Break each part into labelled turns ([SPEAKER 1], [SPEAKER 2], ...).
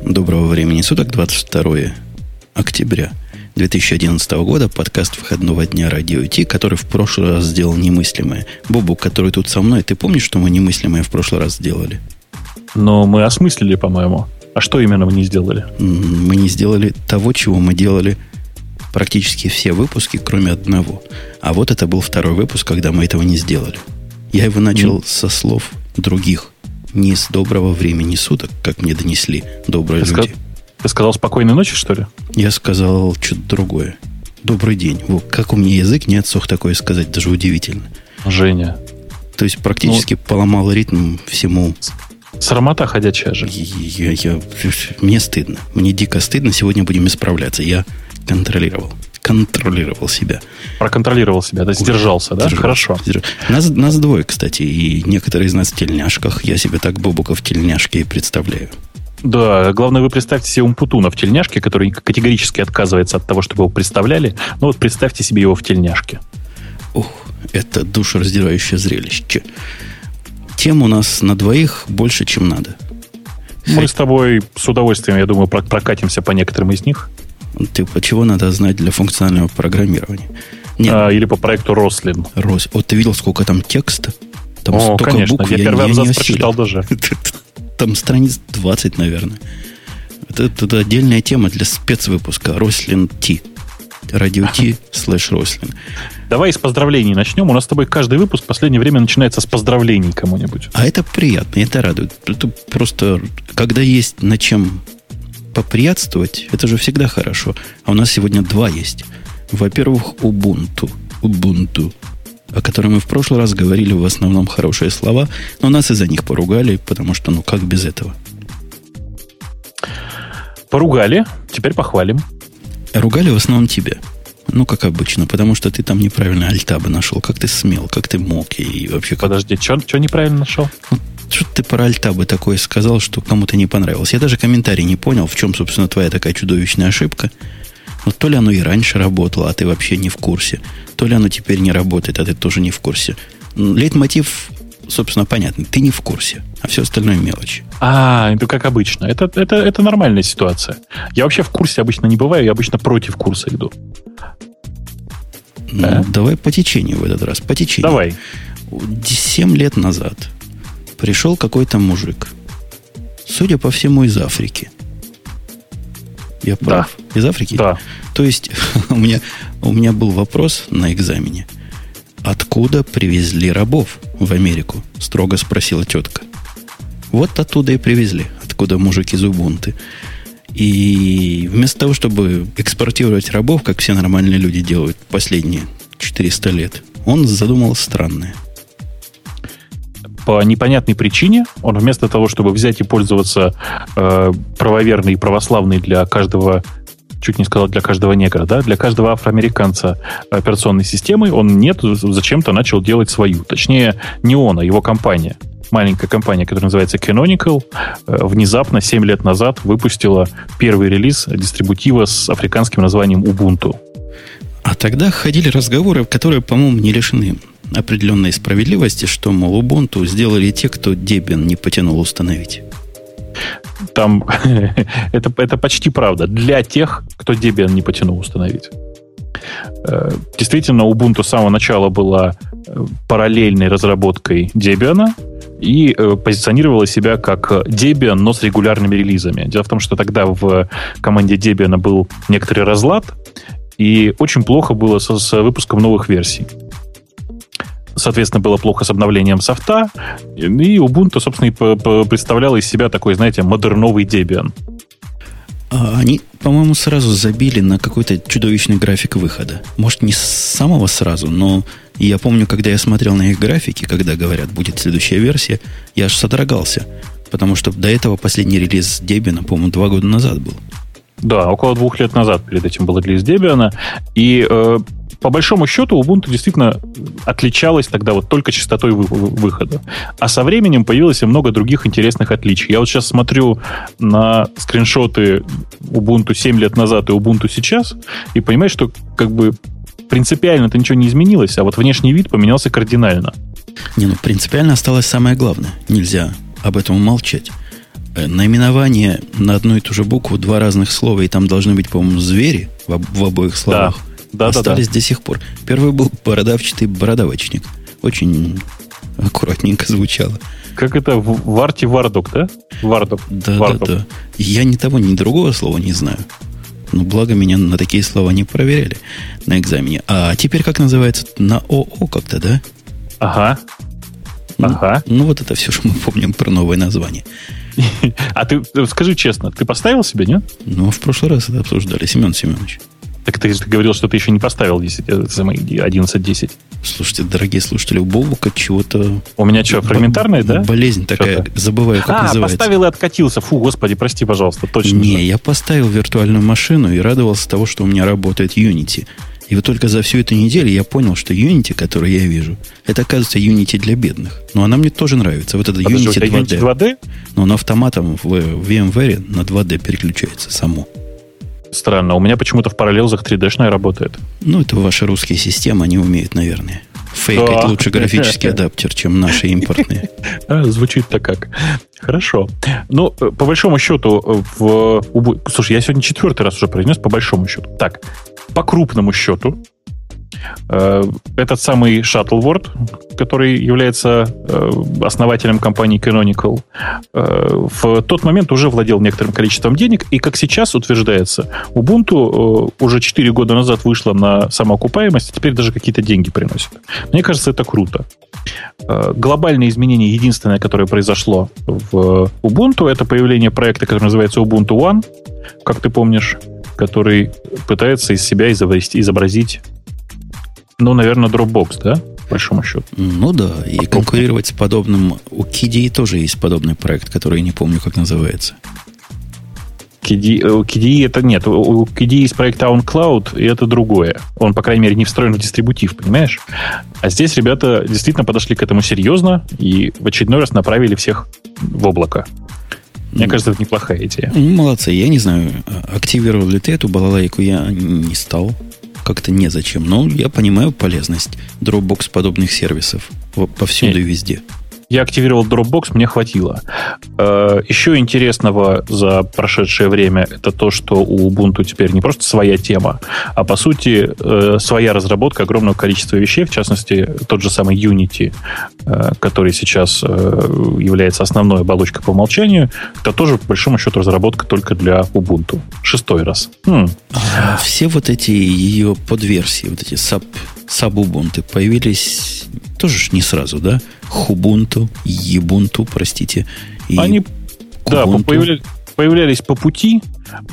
[SPEAKER 1] Доброго времени суток, 22 октября 2011 года, подкаст выходного дня Радио Ти, который в прошлый раз сделал немыслимое. Бобу, который тут со мной, ты помнишь, что мы немыслимое в прошлый раз сделали?
[SPEAKER 2] Но мы осмыслили, по-моему. А что именно мы не сделали?
[SPEAKER 1] Мы не сделали того, чего мы делали практически все выпуски, кроме одного. А вот это был второй выпуск, когда мы этого не сделали. Я его начал со слов других. Не с доброго времени суток, как мне донесли добрые люди.
[SPEAKER 2] Ты сказал спокойной ночи, что ли?
[SPEAKER 1] Я сказал что-то другое. Добрый день. Вот, как у меня язык не отсох такое сказать, даже удивительно.
[SPEAKER 2] Женя.
[SPEAKER 1] То есть практически поломал ритм всему.
[SPEAKER 2] Срамота ходячая же.
[SPEAKER 1] Мне стыдно. Мне дико стыдно. Сегодня будем исправляться. Я контролировал себя.
[SPEAKER 2] Проконтролировал себя, да? Сдержался, да? Хорошо.
[SPEAKER 1] Нас двое, кстати, и некоторые из нас в тельняшках. Я себе так Бобука в тельняшке и представляю.
[SPEAKER 2] Да, главное, вы представьте себе Умпутуна в тельняшке, который категорически отказывается от того, чтобы его представляли. Ну вот представьте себе его в тельняшке.
[SPEAKER 1] Ух, это душераздирающее зрелище. Тем у нас на двоих больше, чем надо.
[SPEAKER 2] Мы с тобой с удовольствием, я думаю, прокатимся по некоторым из них.
[SPEAKER 1] Типа, чего надо знать для функционального программирования?
[SPEAKER 2] Или по проекту Рослин.
[SPEAKER 1] Вот ты видел, сколько там текста? Там столько
[SPEAKER 2] конечно.
[SPEAKER 1] букв.
[SPEAKER 2] Я первый абзац прочитал даже.
[SPEAKER 1] Там страниц 20, наверное. Это отдельная тема для спецвыпуска. Рослин Ти. Радио Ти /Рослин.
[SPEAKER 2] Давай с поздравлений начнем. У нас с тобой каждый выпуск в последнее время начинается с поздравлений кому-нибудь.
[SPEAKER 1] А это приятно, это радует. Это просто, когда есть над чем поприятствовать, это же всегда хорошо. А у нас сегодня два есть. Во-первых, Ubuntu, о котором мы в прошлый раз говорили в основном хорошие слова, но нас из-за них поругали, потому что, как без этого?
[SPEAKER 2] Поругали, теперь похвалим.
[SPEAKER 1] Ругали в основном тебя. Как обычно, потому что ты там неправильно альтабы нашел. Как ты смел, как ты мог и вообще...
[SPEAKER 2] Подожди, что неправильно нашел?
[SPEAKER 1] Что ты про альтабы такое сказал, что кому-то не понравилось? Я даже комментарий не понял, в чем, собственно, твоя такая чудовищная ошибка. То ли оно и раньше работало, а ты вообще не в курсе. То ли оно теперь не работает, а ты тоже не в курсе. Лейтмотив, собственно, понятный. Ты не в курсе, а все остальное мелочи.
[SPEAKER 2] Это как обычно. Это нормальная ситуация. Я вообще в курсе обычно не бываю, я обычно против курса иду.
[SPEAKER 1] Давай по течению в этот раз. По течению.
[SPEAKER 2] Давай.
[SPEAKER 1] 7 лет назад пришел какой-то мужик. Судя по всему, из Африки. Я прав?
[SPEAKER 2] Да.
[SPEAKER 1] Из Африки?
[SPEAKER 2] Да.
[SPEAKER 1] То есть у меня был вопрос на экзамене. Откуда привезли рабов в Америку? Строго спросила тетка. Вот оттуда и привезли. Откуда мужик из Убунты. И вместо того, чтобы экспортировать рабов, как все нормальные люди делают последние 400 лет, он задумал странное.
[SPEAKER 2] По непонятной причине он вместо того, чтобы взять и пользоваться правоверной и православной для каждого, чуть не сказал для каждого негра, да, для каждого афроамериканца операционной системой, он зачем-то начал делать свою. Точнее, не он, а его компания. Маленькая компания, которая называется Canonical, внезапно 7 лет назад выпустила первый релиз дистрибутива с африканским названием Ubuntu.
[SPEAKER 1] А тогда ходили разговоры, которые, по-моему, не лишены определенной справедливости, что, мол, Ubuntu сделали те, кто Debian не потянул установить.
[SPEAKER 2] Там это почти правда. Для тех, кто Debian не потянул установить. Действительно, Ubuntu с самого начала была параллельной разработкой Debian и позиционировала себя как Debian, но с регулярными релизами. Дело в том, что тогда в команде Debian был некоторый разлад, и очень плохо было с выпуском новых версий. Соответственно, было плохо с обновлением софта, и Ubuntu, собственно, и представляла из себя такой, знаете, модерновый Debian.
[SPEAKER 1] Они, по-моему, сразу забили на какой-то чудовищный график выхода. Может, не с самого сразу, но я помню, когда я смотрел на их графики, когда говорят, будет следующая версия, я аж содрогался. Потому что до этого последний релиз Debian, по-моему, 2 года назад был.
[SPEAKER 2] Да, около 2 лет назад перед этим был релиз Debian. И по большому счету Ubuntu действительно отличалась тогда вот только частотой выхода. А со временем появилось и много других интересных отличий. Я вот сейчас смотрю на скриншоты Ubuntu 7 лет назад и Ubuntu сейчас и понимаю, что как бы принципиально-то ничего не изменилось, а вот внешний вид поменялся кардинально.
[SPEAKER 1] Принципиально осталось самое главное. Нельзя об этом умолчать. наименование на одну и ту же букву, два разных слова, и там должны быть, по-моему, звери в обоих словах.
[SPEAKER 2] Да,
[SPEAKER 1] остались до сих пор. Первый был бородавчатый бородавочник. Очень аккуратненько звучало.
[SPEAKER 2] Как это? Варти Вардок, да? Вардок.
[SPEAKER 1] Да. Я ни того, ни другого слова не знаю. Но благо меня на такие слова не проверяли на экзамене. А теперь как называется? На ОО как-то, да?
[SPEAKER 2] Ага.
[SPEAKER 1] Ну, вот это все, что мы помним про новое название.
[SPEAKER 2] А ты скажи честно, ты поставил себе, нет?
[SPEAKER 1] Ну, в прошлый раз это обсуждали, Семен Семенович.
[SPEAKER 2] Так ты говорил, что ты еще не поставил 11.10.
[SPEAKER 1] Слушайте, дорогие слушатели, у Бобука чего-то...
[SPEAKER 2] У меня что, фрагментарная, да?
[SPEAKER 1] Болезнь такая,
[SPEAKER 2] что-то?
[SPEAKER 1] забываю, как называется.
[SPEAKER 2] Поставил и откатился. Фу, господи, прости, пожалуйста, точно.
[SPEAKER 1] Не, я поставил виртуальную машину и радовался того, что у меня работает Unity. И вот только за всю эту неделю я понял, что Unity, который я вижу, это, оказывается, Unity для бедных. Но она мне тоже нравится. Вот это Unity 2D.
[SPEAKER 2] Unity 2D?
[SPEAKER 1] Но он автоматом в VMware на 2D переключается само.
[SPEAKER 2] Странно. У меня почему-то в параллелзах 3D-шная работает.
[SPEAKER 1] Ну, это ваши русские системы, они умеют, наверное. Фейкать лучше графический адаптер, чем наши импортные.
[SPEAKER 2] Звучит-то как. Хорошо. Ну, по большому счету, слушай, я сегодня 4-й раз уже произнес по большому счету. Так, по крупному счету, этот самый Shuttleworth, который является основателем компании Canonical, в тот момент уже владел некоторым количеством денег, и, как сейчас утверждается, Ubuntu уже 4 года назад вышла на самоокупаемость, и теперь даже какие-то деньги приносит. Мне кажется, это круто. Глобальное изменение, единственное, которое произошло в Ubuntu, это появление проекта, который называется Ubuntu One, как ты помнишь, который пытается из себя изобразить, ну, наверное, Dropbox, да, по большому счету?
[SPEAKER 1] Ну да, и конкурировать с подобным... У KDE тоже есть подобный проект, который я не помню, как называется.
[SPEAKER 2] KDE это нет. У KDE есть проект OwnCloud, и это другое. Он, по крайней мере, не встроен в дистрибутив, понимаешь? А здесь ребята действительно подошли к этому серьезно и в очередной раз направили всех в облако. Мне кажется, это неплохая идея.
[SPEAKER 1] Молодцы. Я не знаю, активировал ли ты эту балалайку, я не стал. Как-то незачем. Но я понимаю полезность Dropbox подобных сервисов повсюду и везде.
[SPEAKER 2] Я активировал Dropbox, мне хватило. Еще интересного за прошедшее время это то, что у Ubuntu теперь не просто своя тема, а по сути своя разработка огромного количества вещей, в частности, тот же самый Unity, который сейчас является основной оболочкой по умолчанию, это тоже, по большому счету, разработка только для Ubuntu. 6-й раз.
[SPEAKER 1] Все вот эти ее подверсии, вот эти саб-убунты появились тоже ж не сразу, да? Хубунту, Ебунту, простите. И
[SPEAKER 2] они, да, появлялись по пути,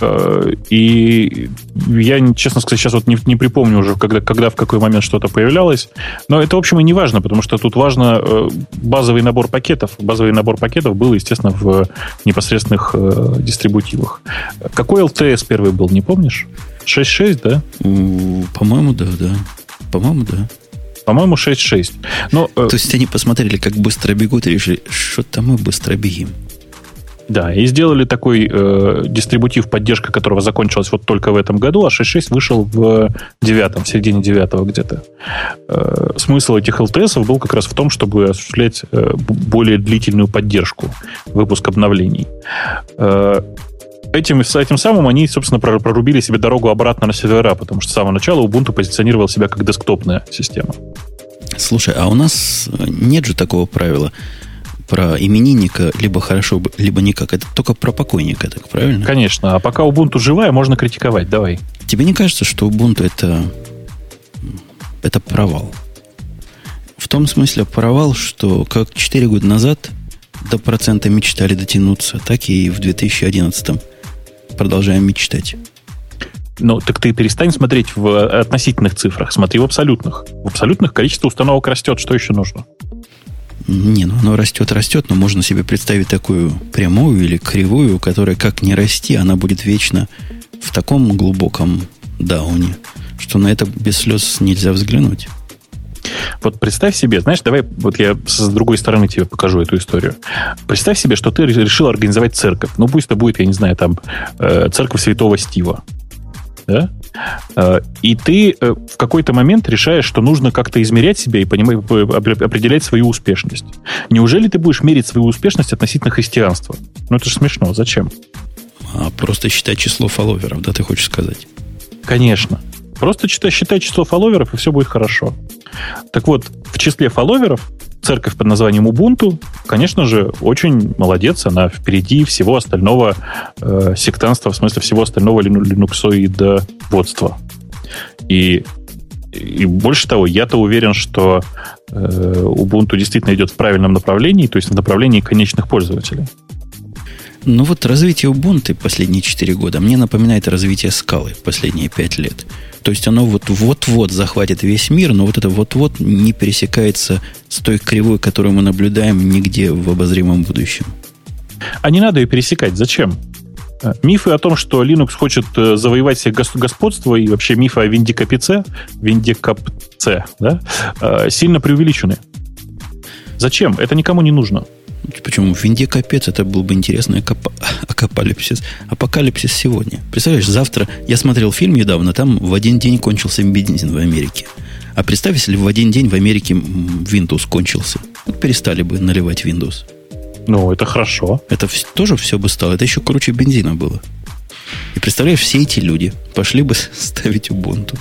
[SPEAKER 2] и я, честно сказать, сейчас вот не припомню уже, когда в какой момент что-то появлялось, но это, в общем, и не важно, потому что тут важно базовый набор пакетов. Базовый набор пакетов был, естественно, в непосредственных дистрибутивах. Какой LTS первый был, не помнишь? 6.6, да?
[SPEAKER 1] По-моему, да. По-моему, да.
[SPEAKER 2] По-моему, 6.6. Но,
[SPEAKER 1] то есть они посмотрели, как быстро бегут, и решили, что-то мы быстро бегим.
[SPEAKER 2] Да, и сделали такой дистрибутив, поддержка которого закончилась вот только в этом году, а 6.6 вышел в середине 9 где-то. Смысл этих LTS был как раз в том, чтобы осуществлять более длительную поддержку, выпуск обновлений. Этим самым они, собственно, прорубили себе дорогу обратно на сервера, потому что с самого начала Ubuntu позиционировал себя как десктопная система.
[SPEAKER 1] Слушай, а у нас нет же такого правила про именинника либо хорошо, либо никак. Это только про покойника, так правильно?
[SPEAKER 2] Конечно. А пока Ubuntu живая, можно критиковать. Давай.
[SPEAKER 1] Тебе не кажется, что Ubuntu это провал? В том смысле провал, что как 4 года назад до процента мечтали дотянуться, так и в 2011 продолжаем мечтать.
[SPEAKER 2] Ну, так ты перестань смотреть в относительных цифрах, смотри в абсолютных. В абсолютных количество установок растет, что еще нужно?
[SPEAKER 1] Не, ну оно растет, но можно себе представить такую прямую или кривую, которая как не расти, она будет вечно в таком глубоком дауне, что на это без слез нельзя взглянуть.
[SPEAKER 2] Вот представь себе, знаешь, давай вот я с другой стороны тебе покажу эту историю. Представь себе, что ты решил организовать церковь. Ну, пусть это будет, я не знаю, там, церковь Святого Стива. Да? И ты в какой-то момент решаешь, что нужно как-то измерять себя и определять свою успешность. Неужели ты будешь мерить свою успешность относительно христианства? Ну, это же смешно. Зачем?
[SPEAKER 1] Просто считай число фолловеров, да, ты хочешь сказать?
[SPEAKER 2] Конечно. Просто считай число фолловеров, и все будет хорошо. Так вот, в числе фолловеров церковь под названием Ubuntu, конечно же, очень молодец. Она впереди всего остального сектантства, в смысле всего остального линуксоидоводства. И больше того, я-то уверен, что Ubuntu действительно идет в правильном направлении, то есть в направлении конечных пользователей.
[SPEAKER 1] Ну вот развитие Ubuntu последние 4 года мне напоминает развитие Scala последние 5 лет. То есть оно вот-вот захватит весь мир, но вот это вот-вот не пересекается с той кривой, которую мы наблюдаем нигде в обозримом будущем.
[SPEAKER 2] А не надо ее пересекать. Зачем? Мифы о том, что Linux хочет завоевать себе господство, и вообще мифы о виндикапце, да, сильно преувеличены. Зачем? Это никому не нужно.
[SPEAKER 1] Почему? Виндикапец, это был бы интересный апокалипсис сегодня. Представляешь, завтра я смотрел фильм недавно, там в один день кончился бензин в Америке. А представь, если в один день в Америке Windows кончился. Перестали бы наливать Windows.
[SPEAKER 2] Ну, это хорошо.
[SPEAKER 1] Это тоже все бы стало. Это еще круче бензина было. И представляешь, все эти люди пошли бы ставить Ubuntu.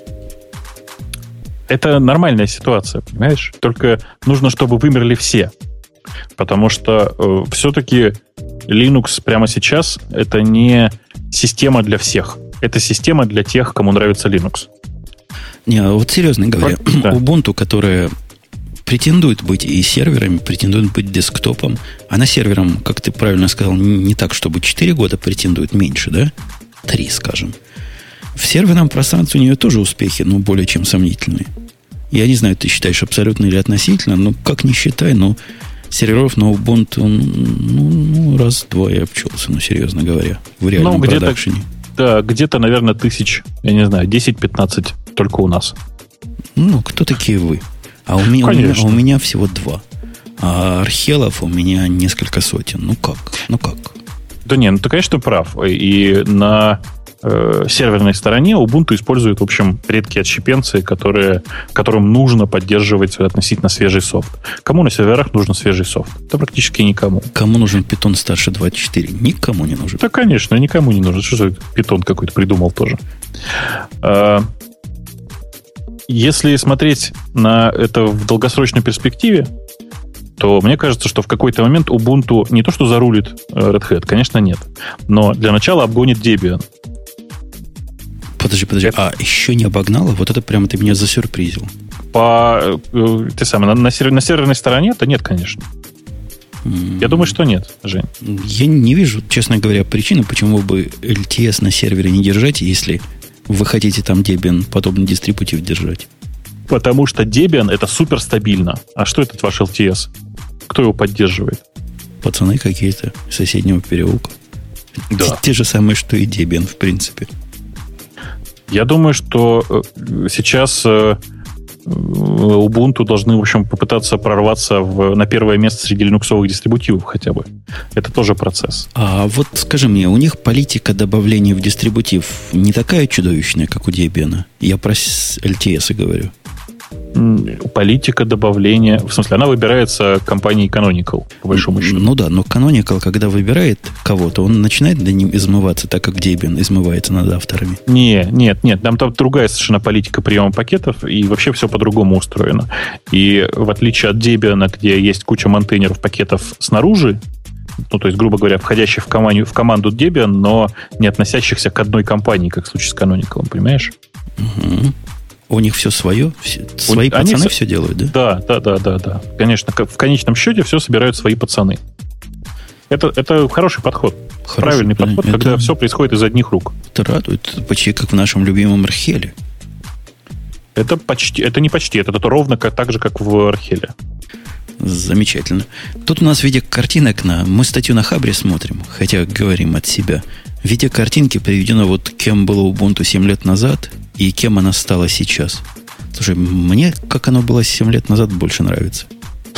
[SPEAKER 2] Это нормальная ситуация, понимаешь? Только нужно, чтобы вымерли все. Потому что все-таки Linux прямо сейчас это не система для всех. Это система для тех, кому нравится Linux.
[SPEAKER 1] Не, вот серьезно говоря, да. Ubuntu, которая претендует быть и серверами, претендует быть десктопом, она сервером, как ты правильно сказал, не так, чтобы 4 года претендует, меньше, да? 3, скажем. В серверном пространстве у нее тоже успехи, но более чем сомнительные. Я не знаю, ты считаешь абсолютно или относительно, но как ни считай, но серверов на Ubuntu, раз-два я обчелся, серьезно говоря, в реальном продакшене.
[SPEAKER 2] Да, где-то, наверное, 10-15 только у нас.
[SPEAKER 1] Кто такие вы? А у меня всего 2. А архелов у меня несколько сотен. Ну как?
[SPEAKER 2] Да не, ты, конечно, прав. И на серверной стороне Ubuntu использует, в общем, редкие отщепенцы, которым нужно поддерживать относительно свежий софт. Кому на серверах нужен свежий софт? Да практически никому.
[SPEAKER 1] Кому нужен Python старше 24? Никому не нужен.
[SPEAKER 2] Да, конечно, никому не нужен. Что за Python какой-то придумал тоже? Если смотреть на это в долгосрочной перспективе, то мне кажется, что в какой-то момент Ubuntu не то что зарулит Red Hat, конечно, нет. Но для начала обгонит Debian.
[SPEAKER 1] Подожди. Еще не обогнала? Вот это прямо ты меня засюрпризил.
[SPEAKER 2] На серверной стороне-то нет, конечно. Я думаю, что нет, Жень.
[SPEAKER 1] Я не вижу, честно говоря, причины, почему бы LTS на сервере не держать, если вы хотите там Debian подобный дистрибутив держать.
[SPEAKER 2] Потому что Debian это супер стабильно. А что этот ваш LTS? Кто его поддерживает?
[SPEAKER 1] Пацаны какие-то из соседнего переулка.
[SPEAKER 2] Да.
[SPEAKER 1] Те же самые, что и Debian, в принципе.
[SPEAKER 2] Я думаю, что сейчас Ubuntu должны, в общем, попытаться прорваться на первое место среди линуксовых дистрибутивов хотя бы. Это тоже процесс. А
[SPEAKER 1] вот скажи мне, у них политика добавления в дистрибутив не такая чудовищная, как у Debian? Я про LTS говорю.
[SPEAKER 2] Политика добавления... В смысле, она выбирается компанией Canonical, по большому счету.
[SPEAKER 1] Ну да, но Canonical, когда выбирает кого-то, он начинает над ним измываться, так как Debian измывается над авторами.
[SPEAKER 2] Нет. Там другая совершенно политика приема пакетов, и вообще все по-другому устроено. И в отличие от Debian, где есть куча монтейнеров пакетов снаружи, то есть, грубо говоря, входящих в команду Debian, но не относящихся к одной компании, как в случае с Canonical, понимаешь?
[SPEAKER 1] Угу. У них все свое? Свои пацаны все делают, да?
[SPEAKER 2] Да. Конечно, в конечном счете все собирают свои пацаны. Это хороший подход. Правильный подход, когда все происходит из одних рук.
[SPEAKER 1] Это радует. Почти как в нашем любимом Археле.
[SPEAKER 2] Это не почти. Это ровно так же, как в Археле.
[SPEAKER 1] Замечательно. Тут у нас в виде картинок мы статью на Хабре смотрим, хотя говорим от себя. В виде картинки приведено вот кем было Ubuntu 7 лет назад и кем она стала сейчас. Слушай, мне, как оно было 7 лет назад, больше нравится.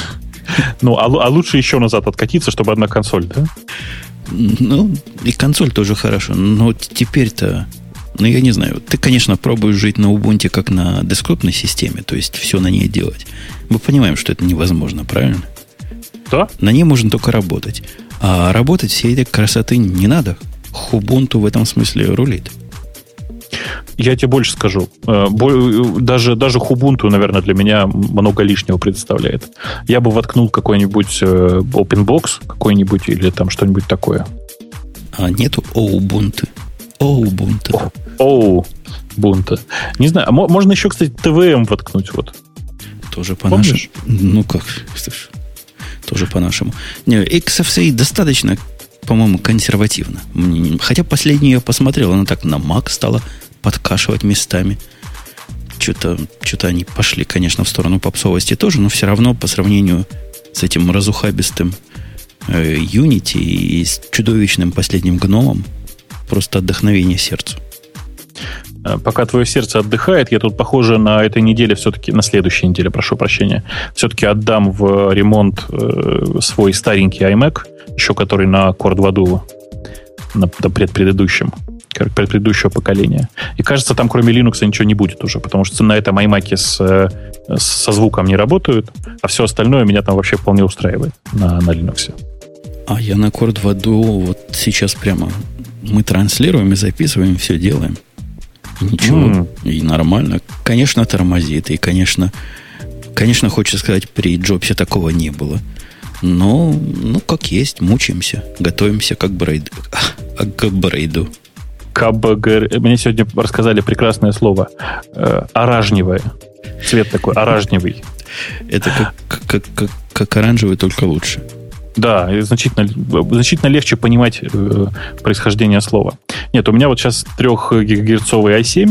[SPEAKER 2] А лучше еще назад откатиться, чтобы одна консоль, да?
[SPEAKER 1] И консоль тоже хорошо. Но теперь-то Ну, я не знаю. Ты, конечно, пробуешь жить на Ubuntu как на десктопной системе, то есть все на ней делать. Мы понимаем, что это невозможно, правильно?
[SPEAKER 2] Да.
[SPEAKER 1] На ней можно только работать. А работать всей этой красоты не надо. Ubuntu в этом смысле рулит.
[SPEAKER 2] Я тебе больше скажу. Даже Ubuntu, наверное, для меня много лишнего предоставляет. Я бы воткнул какой-нибудь OpenBox какой-нибудь или там что-нибудь такое.
[SPEAKER 1] А нету Ubuntu. Ubuntu.
[SPEAKER 2] Ubuntu. Не знаю. Можно еще, кстати, TVM воткнуть. Вот.
[SPEAKER 1] Тоже по-нашему. Ну как? Тоже по-нашему. XFCE достаточно, по-моему, консервативно. Хотя последнюю я посмотрел, она так на Mac стала подкашивать местами. Что-то они пошли, конечно, в сторону попсовости тоже, но все равно по сравнению с этим разухабистым Unity и с чудовищным последним гномом просто отдохновение сердцу.
[SPEAKER 2] Пока твое сердце отдыхает, я тут, похоже, на этой неделе все-таки, на следующей неделе, прошу прощения, все-таки отдам в ремонт свой старенький iMac, еще который на Core 2 Duo, на предыдущем поколения. И кажется, там кроме Linux ничего не будет уже, потому что на этом iMac со звуком не работают, а все остальное меня там вообще вполне устраивает на Linux.
[SPEAKER 1] А я на Core 2 Duo вот сейчас прямо мы транслируем и записываем, все делаем. И ничего, и нормально. Конечно, тормозит, и, конечно, хочется сказать, при Джобсе такого не было. Но, как есть, мучаемся, готовимся к апгрейду.
[SPEAKER 2] Мне сегодня рассказали прекрасное слово. Оранжевое. Цвет такой, оранжевый.
[SPEAKER 1] Это как оранжевый, только лучше.
[SPEAKER 2] Да, значительно легче понимать происхождение слова. Нет, у меня вот сейчас 3-гигагерцовый i7,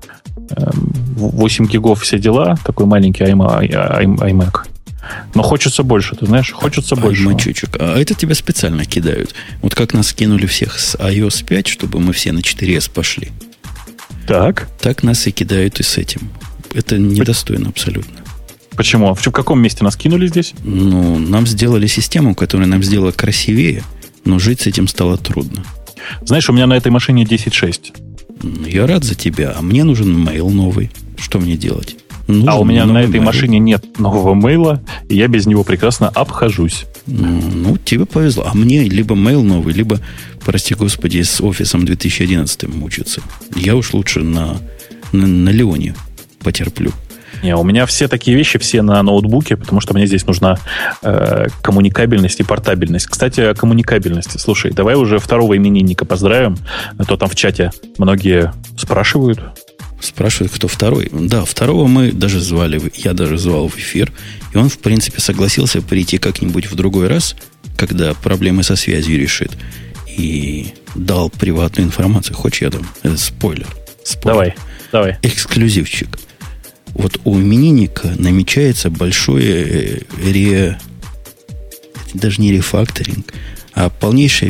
[SPEAKER 2] 8 гигов все дела, такой маленький iMac. Но хочется больше, ты знаешь, хочется больше.
[SPEAKER 1] Мальчучек, а это тебя специально кидают. Вот как нас кинули всех с iOS 5, чтобы мы все на 4S пошли.
[SPEAKER 2] Так
[SPEAKER 1] нас и кидают и с этим. Это недостойно абсолютно.
[SPEAKER 2] Почему? В каком месте нас кинули здесь?
[SPEAKER 1] Ну, нам сделали систему, которая нам сделала красивее, но жить с этим стало трудно.
[SPEAKER 2] Знаешь, у меня на этой машине 10.6.
[SPEAKER 1] Я рад за тебя, а мне нужен мейл новый. Что мне делать?
[SPEAKER 2] А у меня на этой машине нет нового мейла, и я без него прекрасно обхожусь.
[SPEAKER 1] Ну, тебе повезло. А мне либо мейл новый, либо, прости господи, с офисом 2011 мучиться. Я уж лучше на Леоне потерплю.
[SPEAKER 2] Не, у меня все такие вещи, все на ноутбуке, потому что мне здесь нужна коммуникабельность и портабельность. Кстати, о коммуникабельности. Слушай, давай уже второго именинника поздравим, а то там в чате многие спрашивают.
[SPEAKER 1] Спрашивают, кто второй. Да, второго мы даже звали, я даже звал в эфир, и он, в принципе, согласился прийти как-нибудь в другой раз, когда проблемы со связью решит, и дал приватную информацию. Хочешь, я дам? Это спойлер.
[SPEAKER 2] Давай.
[SPEAKER 1] Эксклюзивчик. Вот у именинника намечается большой даже не рефакторинг, а полнейший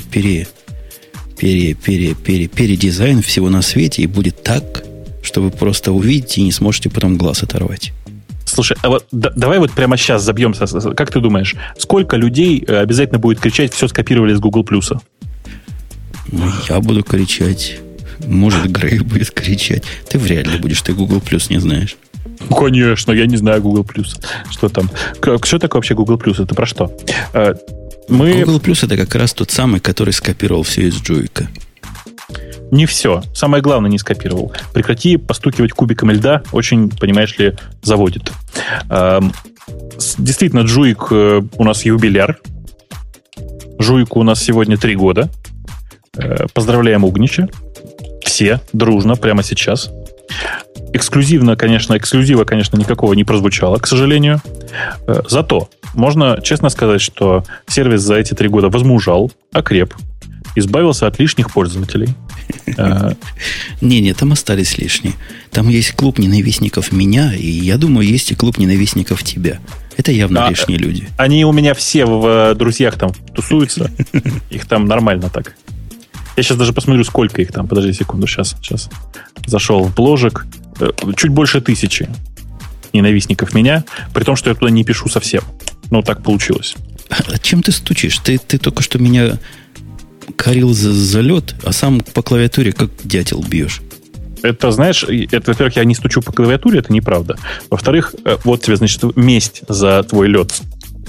[SPEAKER 1] передизайн всего на свете, и будет так, что вы просто увидите и не сможете потом глаз оторвать.
[SPEAKER 2] Слушай, а вот давай вот прямо сейчас забьемся. Как ты думаешь, сколько людей обязательно будет кричать, все скопировали с Google+?
[SPEAKER 1] Ну, я буду кричать. Может, Грей будет кричать. Ты вряд ли будешь, ты Google+ не знаешь.
[SPEAKER 2] Конечно, я не знаю Google+. Что там? Что такое вообще Google+? Это про что?
[SPEAKER 1] Google+ это как раз тот самый, который скопировал все из Джуика.
[SPEAKER 2] Не все. Самое главное не скопировал. Прекрати постукивать кубиком льда. Очень, понимаешь ли, заводит. Действительно, Джуик у нас юбиляр. Жуику у нас сегодня 3 года. Поздравляем Угнича. Все дружно прямо сейчас. Эксклюзива, конечно, никакого не прозвучало, к сожалению. Зато можно честно сказать, что сервис за эти 3 года возмужал, окреп, избавился от лишних пользователей.
[SPEAKER 1] Не, там остались лишние. Там есть клуб ненавистников меня, и я думаю, есть и клуб ненавистников тебя. Это явно лишние люди.
[SPEAKER 2] Они у меня все в друзьях там тусуются. Их там нормально так. Я сейчас даже посмотрю, сколько их там. Подожди секунду, сейчас. Зашел в бложек. Чуть больше 1000 ненавистников меня, при том, что я туда не пишу совсем. Ну, так получилось.
[SPEAKER 1] А чем ты стучишь? Ты только что меня корил за лед, а сам по клавиатуре как дятел бьешь.
[SPEAKER 2] Это, знаешь, это, во-первых, я не стучу по клавиатуре, это неправда. Во-вторых, вот тебе, значит, месть за твой лед.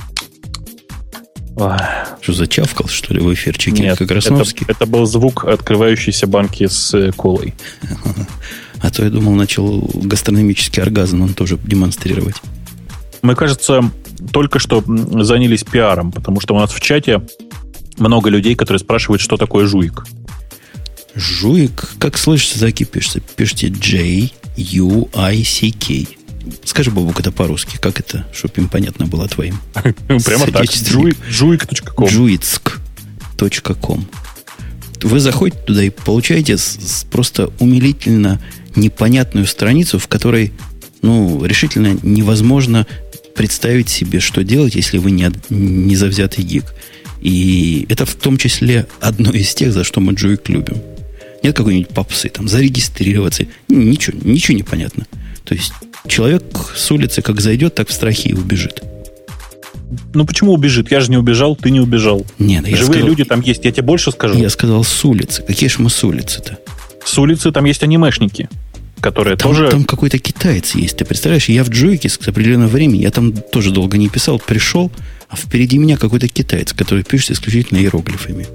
[SPEAKER 1] Что, зачавкал, что ли, в эфирчике?
[SPEAKER 2] Нет,
[SPEAKER 1] как Красновский?
[SPEAKER 2] Это был звук открывающейся банки с колой.
[SPEAKER 1] А то я думал, начал гастрономический оргазм он тоже демонстрировать.
[SPEAKER 2] Мы, кажется, только что занялись пиаром, потому что у нас в чате много людей, которые спрашивают, что такое жуик.
[SPEAKER 1] Жуик, как слышится, так и пишется. Пишите J-U-I-C-K. Скажи, Бобук, это по-русски. Как это, чтобы им понятно было твоим?
[SPEAKER 2] Прямо так. Juik.com.
[SPEAKER 1] Juick.com. Вы заходите туда и получаете просто умилительно непонятную страницу, в которой, решительно невозможно представить себе, что делать, если вы не завзятый гик. И это в том числе одно из тех, за что мы Juick любим. Нет какой-нибудь попсы, там, зарегистрироваться. Ничего не понятно. То есть человек с улицы как зайдет, так в страхе и убежит.
[SPEAKER 2] Почему убежит? Я же не убежал, ты не убежал.
[SPEAKER 1] Нет,
[SPEAKER 2] живые люди там есть, я тебе больше скажу.
[SPEAKER 1] Я сказал с улицы. Какие же мы с улицы-то?
[SPEAKER 2] С улицы там есть анимешники, которые тоже...
[SPEAKER 1] Там какой-то китаец есть, ты представляешь? Я в Juick с определенного времени, я там тоже долго не писал, пришел, а впереди меня какой-то китаец, который пишет исключительно иероглифами.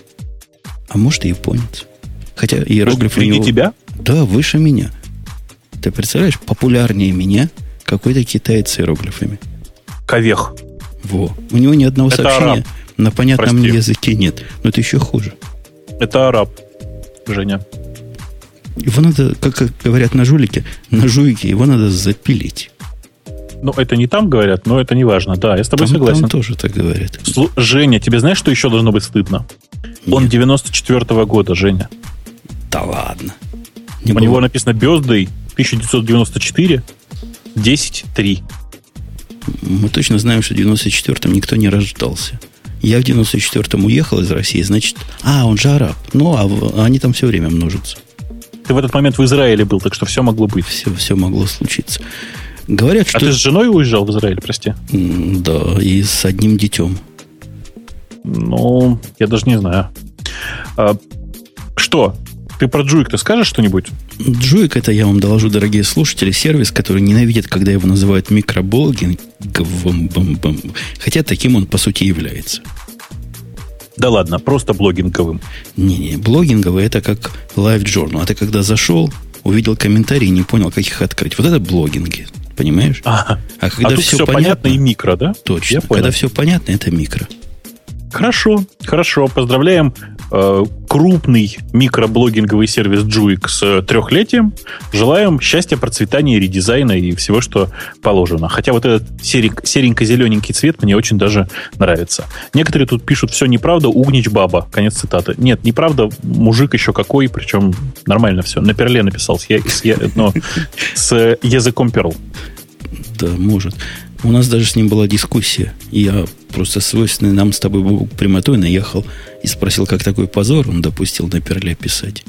[SPEAKER 1] А может, и японец. Хотя иероглифы...
[SPEAKER 2] Впереди тебя?
[SPEAKER 1] Да, выше меня. Ты представляешь, популярнее меня какой-то китаец с иероглифами.
[SPEAKER 2] Ковех.
[SPEAKER 1] Во. У него ни одного
[SPEAKER 2] это
[SPEAKER 1] сообщения
[SPEAKER 2] араб.
[SPEAKER 1] На понятном
[SPEAKER 2] Прости.
[SPEAKER 1] языке нет. Но это еще хуже.
[SPEAKER 2] Это араб, Женя.
[SPEAKER 1] Его надо, как говорят на жулике, на жуйке, его надо запилить.
[SPEAKER 2] Это не там говорят, но это не важно. Да, я с тобой согласен.
[SPEAKER 1] Там тоже так говорят.
[SPEAKER 2] Женя, тебе знаешь, что еще должно быть стыдно?
[SPEAKER 1] Нет.
[SPEAKER 2] Он 94-го года, Женя.
[SPEAKER 1] Да ладно.
[SPEAKER 2] У него написано birthday 1994 10-3.
[SPEAKER 1] Мы точно знаем, что в 94-м никто не рождался. Я в 94-м уехал из России, значит... он же араб. Они там все время множатся.
[SPEAKER 2] Ты в этот момент в Израиле был, так что все могло быть.
[SPEAKER 1] Все могло случиться. Говорят, что...
[SPEAKER 2] А ты с женой уезжал в Израиль, прости?
[SPEAKER 1] Да, и с одним детем.
[SPEAKER 2] Я даже не знаю. Что? Ты про Juick-то скажешь что-нибудь?
[SPEAKER 1] Juick, это, я вам доложу, дорогие слушатели, сервис, который ненавидит, когда его называют микроблогингом. Хотя таким он, по сути, является.
[SPEAKER 2] Да ладно, просто блогинговым.
[SPEAKER 1] Не, блогинговый это как Live Journal. А ты когда зашел, увидел комментарии и не понял, как их открыть. Вот это блогинги, понимаешь?
[SPEAKER 2] А
[SPEAKER 1] когда
[SPEAKER 2] тут все понятно и микро, да?
[SPEAKER 1] Точно. Когда все понятно, это микро.
[SPEAKER 2] Хорошо. Поздравляем крупный микроблогинговый сервис Juick с 3-летием. Желаем счастья, процветания, редизайна и всего, что положено. Хотя вот этот серенько-зелененький цвет мне очень даже нравится. Некоторые тут пишут: все неправда, Угнич баба. Конец цитаты. Нет, неправда, мужик еще какой, причем нормально все. На перле написал с языком перл.
[SPEAKER 1] Да, может. У нас даже с ним была дискуссия. Я просто свойственный нам с тобой прямотой наехал и спросил, как такой позор он допустил на перле писать.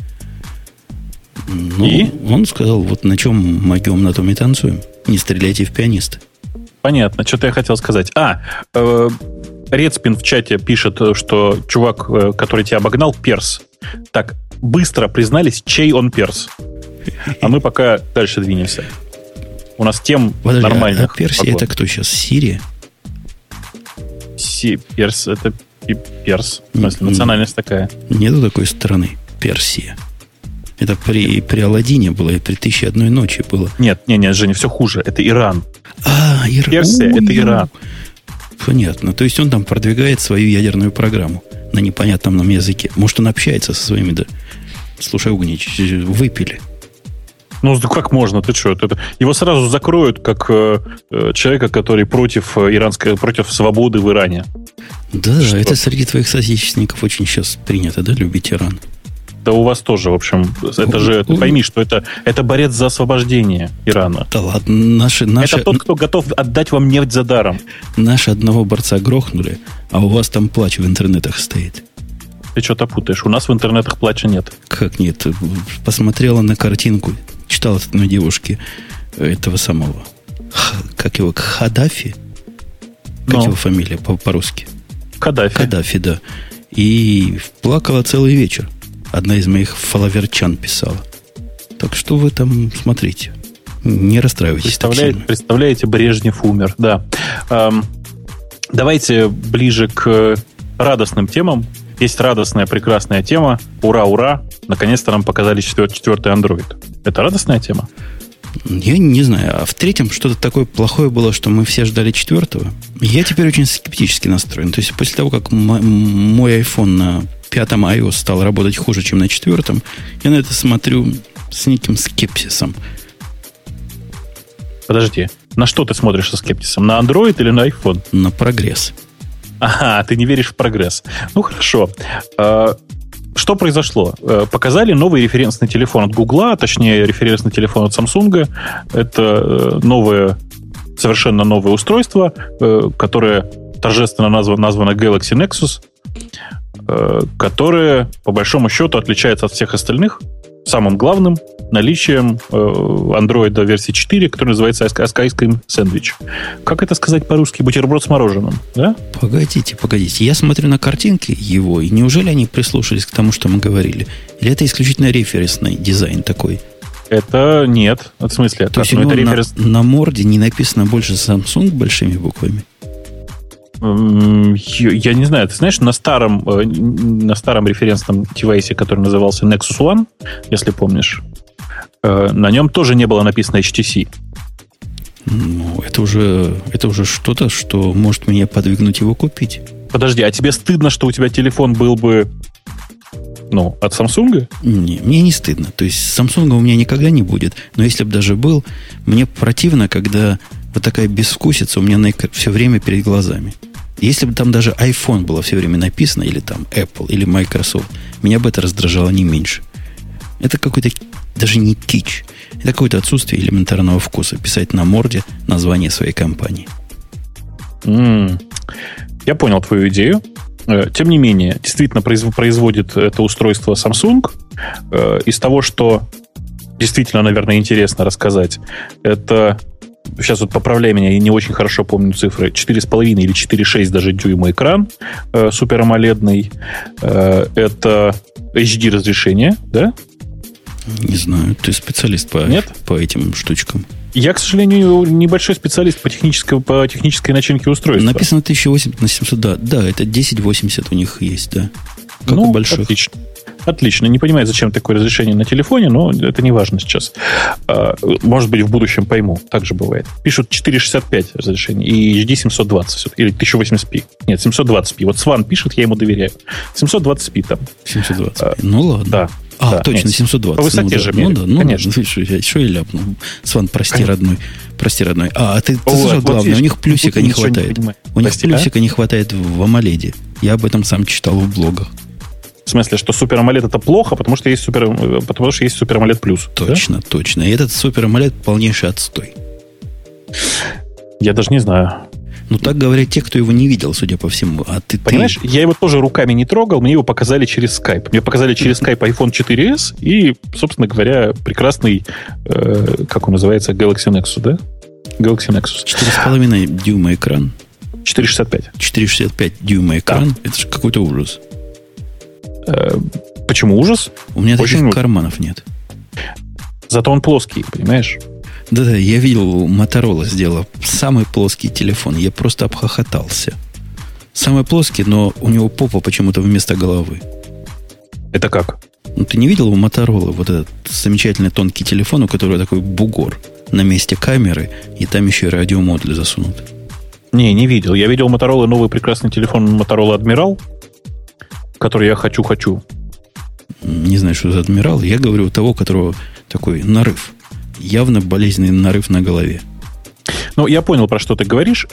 [SPEAKER 2] И?
[SPEAKER 1] Он сказал, вот на чем могем, на том и танцуем. Не стреляйте в пианиста.
[SPEAKER 2] Понятно, что-то я хотел сказать. Редспин в чате пишет, что чувак, который тебя обогнал, перс. Так, быстро признались, чей он перс. А мы пока дальше двинемся. У нас тем нормально.
[SPEAKER 1] А Персия это кто сейчас? Сирия?
[SPEAKER 2] Перс, это перс. В смысле, национальность такая.
[SPEAKER 1] Нету такой страны. Персия. Это при Аладдине было, и при 1001 ночи было.
[SPEAKER 2] Нет, Женя, все хуже. Это Иран.
[SPEAKER 1] Иран.
[SPEAKER 2] Персия — это Иран.
[SPEAKER 1] Понятно. То есть он там продвигает свою ядерную программу на непонятном нам языке. Может, он общается со своими, да? Слушай, Угнич, выпили.
[SPEAKER 2] Как можно? Ты что? Его сразу закроют как человека, который против свободы в Иране.
[SPEAKER 1] Да, что? Это среди твоих соотечественников очень сейчас принято, да, любить Иран?
[SPEAKER 2] Да у вас тоже, в общем. Это же, ты пойми, что это борец за освобождение Ирана.
[SPEAKER 1] Да ладно,
[SPEAKER 2] это тот, кто готов отдать вам нефть за даром.
[SPEAKER 1] Наши одного борца грохнули, а у вас там плач в интернетах стоит.
[SPEAKER 2] Ты что-то путаешь. У нас в интернетах плача нет.
[SPEAKER 1] Как нет? Посмотрела на картинку, читал от одной девушки этого самого. Как его? Каддафи? Как его фамилия по-русски? Каддафи, да. И плакала целый вечер. Одна из моих фолловерчан писала. Так что вы там смотрите. Не расстраивайтесь.
[SPEAKER 2] Представляете, Брежнев умер. Да. Давайте ближе к радостным темам. Есть радостная, прекрасная тема. Ура, ура! Наконец-то нам показали четвертый Android. Это радостная тема?
[SPEAKER 1] Я не знаю. А в третьем что-то такое плохое было, что мы все ждали четвертого. Я теперь очень скептически настроен. То есть после того, как мой iPhone на 5-м iOS стал работать хуже, чем на 4-м, я на это смотрю с неким скепсисом.
[SPEAKER 2] Подожди. На что ты смотришь со скепсисом? На Android или на iPhone?
[SPEAKER 1] На прогресс.
[SPEAKER 2] Ага, ты не веришь в прогресс. Ну, хорошо. Что произошло? Показали новый референсный телефон от Google, точнее, референсный телефон от Samsung. Это совершенно новое устройство, которое торжественно названо Galaxy Nexus, которое, по большому счету, отличается от всех остальных самым главным наличием Android версии 4, который называется Ice Cream Sandwich. Как это сказать по-русски? Бутерброд с мороженым, да? Погодите.
[SPEAKER 1] Я смотрю на картинки его, и неужели они прислушались к тому, что мы говорили? Или это исключительно референсный дизайн такой?
[SPEAKER 2] Это нет. В смысле?
[SPEAKER 1] То есть у него на морде не написано больше Samsung большими буквами?
[SPEAKER 2] Я не знаю. Ты знаешь, на старом референсном девайсе, который назывался Nexus One, если помнишь, на нем тоже не было написано HTC.
[SPEAKER 1] Ну, это уже что-то, что может меня подвигнуть его купить.
[SPEAKER 2] Подожди, а тебе стыдно, что у тебя телефон был бы от Samsung?
[SPEAKER 1] Не, мне не стыдно. То есть Samsung у меня никогда не будет. Но если бы даже был, мне противно, когда вот такая безвкусица у меня все время перед глазами. Если бы там даже iPhone было все время написано, или там Apple, или Microsoft, меня бы это раздражало не меньше. Это какой-то даже не кич. Это какое-то отсутствие элементарного вкуса. Писать на морде название своей компании.
[SPEAKER 2] Я понял твою идею. Тем не менее, действительно производит это устройство Samsung. Из того, что действительно, наверное, интересно рассказать, это... Сейчас вот поправляй меня, я не очень хорошо помню цифры. 4,5 или 4,6 даже дюйма экран супер AMOLED-ный. Это HD разрешение, да?
[SPEAKER 1] Не знаю, ты специалист по этим штучкам.
[SPEAKER 2] Я, к сожалению, небольшой специалист по технической начинке устройства.
[SPEAKER 1] Написано 1080 на 700, да, это 1080 у них есть, да. Как у больших.
[SPEAKER 2] Отлично. Не понимаю, зачем такое разрешение на телефоне, но это не важно сейчас. Может быть, в будущем пойму. Так же бывает. Пишут 4,65 разрешение и HD 720 или 1080p. Нет, 720p. Вот Сван пишет, я ему доверяю. 720p там.
[SPEAKER 1] 720p. Ну ладно.
[SPEAKER 2] Да.
[SPEAKER 1] Точно, 720.
[SPEAKER 2] По высоте же.
[SPEAKER 1] Конечно. Что я ляпнул? Сван, прости, родной. А ты слышал, главное, у них плюсика не хватает. У них плюсика не хватает в AMOLED. Я об этом сам читал в блогах.
[SPEAKER 2] В смысле, что Super AMOLED это плохо, потому что есть Super AMOLED Plus.
[SPEAKER 1] Точно. И этот Super AMOLED полнейший отстой.
[SPEAKER 2] Я даже не знаю.
[SPEAKER 1] Ну, так говорят те, кто его не видел, судя по всему. А ты...
[SPEAKER 2] Понимаешь, я его тоже руками не трогал, мне его показали через Skype. Мне показали через Skype iPhone 4s и, собственно говоря, прекрасный, как он называется, Galaxy Nexus, да? Galaxy Nexus.
[SPEAKER 1] 4,5 дюйма экран.
[SPEAKER 2] 4,65.
[SPEAKER 1] 4,65 дюйма экран. Да. Это же какой-то ужас.
[SPEAKER 2] Почему ужас?
[SPEAKER 1] У меня таких карманов нет.
[SPEAKER 2] Зато он плоский, понимаешь?
[SPEAKER 1] Да, я видел, Motorola сделала самый плоский телефон. Я просто обхохотался. Самый плоский, но у него попа почему-то вместо головы.
[SPEAKER 2] Это как?
[SPEAKER 1] Ну, ты не видел у Motorola вот этот замечательный тонкий телефон, у которого такой бугор на месте камеры, и там еще и радиомодуль засунут?
[SPEAKER 2] Не видел. Я видел у Motorola новый прекрасный телефон Motorola Admiral, который я хочу.
[SPEAKER 1] Не знаю, что за Адмирал. Я говорю у того, у которого такой нарыв. Явно болезненный нарыв на голове.
[SPEAKER 2] Ну, я понял, про что ты говоришь.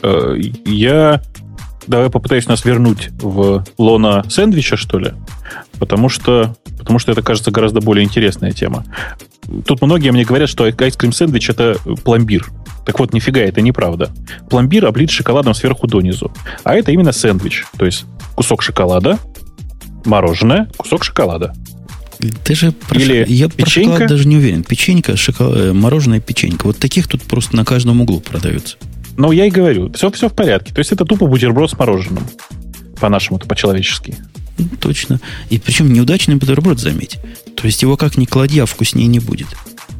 [SPEAKER 2] Давай попытаюсь нас вернуть в лоно сэндвича, что ли. Потому что это, кажется, гораздо более интересная тема. Тут многие мне говорят, что Ice Cream Sandwich это пломбир. Так вот, нифига, это неправда. Пломбир облит шоколадом сверху донизу. А это именно сэндвич. То есть кусок шоколада, мороженое, кусок шоколада.
[SPEAKER 1] Ты же я про шоколад даже не уверен. Печенька, мороженое, печенька. Вот таких тут просто на каждом углу продаются.
[SPEAKER 2] Ну, я и говорю, все в порядке. То есть это тупо бутерброд с мороженым. По-нашему-то, по-человечески.
[SPEAKER 1] Точно. И причем неудачный бутерброд, заметь. То есть его как ни клади, а вкуснее не будет.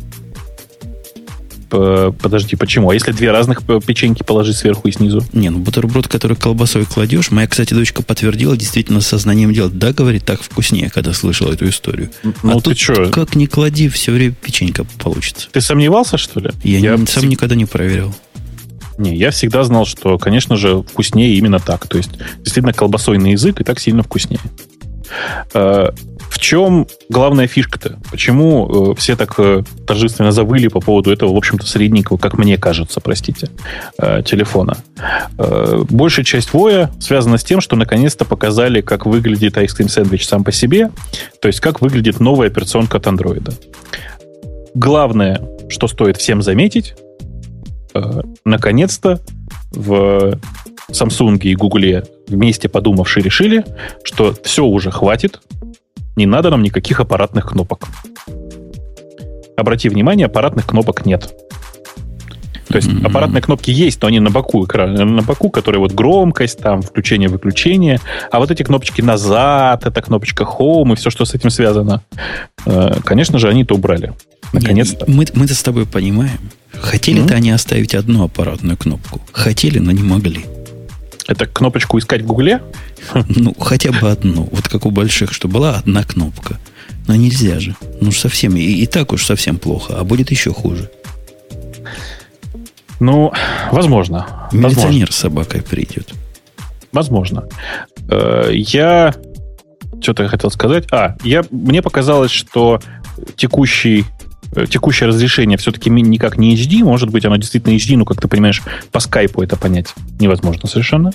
[SPEAKER 2] Подожди, почему? А если две разных печеньки положить сверху и снизу?
[SPEAKER 1] Не, бутерброд, который колбасой кладешь, моя, кстати, дочка подтвердила действительно сознанием дела. Да, говорит, так вкуснее, когда слышала эту историю.
[SPEAKER 2] Ну,
[SPEAKER 1] а тут что? Как ни клади, все время печенька получится.
[SPEAKER 2] Ты сомневался, что ли?
[SPEAKER 1] Я сам никогда не проверял.
[SPEAKER 2] Не, я всегда знал, что, конечно же, вкуснее именно так. То есть, действительно, колбасой на язык и так сильно вкуснее. В чем главная фишка-то? Почему все так торжественно завыли по поводу этого, в общем-то, средненького, как мне кажется, простите, телефона? Большая часть воя связана с тем, что наконец-то показали, как выглядит Ice Cream Sandwich сам по себе, то есть как выглядит новая операционка от Android. Главное, что стоит всем заметить, наконец-то в Samsung и Google вместе подумавши решили, что все уже хватит, не надо нам никаких аппаратных кнопок. Обрати внимание, аппаратных кнопок нет. То есть аппаратные кнопки есть, но они на боку экрана, на боку, которые вот громкость, там, включение-выключение, а вот эти кнопочки назад, эта кнопочка Home и все, что с этим связано, конечно же, они это убрали. Наконец-то.
[SPEAKER 1] Мы-то с тобой понимаем. Хотели-то они оставить одну аппаратную кнопку. Хотели, но не могли.
[SPEAKER 2] Это кнопочку искать в Гугле?
[SPEAKER 1] Ну, хотя бы одну. Вот как у больших, что была одна кнопка. Но нельзя же. Ну, уж совсем, и так уж совсем плохо. А будет еще хуже.
[SPEAKER 2] Ну, возможно.
[SPEAKER 1] Милиционер с собакой придет.
[SPEAKER 2] Возможно. Я... Что-то я хотел сказать. Мне показалось, что текущее разрешение все-таки никак не HD. Может быть, оно действительно HD, но, как ты понимаешь, по скайпу это понять невозможно совершенно.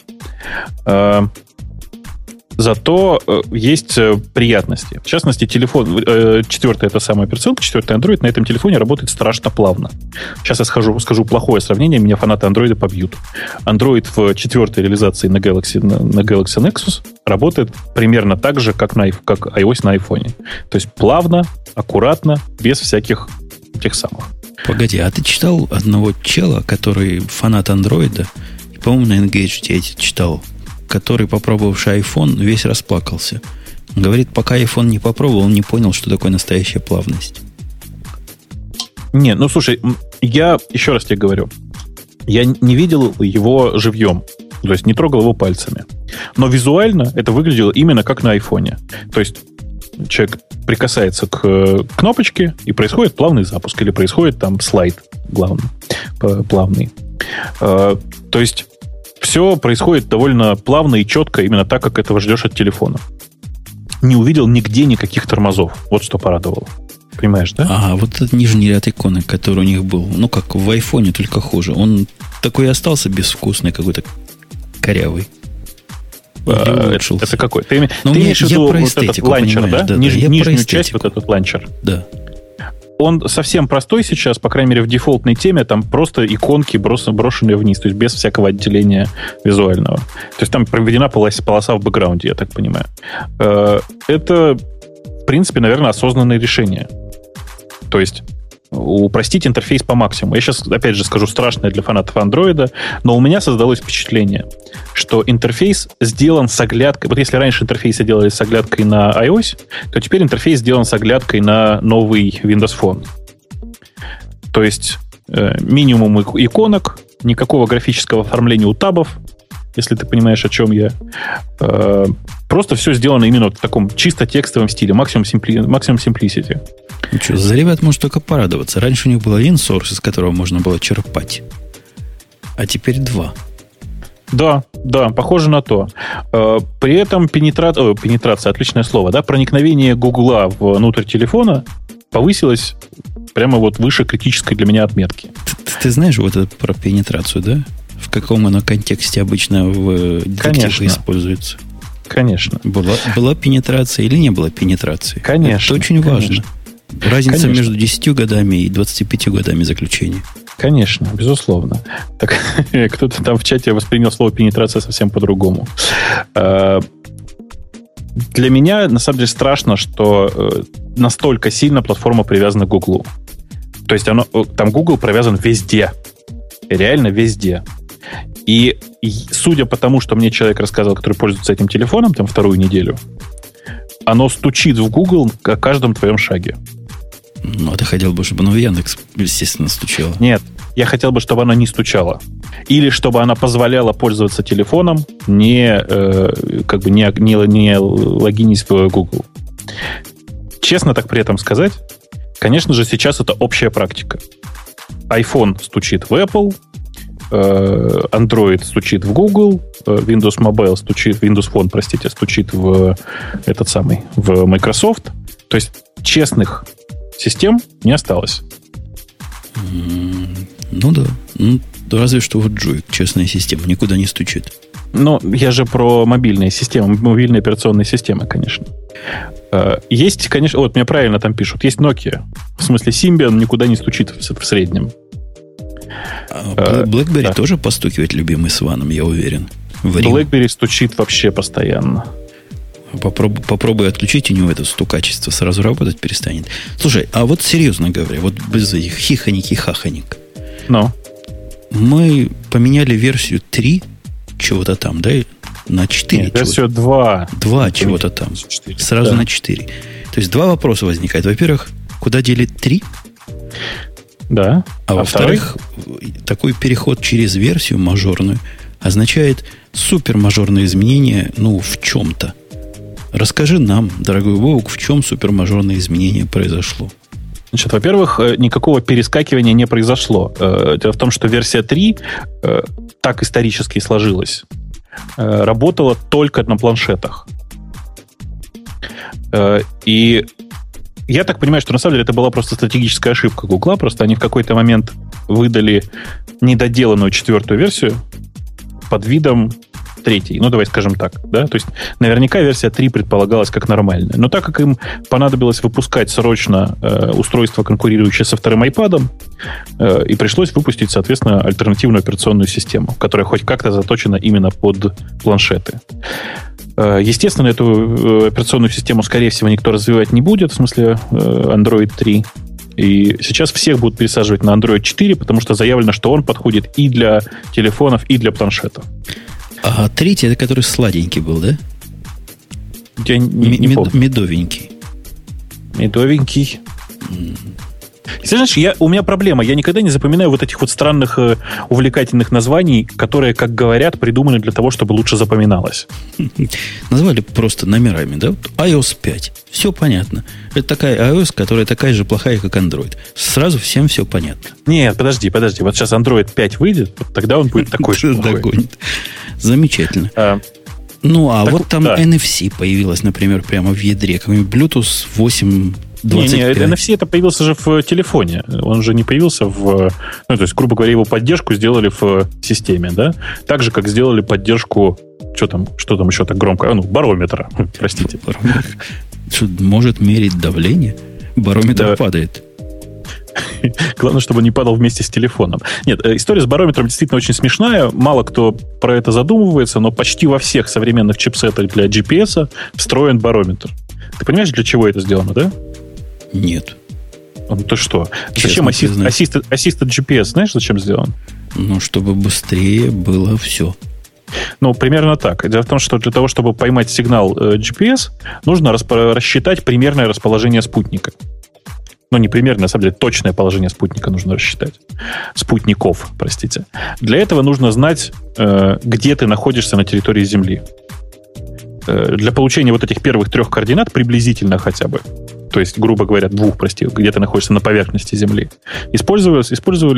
[SPEAKER 2] Зато есть приятности. В частности, телефон, 4-я это самая операционка, 4-й Android на этом телефоне работает страшно плавно. Сейчас я скажу плохое сравнение, меня фанаты Android побьют. Android в 4-й реализации на Galaxy Nexus работает примерно так же, как iOS на iPhone. То есть плавно, аккуратно, без всяких тех самых.
[SPEAKER 1] Погоди, а ты читал одного чела, который фанат Android, и, по-моему, на Engage я читал, который, попробовавший iPhone, весь расплакался. Говорит, пока iPhone не попробовал, он не понял, что такое настоящая плавность.
[SPEAKER 2] Не, ну слушай, я еще раз тебе говорю, я не видел его живьем, то есть не трогал его пальцами. Но визуально это выглядело именно как на iPhone. То есть человек прикасается к кнопочке, и происходит плавный запуск, или происходит там слайд плавный. То есть все происходит довольно плавно и четко, именно так, как этого ждешь от телефона. Не увидел нигде никаких тормозов. Вот что порадовало. Понимаешь, да?
[SPEAKER 1] А вот этот нижний ряд иконок, который у них был, ну, как в айфоне, только хуже. Он такой и остался безвкусный, какой-то корявый.
[SPEAKER 2] Это какой? Ты
[SPEAKER 1] имеешь в виду вот этот
[SPEAKER 2] ланчер, да?
[SPEAKER 1] Да,
[SPEAKER 2] нижнюю часть, вот этот ланчер.
[SPEAKER 1] Да.
[SPEAKER 2] Он совсем простой сейчас, по крайней мере, в дефолтной теме, там просто иконки брошенные вниз, то есть без всякого отделения визуального. То есть там проведена полоса в бэкграунде, я так понимаю. Это, в принципе, наверное, осознанное решение. То есть упростить интерфейс по максимуму. Я сейчас, опять же, скажу страшное для фанатов Android, но у меня создалось впечатление, что интерфейс сделан с оглядкой... Вот если раньше интерфейсы делали с оглядкой на iOS, то теперь интерфейс сделан с оглядкой на новый Windows Phone. То есть минимум иконок, никакого графического оформления у табов, если ты понимаешь, о чем я. Просто все сделано именно в таком чисто текстовом стиле, максимум simplicity.
[SPEAKER 1] Ну что, за ребят может только порадоваться. Раньше у них был один сорс, из которого можно было черпать. А теперь два.
[SPEAKER 2] Да, похоже на то. При этом пенетрация, отличное слово, да, проникновение Гугла внутрь телефона повысилось прямо вот выше критической для меня отметки.
[SPEAKER 1] Ты знаешь вот это про пенетрацию, да? В каком оно контексте обычно в детективе используется?
[SPEAKER 2] Конечно.
[SPEAKER 1] Была пенетрация или не было пенетрации?
[SPEAKER 2] Конечно.
[SPEAKER 1] Это очень важно. Разница
[SPEAKER 2] Конечно.
[SPEAKER 1] между 10 годами и 25 годами заключения.
[SPEAKER 2] Конечно, безусловно. Так, кто-то там в чате воспринял слово пенетрация совсем по-другому. Для меня, на самом деле, страшно, что настолько сильно платформа привязана к Гуглу. То есть там Google привязан везде. Реально везде. И судя по тому, что мне человек рассказывал, который пользуется этим телефоном там вторую неделю, оно стучит в Google о каждом твоем шаге.
[SPEAKER 1] Ну, а ты хотел бы, чтобы оно в Яндекс, естественно, стучало.
[SPEAKER 2] Нет, я хотел бы, чтобы она не стучала. Или чтобы она позволяла пользоваться телефоном, не логинить в Google. Честно так при этом сказать, конечно же, сейчас это общая практика. iPhone стучит в Apple, Android стучит в Google, Windows Phone, стучит в в Microsoft. То есть честных систем не осталось.
[SPEAKER 1] Ну да. Ну, разве что вот Joy, честная система, никуда не стучит.
[SPEAKER 2] Ну, я же про мобильные системы, мобильные операционные системы, конечно. Есть, конечно, вот меня правильно там пишут, есть Nokia. В смысле, Symbian никуда не стучит в среднем.
[SPEAKER 1] BlackBerry тоже постукивает любимый Сваном, я уверен.
[SPEAKER 2] BlackBerry стучит вообще постоянно.
[SPEAKER 1] Попробуй отключить, у него это стукачество сразу работать перестанет. Слушай, а вот серьезно говоря, вот без этих хихоник.
[SPEAKER 2] Ну?
[SPEAKER 1] Мы поменяли версию 3 чего-то там, да? На 4.
[SPEAKER 2] Нет, версию 2.
[SPEAKER 1] 2 чего-то там.
[SPEAKER 2] 4.
[SPEAKER 1] Сразу да. На 4. То есть два вопроса возникают. Во-первых, куда делить 3?
[SPEAKER 2] Да.
[SPEAKER 1] А во-вторых, такой переход через версию мажорную означает супермажорные изменения, в чем-то. Расскажи нам, дорогой Вовк, в чем супермажорное изменение произошло?
[SPEAKER 2] Значит, во-первых, никакого перескакивания не произошло. Дело в том, что версия 3 так исторически сложилась. Работала только на планшетах. И я так понимаю, что на самом деле это была просто стратегическая ошибка Гугла. Просто они в какой-то момент выдали недоделанную 4-ю версию под видом 3. Ну, давай скажем так. Да? То есть, наверняка версия 3 предполагалась как нормальная. Но так как им понадобилось выпускать срочно устройство, конкурирующее со вторым iPad, и пришлось выпустить, соответственно, альтернативную операционную систему, которая хоть как-то заточена именно под планшеты. Естественно, эту операционную систему, скорее всего, никто развивать не будет, в смысле Android 3. И сейчас всех будут пересаживать на Android 4, потому что заявлено, что он подходит и для телефонов, и для планшетов.
[SPEAKER 1] А 3 это который сладенький был, да?
[SPEAKER 2] Я не помню.
[SPEAKER 1] Медовенький.
[SPEAKER 2] Медовенький. Знаешь, у меня проблема. Я никогда не запоминаю вот этих вот странных увлекательных названий, которые, как говорят, придуманы для того, чтобы лучше запоминалось.
[SPEAKER 1] Назвали просто номерами, да? iOS 5. Все понятно. Это такая iOS, которая такая же плохая, как Android. Сразу всем все понятно.
[SPEAKER 2] Нет, подожди. Вот сейчас Android 5 выйдет, тогда он будет такой же плохой.
[SPEAKER 1] Догонит. Замечательно. Вот там NFC появилась, например, прямо в ядре. Какой-нибудь Bluetooth 8.25.
[SPEAKER 2] Не, NFC это появился же в телефоне. Он же не появился то есть, грубо говоря, его поддержку сделали в системе, да? Так же, как сделали поддержку, что там еще так громко? Барометра, простите.
[SPEAKER 1] Что, может мерить давление? Барометр падает.
[SPEAKER 2] Главное, чтобы он не падал вместе с телефоном. Нет, история с барометром действительно очень смешная. Мало кто про это задумывается, но почти во всех современных чипсетах для GPS встроен барометр. Ты понимаешь, для чего это сделано, да?
[SPEAKER 1] Нет.
[SPEAKER 2] Ты что? Зачем Assisted GPS? Знаешь, зачем сделан?
[SPEAKER 1] Чтобы быстрее было все.
[SPEAKER 2] Примерно так. Дело в том, что для того, чтобы поймать сигнал GPS, нужно рассчитать примерное расположение спутника. Не примерно, на самом деле, точное положение спутника нужно рассчитать. Спутников, простите. Для этого нужно знать, где ты находишься на территории Земли. Для получения вот этих первых 3 координат, приблизительно хотя бы, то есть, грубо говоря, 2, где ты находишься на поверхности Земли, использовалась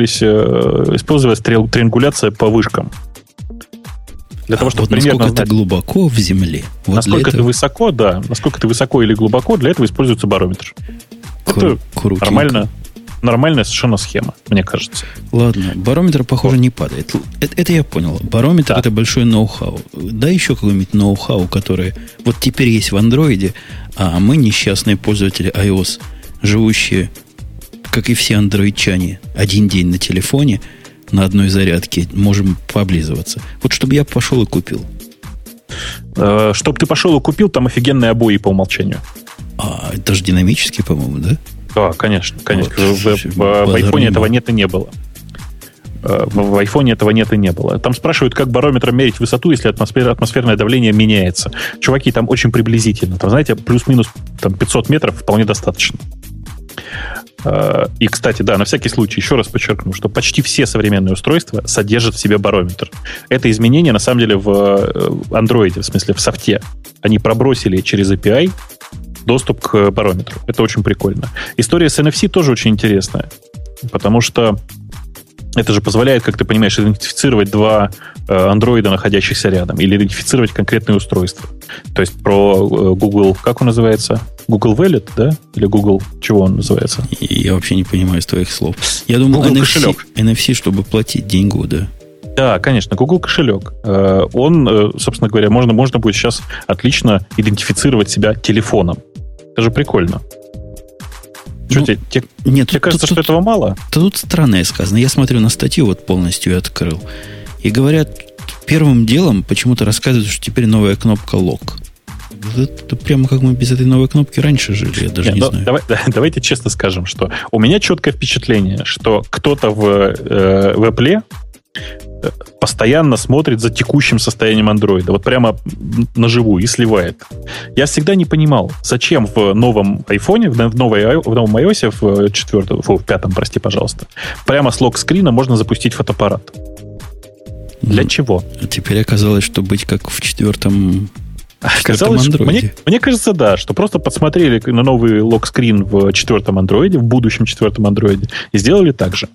[SPEAKER 2] триангуляция по вышкам. Для того, чтобы
[SPEAKER 1] насколько ты глубоко в Земле.
[SPEAKER 2] Насколько ты высоко, да. Насколько ты высоко или глубоко, для этого используется барометр. Это нормальная совершенно схема, мне кажется.
[SPEAKER 1] Ладно, барометр, похоже, не падает. Это я понял. Барометр это большой ноу-хау. Да еще какой-нибудь ноу-хау, который вот теперь есть в андроиде, а мы, несчастные пользователи iOS, живущие, как и все андроидчане, один день на телефоне, на одной зарядке, можем пооблизываться. Вот чтобы я пошел и купил.
[SPEAKER 2] Чтобы ты пошел и купил, там офигенные обои по умолчанию.
[SPEAKER 1] Это же динамические, по-моему, да?
[SPEAKER 2] Да, конечно. В iPhone этого нет и не было. В iPhone этого нет и не было. Там спрашивают, как барометром мерить высоту, если атмосферное давление меняется. Чуваки, там очень приблизительно. Там, знаете, плюс-минус 500 метров вполне достаточно. И, кстати, да, на всякий случай еще раз подчеркну, что почти все современные устройства содержат в себе барометр. Это изменение, на самом деле, в Android, в смысле в софте. Они пробросили через API доступ к барометру. Это очень прикольно. История с NFC тоже очень интересная, потому что это же позволяет, как ты понимаешь, идентифицировать два андроида, находящихся рядом, или идентифицировать конкретные устройства. То есть про Google, как он называется? Google Wallet, да? Или Google, чего он называется?
[SPEAKER 1] Я вообще не понимаю из твоих слов. Я думал, NFC, чтобы платить деньгу, да.
[SPEAKER 2] Да, конечно, Google кошелек. Он, собственно говоря, можно будет сейчас отлично идентифицировать себя телефоном. Это же прикольно. Что, тебе кажется, что этого мало?
[SPEAKER 1] Тут странное сказано. Я смотрю на статью, вот полностью открыл. И говорят, первым делом почему-то рассказывают, что теперь новая кнопка Lock. Это прямо как мы без этой новой кнопки раньше жили, я даже не знаю.
[SPEAKER 2] Давайте честно скажем, что у меня четкое впечатление, что кто-то в Apple постоянно смотрит за текущим состоянием андроида. Вот прямо наживую и сливает. Я всегда не понимал, зачем в новом айфоне, в новом iOS, в пятом, прости, пожалуйста, прямо с лок-скрина можно запустить фотоаппарат. Для чего?
[SPEAKER 1] А теперь оказалось, что быть как в четвертом
[SPEAKER 2] андроиде. Мне кажется, да, что просто подсмотрели на новый лок-скрин в четвертом андроиде, в будущем четвертом андроиде, и сделали так же.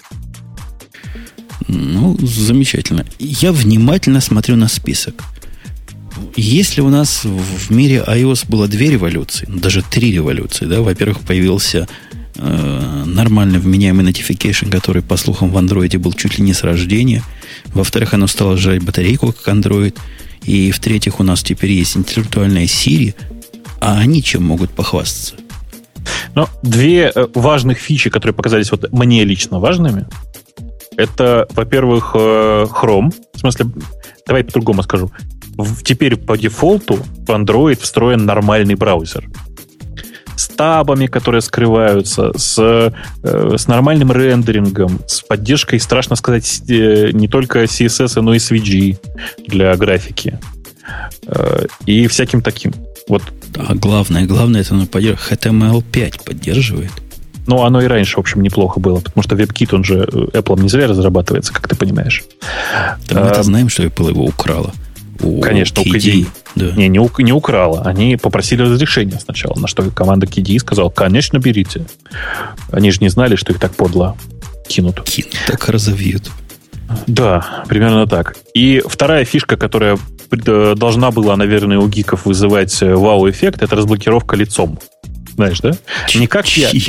[SPEAKER 1] Ну, замечательно. Я внимательно смотрю на список. Если у нас в мире iOS было 2 революции, даже 3 революции, да, во-первых, появился нормально вменяемый notification, который, по слухам, в Android был чуть ли не с рождения. Во-вторых, оно стало жрать батарейку, как Android. И в-третьих, у нас теперь есть интеллектуальная Siri, а они чем могут похвастаться?
[SPEAKER 2] Но 2 важных фичи, которые показались вот мне лично важными, это, во-первых, Chrome. В смысле, давай по-другому скажу. Теперь по дефолту в Android встроен нормальный браузер. С табами, которые скрываются, с нормальным рендерингом, с поддержкой, страшно сказать, не только CSS, но и SVG для графики. И всяким таким. Вот.
[SPEAKER 1] А главное, это оно HTML5 поддерживает.
[SPEAKER 2] Ну, оно и раньше, в общем, неплохо было, потому что WebKit, он же Apple не зря разрабатывается, как ты понимаешь.
[SPEAKER 1] Да, мы-то знаем, что Apple его украла.
[SPEAKER 2] Конечно, у KDE. Да. Не украла. Они попросили разрешения сначала, на что команда KDE сказала, конечно, берите. Они же не знали, что их так подло кинут.
[SPEAKER 1] Так разовьют.
[SPEAKER 2] Да, примерно так. И вторая фишка, которая должна была, наверное, у гиков вызывать вау-эффект, это разблокировка лицом. Знаешь, да? Не как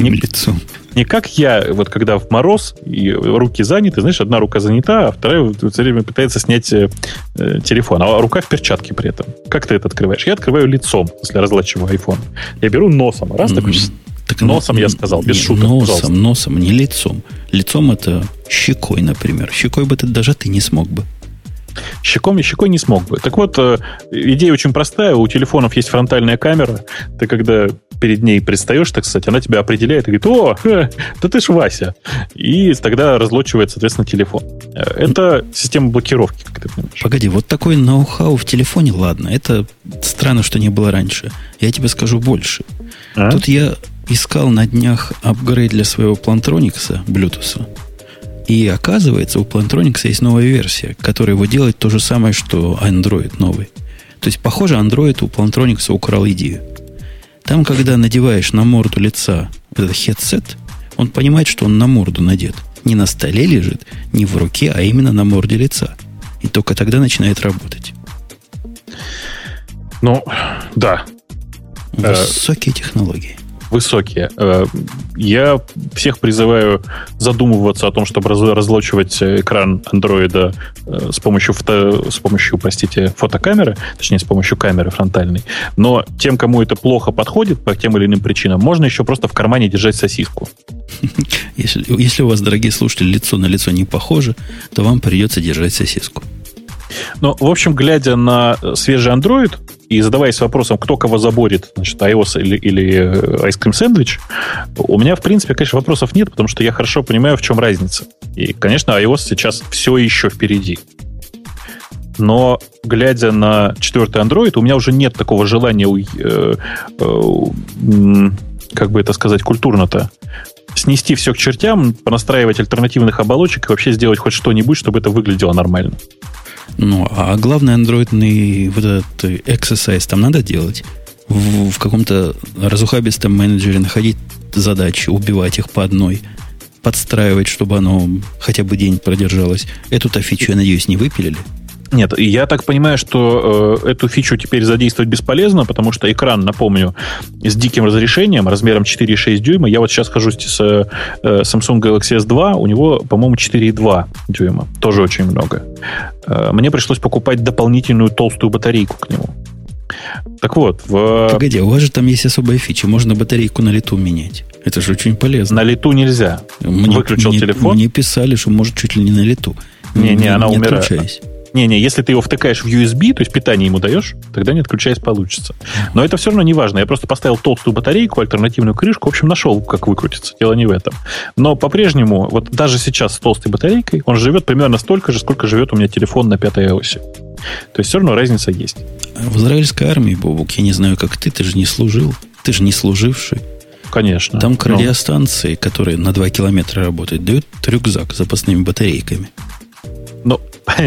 [SPEAKER 2] я, вот когда в мороз, и руки заняты, знаешь, одна рука занята, а вторая все время пытается снять телефон, а рука в перчатке при этом. Как ты это открываешь? Я открываю лицом, если разлачиваю iPhone. Я беру носом. Раз такой... Так носом я сказал, без шуток.
[SPEAKER 1] Носом, не лицом. Лицом это щекой, например. Щекой бы даже ты не смог бы.
[SPEAKER 2] Щекой не смог бы. Так вот, идея очень простая. У телефонов есть фронтальная камера. Ты когда перед ней предстаешь, так сказать, она тебя определяет и говорит, да ты ж Вася. И тогда разлочивает, соответственно, телефон. Это система блокировки, как ты понимаешь.
[SPEAKER 1] Погоди, вот такой ноу-хау в телефоне, ладно. Это странно, что не было раньше. Я тебе скажу больше. Тут я искал на днях апгрейд для своего Plantronics, Bluetooth. И оказывается, у Plantronics есть новая версия, которая его делает то же самое, что Android новый. То есть, похоже, Android у Plantronics украл идею. Там, когда надеваешь на морду лица этот хедсет, он понимает, что он на морду надет. Не на столе лежит, не в руке, а именно на морде лица. И только тогда начинает работать.
[SPEAKER 2] Ну, да.
[SPEAKER 1] Высокие технологии.
[SPEAKER 2] Высокие. Я всех призываю задумываться о том, чтобы разлочивать экран андроида с помощью, простите, фотокамеры, точнее, с помощью камеры фронтальной. Но тем, кому это плохо подходит по тем или иным причинам, можно еще просто в кармане держать сосиску.
[SPEAKER 1] Если у вас, дорогие слушатели, лицо на лицо не похоже, то вам придется держать сосиску.
[SPEAKER 2] Ну, в общем, глядя на свежий Android и задаваясь вопросом, кто кого заборет, значит, iOS или Ice Cream Sandwich, у меня, в принципе, конечно, вопросов нет, потому что я хорошо понимаю, в чем разница. И, конечно, iOS сейчас все еще впереди. Но, глядя на 4-й Android, у меня уже нет такого желания, как бы это сказать, культурно-то, снести все к чертям, понастраивать альтернативных оболочек и вообще сделать хоть что-нибудь, чтобы это выглядело нормально.
[SPEAKER 1] Ну, а главный андроидный вот этот exercise там надо делать? В каком-то разухабистом менеджере находить задачи, убивать их по одной, подстраивать, чтобы оно хотя бы день продержалось. Эту-то фичу, я надеюсь, не выпилили?
[SPEAKER 2] Нет, я так понимаю, что эту фичу теперь задействовать бесполезно, потому что экран, напомню, с диким разрешением, размером 4,6 дюйма. Я вот сейчас хожусь с Samsung Galaxy S2, у него, по-моему, 4,2 дюйма. Тоже очень много. Мне пришлось покупать дополнительную толстую батарейку к нему. Так вот,
[SPEAKER 1] Погоди, у вас же там есть особая фича. Можно батарейку на лету менять. Это же очень полезно.
[SPEAKER 2] На лету нельзя. Выключил телефон.
[SPEAKER 1] Мне писали, что может чуть ли не на лету.
[SPEAKER 2] Не, она умирает.
[SPEAKER 1] Отключаясь.
[SPEAKER 2] Не, если ты его втыкаешь в USB, то есть питание ему даешь, тогда не отключаясь получится. Но это все равно не важно. Я просто поставил толстую батарейку, альтернативную крышку. В общем, нашел, как выкрутиться. Дело не в этом. Но по-прежнему, вот даже сейчас с толстой батарейкой, он живет примерно столько же, сколько живет у меня телефон на 5-й оси. То есть все равно разница есть.
[SPEAKER 1] В израильской армии, Бобук, я не знаю, как ты же не служил. Ты же не служивший.
[SPEAKER 2] Конечно.
[SPEAKER 1] Там к радиостанции, которые на 2 километра работают, дают рюкзак с запасными батарейками.
[SPEAKER 2] Ну,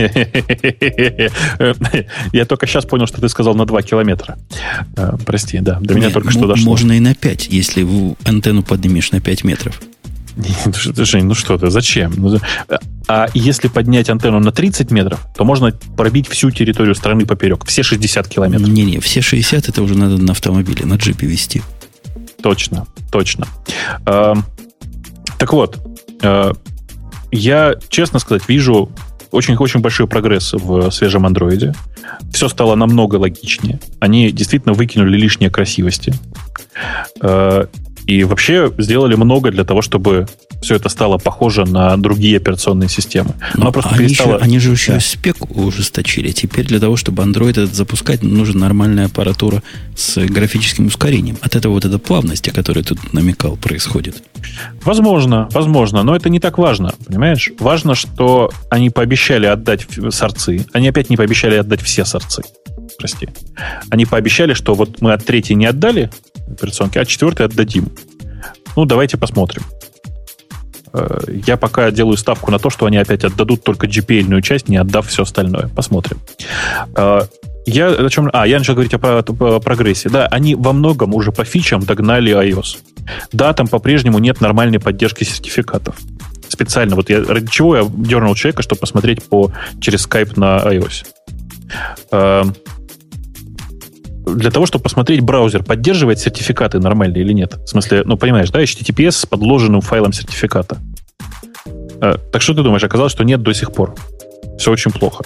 [SPEAKER 2] я только сейчас понял, что ты сказал на 2 километра. Прости, да. До меня только что дошло.
[SPEAKER 1] Можно и на 5, если антенну поднимешь на 5 метров.
[SPEAKER 2] Жень, ну что ты, зачем? А если поднять антенну на 30 метров, то можно пробить всю территорию страны поперек. Все 60 километров.
[SPEAKER 1] Не, все 60 это уже надо на автомобиле, на джипе везти.
[SPEAKER 2] Точно. Так вот, я, честно сказать, вижу очень-очень большой прогресс в свежем андроиде. Все стало намного логичнее. Они действительно выкинули лишние красивости. И вообще сделали много для того, чтобы все это стало похоже на другие операционные системы.
[SPEAKER 1] Но они же еще спек ужесточили. Теперь для того, чтобы Android этот запускать, нужна нормальная аппаратура с графическим ускорением. От этого вот эта плавность, о которой тут намекал, происходит.
[SPEAKER 2] Возможно, но это не так важно, понимаешь? Важно, что они пообещали отдать сорцы. Они опять не пообещали отдать все сорцы. Прости. Они пообещали, что вот мы от 3 не отдали операционки, а 4 отдадим. Ну, давайте посмотрим. Я пока делаю ставку на то, что они опять отдадут только GPL-ную часть, не отдав все остальное. Посмотрим. Я начал говорить о прогрессе. Да, они во многом уже по фичам догнали iOS. Да, там по-прежнему нет нормальной поддержки сертификатов. Специально. Вот ради чего я дернул человека, чтобы посмотреть через Skype на iOS. Для того, чтобы посмотреть, браузер поддерживает сертификаты нормальные или нет. В смысле, понимаешь, да, HTTPS с подложенным файлом сертификата. Так что ты думаешь? Оказалось, что нет до сих пор. Все очень плохо.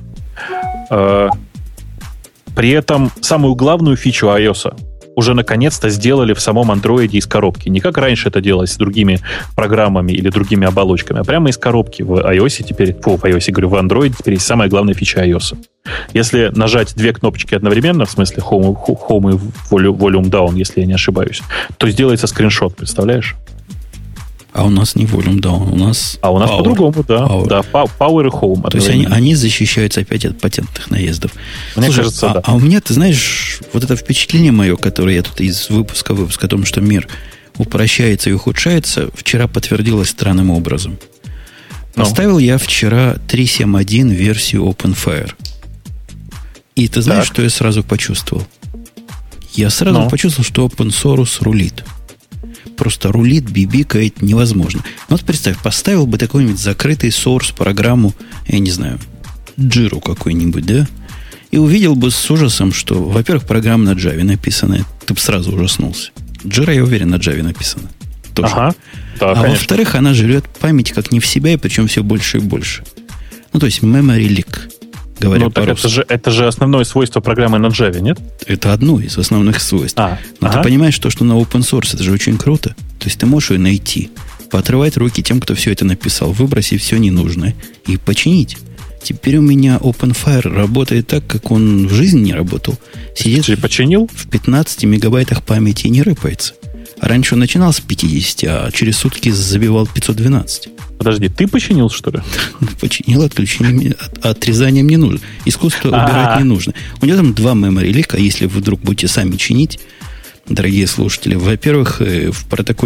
[SPEAKER 2] При этом самую главную фичу iOS уже наконец-то сделали в самом Android из коробки. Не как раньше это делалось с другими программами или другими оболочками, а прямо из коробки в iOS теперь, в Android теперь есть самая главная фича iOS. Если нажать 2 кнопочки одновременно, в смысле Home и Volume Down, если я не ошибаюсь, то сделается скриншот, представляешь?
[SPEAKER 1] А у нас не Volume Down, у нас
[SPEAKER 2] у нас по-другому, да. Power. Да, Power и Home.
[SPEAKER 1] То есть они защищаются опять от патентных наездов.
[SPEAKER 2] Мне кажется, да.
[SPEAKER 1] А у меня, ты знаешь, вот это впечатление мое, которое я тут из выпуска о том, что мир упрощается и ухудшается, вчера подтвердилось странным образом. Поставил я вчера 3.7.1 версию OpenFire. И ты знаешь, что я сразу почувствовал? Я сразу почувствовал, что open source рулит. Просто рулит, бибикает невозможно. Вот представь, поставил бы такой-нибудь закрытый source программу, я не знаю, Jira какой-нибудь, да? И увидел бы с ужасом, что, во-первых, программа на Java написана, ты бы сразу ужаснулся. Jira, я уверен, на Java написана. Тоже.
[SPEAKER 2] Ага. Да, конечно.
[SPEAKER 1] Во-вторых, она жрет память как не в себя, и причем все больше и больше. То есть memory leak, говоря по-русски.
[SPEAKER 2] Это же основное свойство программы на Java, нет?
[SPEAKER 1] Это одно из основных свойств. Но ты понимаешь, что на open source это же очень круто. То есть ты можешь ее найти, поотрывать руки тем, кто все это написал, выбросить все ненужное и починить. Теперь у меня OpenFire работает так, как он в жизни не работал. Сидит
[SPEAKER 2] починил?
[SPEAKER 1] В 15 мегабайтах памяти и не рыпается. Раньше он начинал с 50, а через сутки забивал 512.
[SPEAKER 2] Подожди, ты починил, что ли?
[SPEAKER 1] Починил, отрезанием не нужно. Искусство убирать не нужно. У него там 2 memory leak, если вы вдруг будете сами чинить, дорогие слушатели. Во-первых, в протоколе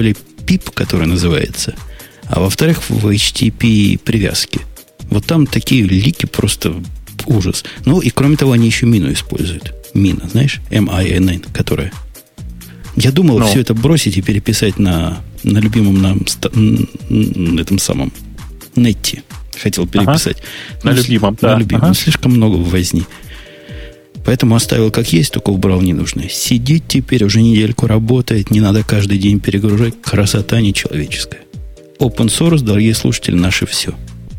[SPEAKER 1] PIP, который называется, а во-вторых, в HTTP привязке. Вот там такие лики просто ужас. Ну, и кроме того, они еще мину используют. Мина, знаешь? MINN, которая... Я думал все это бросить и переписать на любимом нам этом самом Нетти. Хотел переписать.
[SPEAKER 2] На любимом, да.
[SPEAKER 1] На любимом. Слишком много возни. Поэтому оставил как есть, только убрал ненужное. Сидит теперь, уже недельку работает, не надо каждый день перегружать. Красота нечеловеческая. Open source, дорогие слушатели, наше все.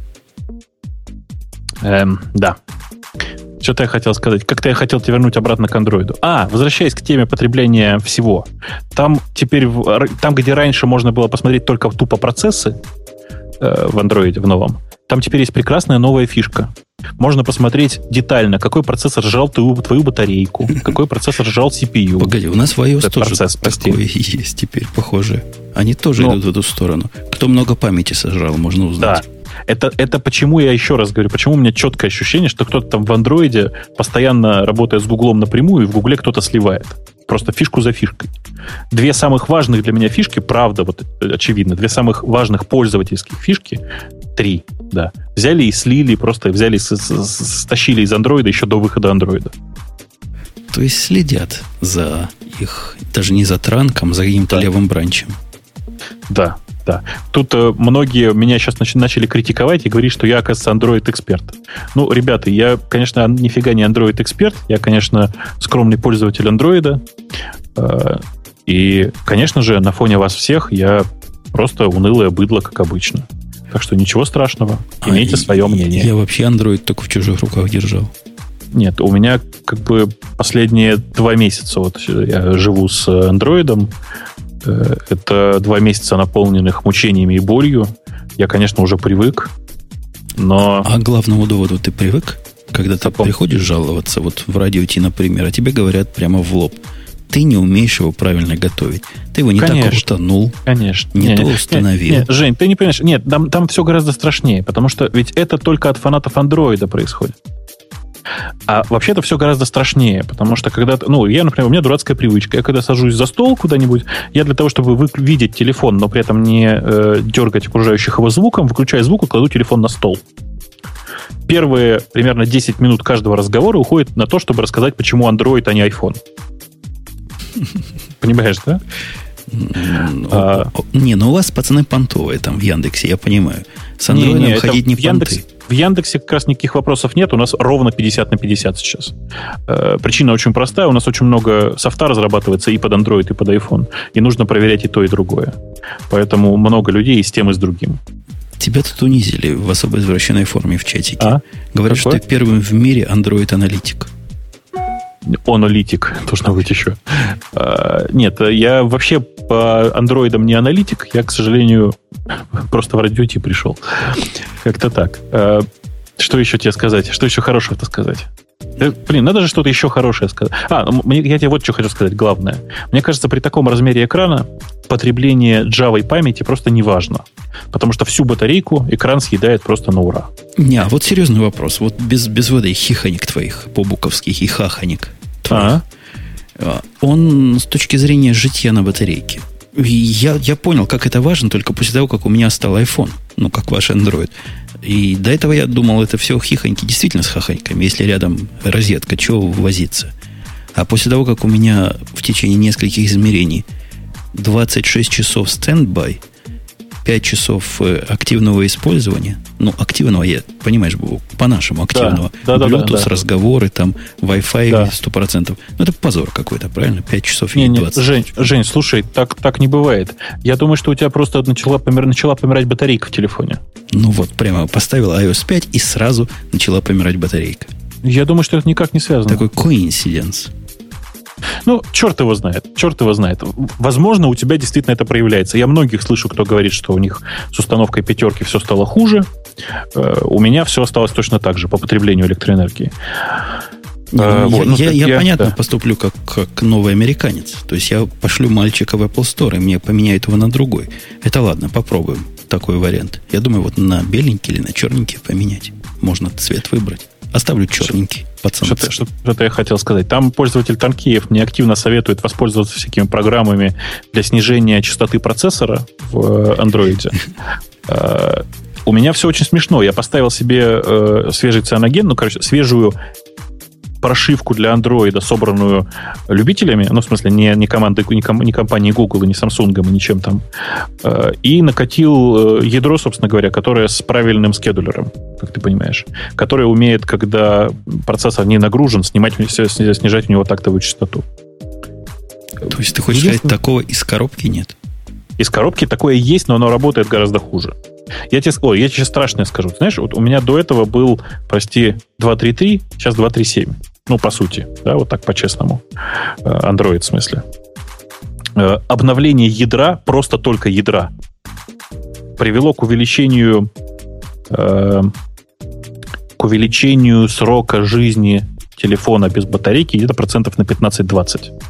[SPEAKER 2] Да. Что-то я хотел сказать. Как-то я хотел тебя вернуть обратно к андроиду. Возвращаясь к теме потребления всего. Там теперь, там, где раньше можно было посмотреть только тупо процессы в андроиде, в новом, там теперь есть прекрасная новая фишка. Можно посмотреть детально, какой процессор сжал твою батарейку, какой процессор сжал CPU.
[SPEAKER 1] Погоди, у нас в iOS тоже такое есть теперь, похоже. Они тоже идут в эту сторону. Кто много памяти сожрал, можно узнать.
[SPEAKER 2] Да. Это почему я еще раз говорю, почему у меня четкое ощущение, что кто-то там в андроиде, постоянно работая с Гуглом напрямую, и в Гугле кто-то сливает. Просто фишку за фишкой. Две самых важных для меня фишки, правда, вот очевидно, две самых важных пользовательских фишки, 3, да, взяли и слили, просто взяли, стащили из андроида еще до выхода андроида.
[SPEAKER 1] То есть следят за их, даже не за транком, за каким-то левым бранчем.
[SPEAKER 2] Да. Да. Тут многие меня сейчас начали критиковать и говорить, что я, оказывается, Android-эксперт. Ну, ребята, я, конечно, нифига не Android-эксперт. Я, конечно, скромный пользователь Android. И, конечно же, на фоне вас всех я просто унылое быдло, как обычно. Так что ничего страшного. Имейте свое мнение.
[SPEAKER 1] Я вообще Android только в чужих руках держал.
[SPEAKER 2] Нет, у меня как бы последние 2 месяца вот я живу с Android'ом. Это 2 месяца, наполненных мучениями и болью. Я, конечно, уже привык, но...
[SPEAKER 1] А к главному доводу ты привык? Когда ты приходишь жаловаться, вот в Радио Ти, например, а тебе говорят прямо в лоб, ты не умеешь его правильно готовить. Ты его не так утонул, не то установил.
[SPEAKER 2] Нет, Жень, ты не понимаешь. Нет, там все гораздо страшнее, потому что ведь это только от фанатов Андроида происходит. А вообще-то все гораздо страшнее, потому что когда... я, например, у меня дурацкая привычка. Я когда сажусь за стол куда-нибудь, я для того, чтобы видеть телефон, но при этом не дергать окружающих его звуком, выключаю звук и кладу телефон на стол. Первые примерно 10 минут каждого разговора уходит на то, чтобы рассказать, почему Android, а не iPhone. Понимаешь, да?
[SPEAKER 1] У вас, пацаны, понтовые там в Яндексе, я понимаю. С Android ходить не понты.
[SPEAKER 2] В Яндексе как раз никаких вопросов нет. У нас ровно 50 на 50 сейчас. Причина очень простая. У нас очень много софта разрабатывается и под Android, и под iPhone. И нужно проверять и то, и другое. Поэтому много людей и с тем, и с другим.
[SPEAKER 1] Тебя тут унизили в особо извращенной форме в чатике. Говорят, что ты первым в мире Android-аналитик.
[SPEAKER 2] Аналитик должно быть еще. Нет, я вообще по андроидам не аналитик. Я, к сожалению, просто в Радио Ти пришел. Как-то так. Что еще тебе сказать? Что еще хорошего-то сказать? Надо же что-то еще хорошее сказать. Я тебе вот что хочу сказать, главное. Мне кажется, при таком размере экрана потребление Java памяти просто не важно. Потому что всю батарейку экран съедает просто на ура.
[SPEAKER 1] Вот серьезный вопрос. Вот без воды хихоник твоих, побуковских, и хахоник твоих. Он с точки зрения житья на батарейке. Я понял, как это важно только после того, как у меня стал iPhone. Как ваш Android. И до этого я думал, это все хихоньки действительно с хахоньками. Если рядом розетка, чего возиться? А после того, как у меня в течение нескольких измерений 26 часов стендбай, 5 часов активного использования, активного, понимаешь, по-нашему активного, Bluetooth, разговоры, там, Wi-Fi 100%. Это позор какой-то, правильно? 5 часов и 20.
[SPEAKER 2] Жень, слушай, так не бывает. Я думаю, что у тебя просто начала помирать батарейка в телефоне.
[SPEAKER 1] Прямо поставил iOS 5 и сразу начала помирать батарейка.
[SPEAKER 2] Я думаю, что это никак не связано.
[SPEAKER 1] Такой коинсиденс.
[SPEAKER 2] Черт его знает. Возможно, у тебя действительно это проявляется. Я многих слышу, кто говорит, что у них с установкой 5 все стало хуже. У меня все осталось точно так же по потреблению электроэнергии.
[SPEAKER 1] Я понятно поступлю как новый американец. То есть я пошлю мальчика в Apple Store, и мне поменяют его на другой. Это ладно, попробуем такой вариант. Я думаю, на беленький или на черненький поменять. Можно цвет выбрать. Оставлю черненький.
[SPEAKER 2] Что-то я хотел сказать. Там пользователь Танкеев мне активно советует воспользоваться всякими программами для снижения частоты процессора в Android. У меня все очень смешно. Я поставил себе свежий цианоген, свежую прошивку для Android, собранную любителями, в смысле, не командой, не компанией Google, не Samsung, и ничем там, и накатил ядро, собственно говоря, которое с правильным скедулером, как ты понимаешь, которое умеет, когда процессор не нагружен, снижать у него тактовую частоту.
[SPEAKER 1] То есть ты хочешь сказать, такого из коробки нет?
[SPEAKER 2] Из коробки такое есть, но оно работает гораздо хуже. Я тебе сейчас страшное скажу. Знаешь, вот у меня до этого был, 2.3.3, сейчас 2.3.7. По сути, да, вот так по-честному. Android в смысле. Обновление ядра, просто только ядра, привело к увеличению срока жизни телефона без батарейки где-то процентов на 15-20.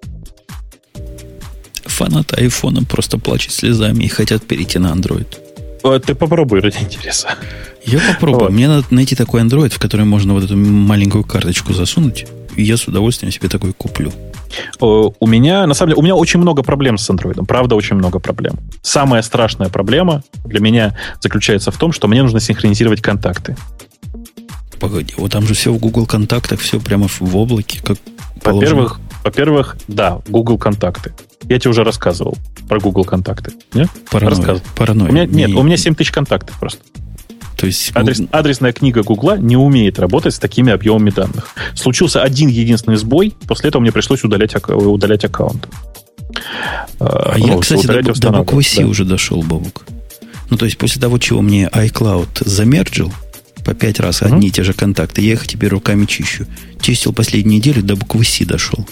[SPEAKER 1] Фанаты айфона просто плачут слезами и хотят перейти на Android.
[SPEAKER 2] Ты попробуй, ради интереса.
[SPEAKER 1] Я попробую. Мне надо найти такой Android, в который можно вот эту маленькую карточку засунуть, и я с удовольствием себе такой куплю.
[SPEAKER 2] У меня, на самом деле, у меня очень много проблем с Android. Правда, очень много проблем. Самая страшная проблема для меня заключается в том, что мне нужно синхронизировать контакты.
[SPEAKER 1] Погоди, вот там же все в Google контактах, все прямо в облаке, как положено.
[SPEAKER 2] Во-первых, да, Google контакты. Я тебе уже рассказывал про Google контакты. Нет?
[SPEAKER 1] Паранойя.
[SPEAKER 2] У меня 7 тысяч контактов просто.
[SPEAKER 1] То есть
[SPEAKER 2] адресная книга Гугла не умеет работать с такими объемами данных. Случился один единственный сбой, после этого мне пришлось удалять аккаунт.
[SPEAKER 1] Я, кстати, до буквы C уже дошел, Бобук. То есть после того, чего мне iCloud замерджил по 5 раз одни и те же контакты, я их теперь руками чищу. Чистил последнюю неделю, до буквы C дошел.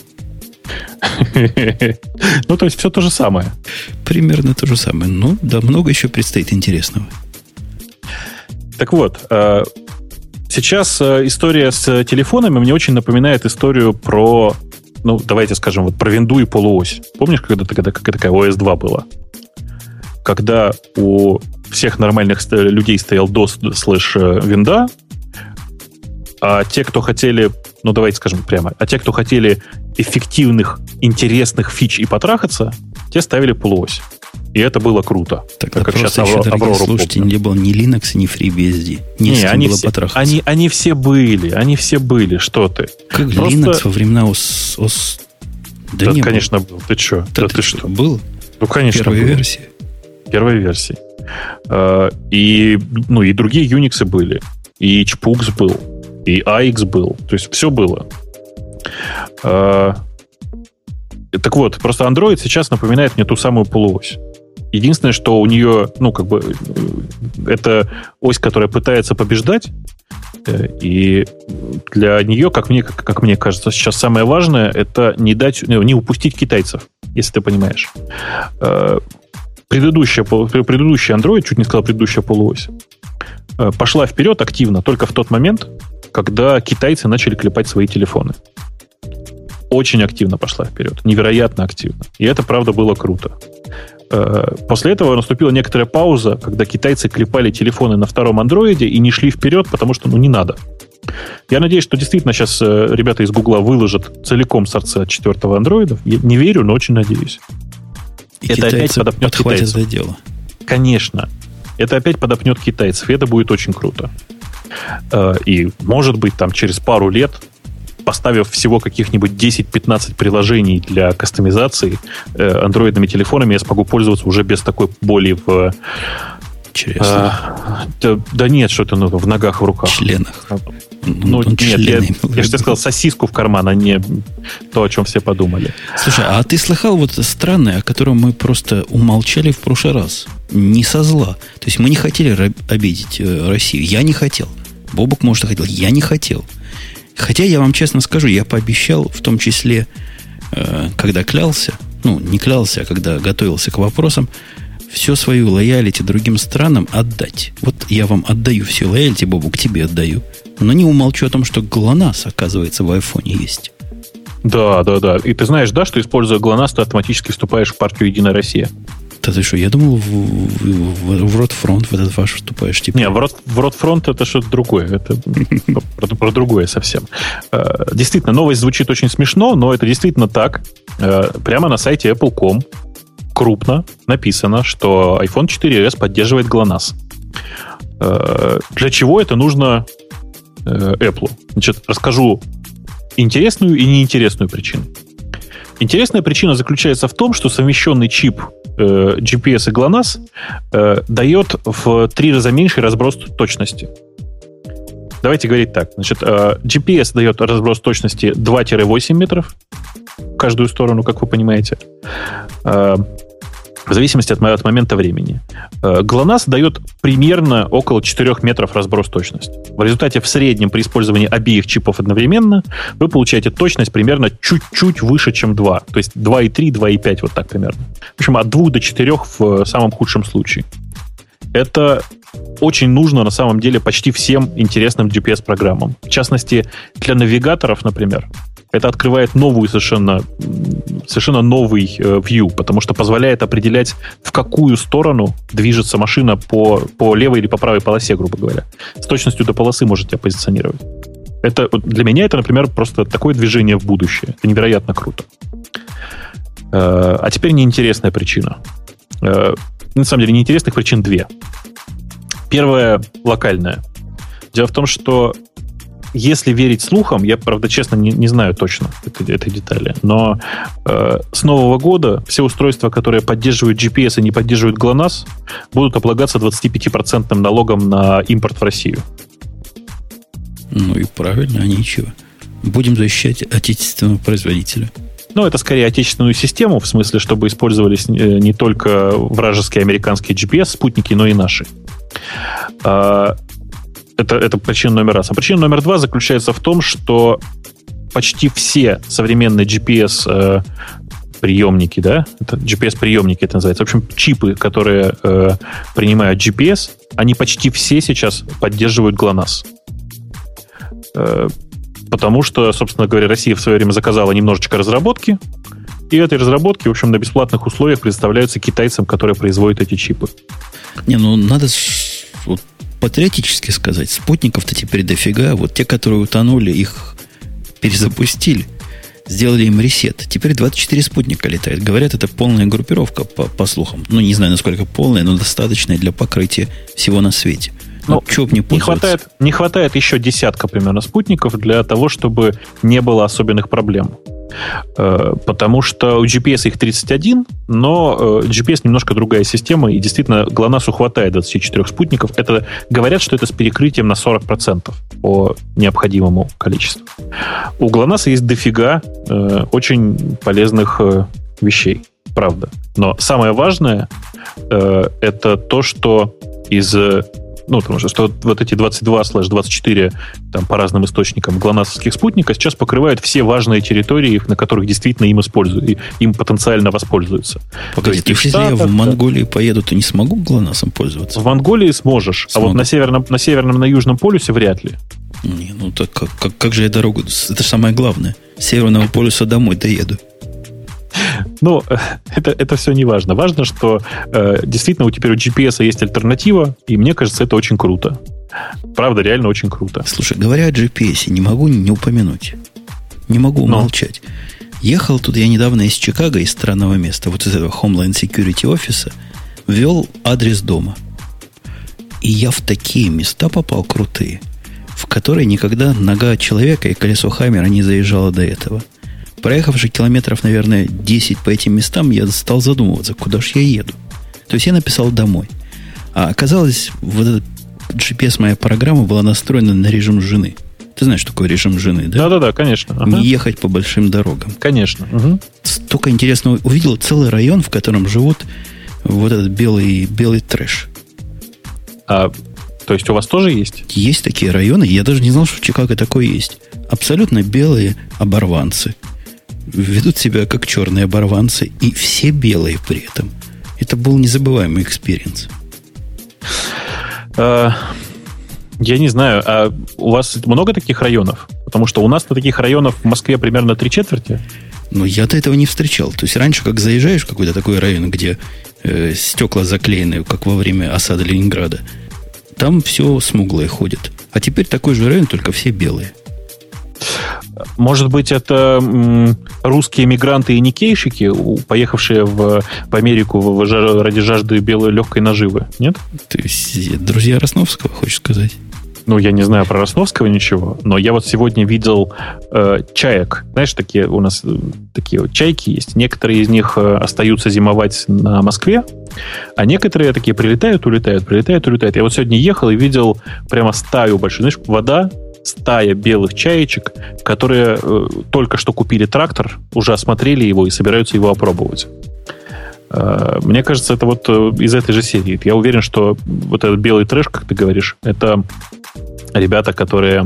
[SPEAKER 2] То есть все то же самое.
[SPEAKER 1] Примерно то же самое. Да, много еще предстоит интересного.
[SPEAKER 2] Так вот, сейчас история с телефонами мне очень напоминает историю про, давайте скажем, про винду и полуось. Помнишь, когда такая OS 2 была? Когда у всех нормальных людей стоял DOS/винда, а те, кто хотели, давайте скажем прямо, те, кто хотели эффективных, интересных фич и потрахаться, те ставили полуось. И это было круто.
[SPEAKER 1] Тогда как просто сейчас еще, дорогие слушатели, не было ни Linux, ни FreeBSD. Не с кем было потрахаться.
[SPEAKER 2] Они все были, что ты.
[SPEAKER 1] Как просто... Linux во времена ОС...
[SPEAKER 2] Да, конечно, был. Ты что?
[SPEAKER 1] Да ты что? Был?
[SPEAKER 2] Конечно,
[SPEAKER 1] Первая
[SPEAKER 2] был.
[SPEAKER 1] версия.
[SPEAKER 2] Первая версия. И другие Unix были. И HPUX был. И AX был. То есть все было. Так вот, просто Android сейчас напоминает мне ту самую полуось. Единственное, что у нее, это ось, которая пытается побеждать, и для нее, как мне кажется, сейчас самое важное, это не упустить китайцев, если ты понимаешь. Предыдущий Android, чуть не сказал предыдущая полуось, пошла вперед активно только в тот момент, когда китайцы начали клепать свои телефоны. Очень активно пошла вперед. Невероятно активно. И это, правда, было круто. После этого наступила некоторая пауза, когда китайцы клепали телефоны на втором андроиде и не шли вперед, потому что, не надо. Я надеюсь, что действительно сейчас ребята из Гугла выложат целиком сорцы от 4-го андроида. Я не верю, но очень надеюсь.
[SPEAKER 1] И это опять подопнет китайцев. Это дело.
[SPEAKER 2] Конечно. Это опять подопнет китайцев, и это будет очень круто. И, может быть, там через пару лет, поставив всего каких-нибудь 10-15 приложений для кастомизации андроидными телефонами, я смогу пользоваться уже без такой боли в... Да нет, что-то в ногах, в руках.
[SPEAKER 1] В членах.
[SPEAKER 2] Нет, я же тебе сказал, сосиску в карман, а не то, о чем все подумали.
[SPEAKER 1] Слушай, а ты слыхал вот странное, о котором мы просто умолчали в прошлый раз? Не со зла. То есть мы не хотели обидеть Россию. Я не хотел. Бобок, может, и хотел. Я не хотел. Хотя, я вам честно скажу, я пообещал, в том числе, когда клялся, не клялся, а когда готовился к вопросам, всю свою лоялити другим странам отдать. Вот я вам отдаю всю лоялити, Бобук, тебе отдаю. Но не умолчу о том, что GLONASS, оказывается, в айфоне есть.
[SPEAKER 2] Да. И ты знаешь, да, что, используя GLONASS, ты автоматически вступаешь в партию «Единая Россия».
[SPEAKER 1] Да ты что, я думал, в ROT-фронт, в этот ваш вступаешь. Типа.
[SPEAKER 2] Не, в ROT-фронт это что-то другое. Это про другое совсем. Действительно, новость звучит очень смешно, но это действительно так. Прямо на сайте Apple.com крупно написано, что iPhone 4s поддерживает GLONASS. Для чего это нужно Apple? Значит, расскажу интересную и неинтересную причину. Интересная причина заключается в том, что совмещенный чип GPS и GLONASS дает в 3 раза меньший разброс точности. Давайте говорить так. Значит, GPS дает разброс точности 2-8 метров в каждую сторону, как вы понимаете, в зависимости от момента времени. GLONASS дает примерно около 4 метров разброс точности. В результате в среднем при использовании обеих чипов одновременно вы получаете точность примерно чуть-чуть выше, чем 2. То есть 2,3, 2,5, вот так примерно. В общем, от 2 до 4 в самом худшем случае. Это очень нужно на самом деле почти всем интересным GPS-программам. В частности, для навигаторов, например, это открывает новую совершенно новый view, потому что позволяет определять, в какую сторону движется машина по левой или по правой полосе, грубо говоря. С точностью до полосы можете оппозиционировать. Это, для меня это, например, просто такое движение в будущее. Это невероятно круто. А теперь неинтересная причина. На самом деле, неинтересных причин 2. Первая локальная. Дело в том, что если верить слухам, я, правда, честно, не знаю точно этой детали, но с нового года все устройства, которые поддерживают GPS и не поддерживают GLONASS, будут облагаться 25% налогом на импорт в Россию.
[SPEAKER 1] Ну и правильно, а ничего. Будем защищать отечественного производителя.
[SPEAKER 2] Ну, это скорее отечественную систему, в смысле, чтобы использовались не только вражеские американские GPS-спутники, но и наши. Это причина номер раз. А причина номер 2 заключается в том, что почти все современные GPS-приемники, да, это GPS-приемники это называется, в общем, чипы, которые принимают GPS, они почти все сейчас поддерживают GLONASS. Потому что, собственно говоря, Россия в свое время заказала немножечко разработки, и этой разработки, в общем, на бесплатных условиях предоставляются китайцам, которые производят эти чипы.
[SPEAKER 1] Не, ну надо вот, патриотически сказать, спутников-то теперь дофига. Вот те, которые утонули, их перезапустили, сделали им ресет. Теперь 24 спутника летает. Говорят, это полная группировка, по слухам. Ну, не знаю, насколько полная, но достаточная для покрытия всего на свете. Ну, чего бы не пользоваться.
[SPEAKER 2] Не хватает еще десятка примерно спутников для того, чтобы не было особенных проблем. Потому что у GPS их 31, но GPS немножко другая система, и действительно GLONASS хватает 24 спутников. Это говорят, что это с перекрытием на 40% по необходимому количеству. У GLONASS есть дофига очень полезных вещей, правда. Но самое важное это то, что из... Ну, потому что вот эти 22/24 там, по разным источникам глонасовских спутника сейчас покрывают все важные территории, на которых действительно им используют, им потенциально воспользуются.
[SPEAKER 1] Погоди, то есть, если я в Монголию поеду, то не смогу глонасом пользоваться?
[SPEAKER 2] В Монголии сможешь, а вот на северном, на Южном полюсе вряд ли.
[SPEAKER 1] Не, ну так как же я дорогу... Это же самое главное. С Северного полюса домой доеду.
[SPEAKER 2] Ну, это все не важно. Важно, что действительно теперь у GPS есть альтернатива, и мне кажется, это очень круто. Правда, реально очень круто.
[SPEAKER 1] Слушай, говоря о GPS, не могу не упомянуть. Не могу умолчать. Ехал тут я недавно из Чикаго, из странного места, вот из этого Homeland Security офиса, ввел адрес дома. И я в такие места попал крутые, в которые никогда нога человека и колесо Хаммера не заезжало до этого. Проехавши километров, наверное, 10 по этим местам, я стал задумываться, куда же я еду. То есть я написал домой. А оказалось, вот эта GPS моя программа была настроена на режим жены. Ты знаешь, что такое режим жены, да?
[SPEAKER 2] Да, конечно. Ага.
[SPEAKER 1] Не ехать по большим дорогам.
[SPEAKER 2] Конечно. Угу.
[SPEAKER 1] Столько интересного. Увидел целый район, в котором живут вот этот белый трэш.
[SPEAKER 2] То есть у вас тоже есть?
[SPEAKER 1] Есть такие районы. Я даже не знал, что в Чикаго такое есть. Абсолютно белые оборванцы. Ведут себя как черные оборванцы, и все белые при этом. Это был незабываемый экспириенс.
[SPEAKER 2] Я не знаю, а у вас много таких районов? Потому что у нас-то таких районов в Москве примерно 3/4.
[SPEAKER 1] Но я-то этого не встречал. То есть раньше, как заезжаешь в какой-то такой район, где стекла заклеены, как во время осады Ленинграда. Там все смуглые ходят. А теперь такой же район, только все белые.
[SPEAKER 2] Может быть, это русские мигранты и никейщики, поехавшие в Америку ради жажды белой легкой наживы, нет?
[SPEAKER 1] То есть друзья Росновского, хочешь сказать?
[SPEAKER 2] Ну, я не знаю про Росновского ничего, но я вот сегодня видел чаек. Знаешь, такие у нас такие вот чайки есть. Некоторые из них остаются зимовать на Москве, а некоторые такие прилетают, улетают, прилетают, улетают. Я вот сегодня ехал и видел прямо стаю большую. Знаешь, вода, стая белых чаечек, которые только что купили трактор, уже осмотрели его и собираются его опробовать. Мне кажется, это вот из этой же серии. Я уверен, что вот этот белый трэш, как ты говоришь, это ребята, которые...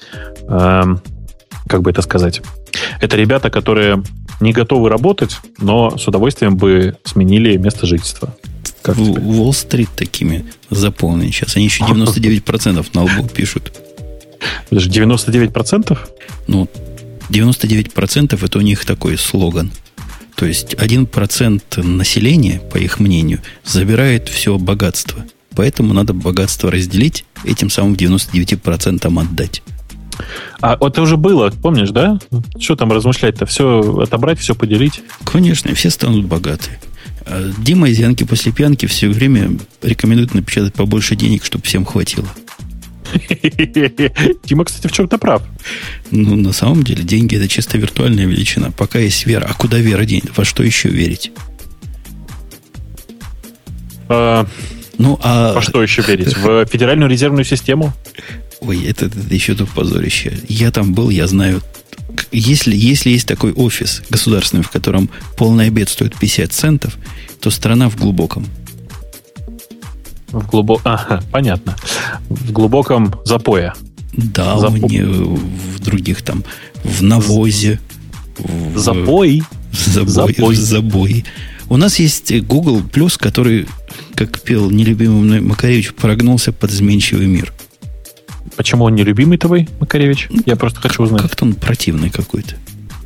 [SPEAKER 2] как бы это сказать? Это ребята, которые не готовы работать, но с удовольствием бы сменили место жительства.
[SPEAKER 1] Уолл-стрит такими заполнены сейчас. Они еще 99% на лбу пишут.
[SPEAKER 2] Даже 99%?
[SPEAKER 1] Ну, 99% это у них такой слоган. То есть 1% населения, по их мнению, забирает все богатство. Поэтому надо богатство разделить, этим самым 99% отдать.
[SPEAKER 2] А вот это уже было, помнишь, да? Что там размышлять-то? Все отобрать, все поделить? Конечно,
[SPEAKER 1] все станут богатые. Дима из Янки после пьянки все время рекомендует напечатать побольше денег, чтобы всем хватило.
[SPEAKER 2] Дима, кстати, в чем-то прав.
[SPEAKER 1] Ну, на самом деле, деньги – это чисто виртуальная величина. Пока есть вера. А куда вера денет? Во что еще верить?
[SPEAKER 2] Во что еще верить? В Федеральную резервную систему?
[SPEAKER 1] Ой, это еще то позорище. Я там был, я знаю. Если есть такой офис государственный, в котором полный обед стоит 50 центов, то страна в глубоком.
[SPEAKER 2] Ага, понятно. В глубоком запое.
[SPEAKER 1] Да, в других там, в навозе.
[SPEAKER 2] Забой.
[SPEAKER 1] Забой. У нас есть Google+, который, как пел нелюбимый мной Макаревич, прогнулся под изменчивый мир.
[SPEAKER 2] Почему он нелюбимый твой, Макаревич? Я просто хочу узнать.
[SPEAKER 1] Как-то он противный какой-то.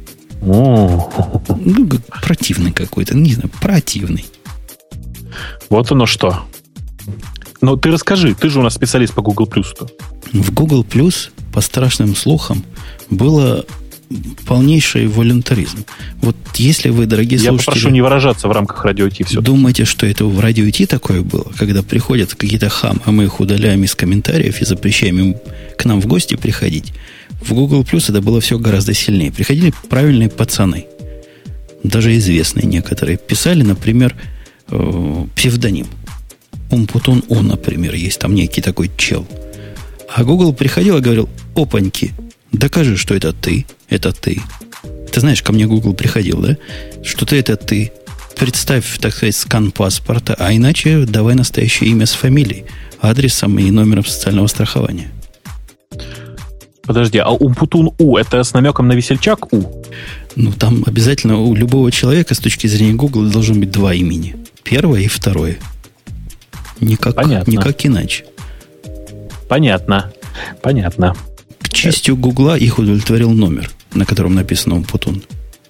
[SPEAKER 2] Ну,
[SPEAKER 1] противный какой-то. Не знаю, противный.
[SPEAKER 2] Вот оно что. Ну, ты расскажи, ты же у нас специалист по Google+.
[SPEAKER 1] В Google+, по страшным слухам, было полнейший волюнтаризм. Вот если вы, дорогие слушатели...
[SPEAKER 2] Я попрошу не выражаться в рамках Радио Ти все.
[SPEAKER 1] Думаете, что это в Радио Ти такое было, когда приходят какие-то хамы, а мы их удаляем из комментариев и запрещаем им к нам в гости приходить? В Google+, это было все гораздо сильнее. Приходили правильные пацаны, даже известные некоторые. Писали, например, псевдоним. Умпутун У, например, есть там некий такой чел. А Google приходил и говорил: опаньки, докажи, что это ты. Это ты. Ты знаешь, ко мне Google приходил, да? Что ты это ты. Представь, так сказать, скан паспорта, а иначе давай настоящее имя с фамилией, адресом и номером социального страхования.
[SPEAKER 2] Подожди, а Умпутун У это с намеком на весельчак У?
[SPEAKER 1] Ну, там обязательно у любого человека с точки зрения Google должно быть два имени. Первое и второе. Никак иначе. Понятно. К честью Гугла их удовлетворил номер, на котором написано Умпутун.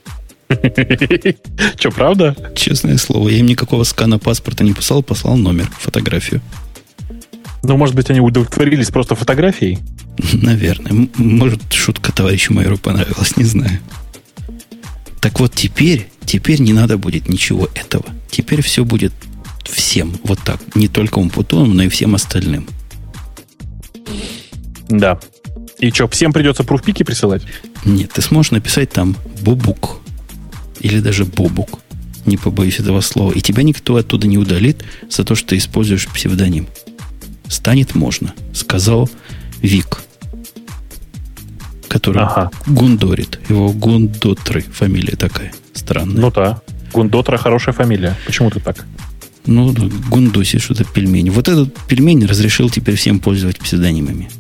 [SPEAKER 2] Че, правда?
[SPEAKER 1] Честное слово, я им никакого скана паспорта не послал номер, фотографию.
[SPEAKER 2] Ну, может быть, они удовлетворились просто фотографией?
[SPEAKER 1] Наверное. Может, шутка товарищу майору понравилась, не знаю. Так вот, теперь не надо будет ничего этого. Теперь все будет всем вот так. Не только Умпутуном, но и всем остальным.
[SPEAKER 2] Да. И что, всем придется пруфпики присылать?
[SPEAKER 1] Нет, ты сможешь написать там Бубук. Или даже Бубук. Не побоюсь этого слова. И тебя никто оттуда не удалит за то, что ты используешь псевдоним. Станет можно. Сказал Вик, который гундорит. Его Гундотры фамилия такая странная.
[SPEAKER 2] Ну да. Гундотра хорошая фамилия. Почему ты так?
[SPEAKER 1] Ну, гундосит что-то пельмень. Вот этот пельмень разрешил теперь всем пользоваться псевдонимами.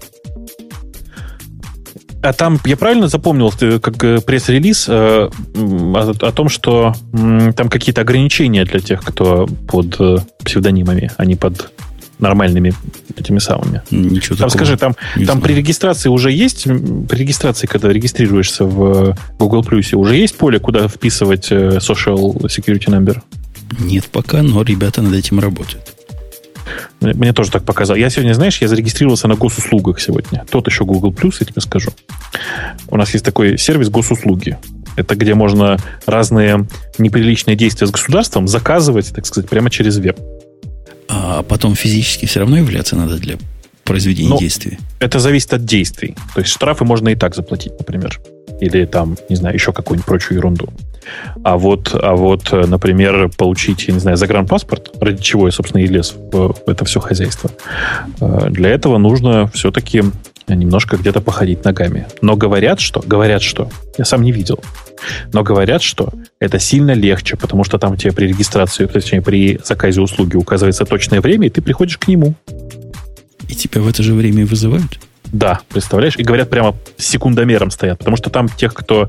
[SPEAKER 2] А там, я правильно запомнил, как пресс-релиз о том, что там какие-то ограничения для тех, кто под псевдонимами, а не под нормальными этими самыми.
[SPEAKER 1] Ничего
[SPEAKER 2] там,
[SPEAKER 1] такого.
[SPEAKER 2] Скажи, там при регистрации уже есть, при регистрации, когда регистрируешься в Google+, уже есть поле, куда вписывать Social Security Number?
[SPEAKER 1] Нет пока, но ребята над этим работают.
[SPEAKER 2] Мне тоже так показалось. Я сегодня, знаешь, я зарегистрировался на госуслугах сегодня. Тот еще Google+, я тебе скажу. У нас есть такой сервис госуслуги. Это где можно разные неприличные действия с государством заказывать, так сказать, прямо через веб.
[SPEAKER 1] А потом физически все равно являться надо для произведения действий?
[SPEAKER 2] Это зависит от действий. То есть штрафы можно и так заплатить, например. Или там, не знаю, еще какую-нибудь прочую ерунду. А вот, например, получить, я не знаю, загранпаспорт, ради чего я, собственно, и лез в это все хозяйство. Для этого нужно все-таки немножко где-то походить ногами. Но говорят, что, я сам не видел, но говорят, что это сильно легче, потому что там тебе при регистрации, точнее, при заказе услуги указывается точное время, и ты приходишь к нему.
[SPEAKER 1] И тебя в это же время и вызывают?
[SPEAKER 2] Да, представляешь? И говорят, прямо с секундомером стоят, потому что там тех, кто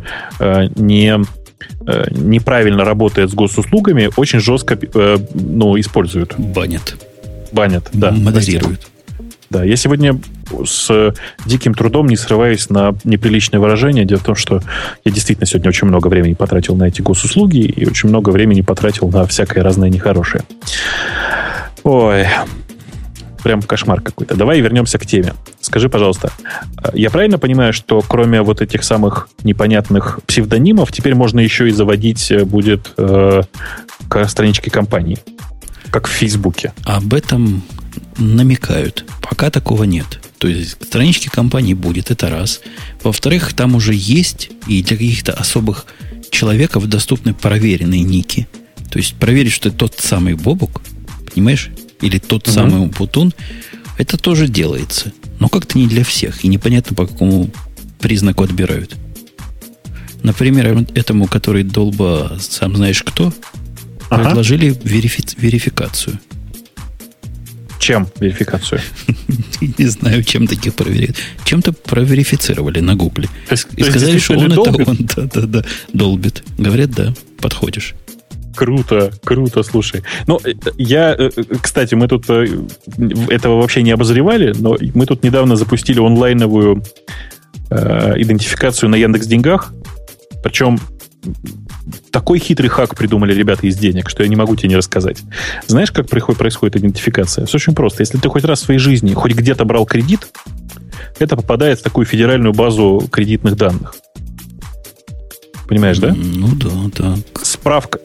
[SPEAKER 2] неправильно работает с госуслугами, очень жестко используют.
[SPEAKER 1] Банят,
[SPEAKER 2] да.
[SPEAKER 1] Модерируют.
[SPEAKER 2] Да, я сегодня с диким трудом не срываюсь на неприличное выражение. Дело в том, что я действительно сегодня очень много времени потратил на эти госуслуги и очень много времени потратил на всякое разное нехорошее. Ой, прям кошмар какой-то. Давай вернемся к теме. Скажи, пожалуйста, я правильно понимаю, что кроме вот этих самых непонятных псевдонимов, теперь можно еще и заводить будет странички компании, как в Фейсбуке?
[SPEAKER 1] Об этом намекают. Пока такого нет. То есть странички компании будет, это раз. Во-вторых, там уже есть и для каких-то особых человеков доступны проверенные ники. То есть проверить, что это тот самый Бобук, понимаешь? Или тот самый Умпутун, это тоже делается. Но как-то не для всех. И непонятно, по какому признаку отбирают. Например, этому, который долба сам знаешь кто, предложили верификацию.
[SPEAKER 2] Чем верификацию?
[SPEAKER 1] Не знаю, чем таких проверяют. Чем-то проверифицировали на Гугле. И сказали, что он
[SPEAKER 2] долбит?
[SPEAKER 1] Это он. Да, долбит. Говорят, да, подходишь.
[SPEAKER 2] Круто, слушай. Ну, кстати, мы тут этого вообще не обозревали, но мы тут недавно запустили онлайновую идентификацию на Яндекс.Деньгах. Причем такой хитрый хак придумали ребята из денег, что я не могу тебе не рассказать. Знаешь, как происходит идентификация? Все очень просто. Если ты хоть раз в своей жизни хоть где-то брал кредит, это попадает в такую федеральную базу кредитных данных. Понимаешь, да?
[SPEAKER 1] Ну да.
[SPEAKER 2] Справка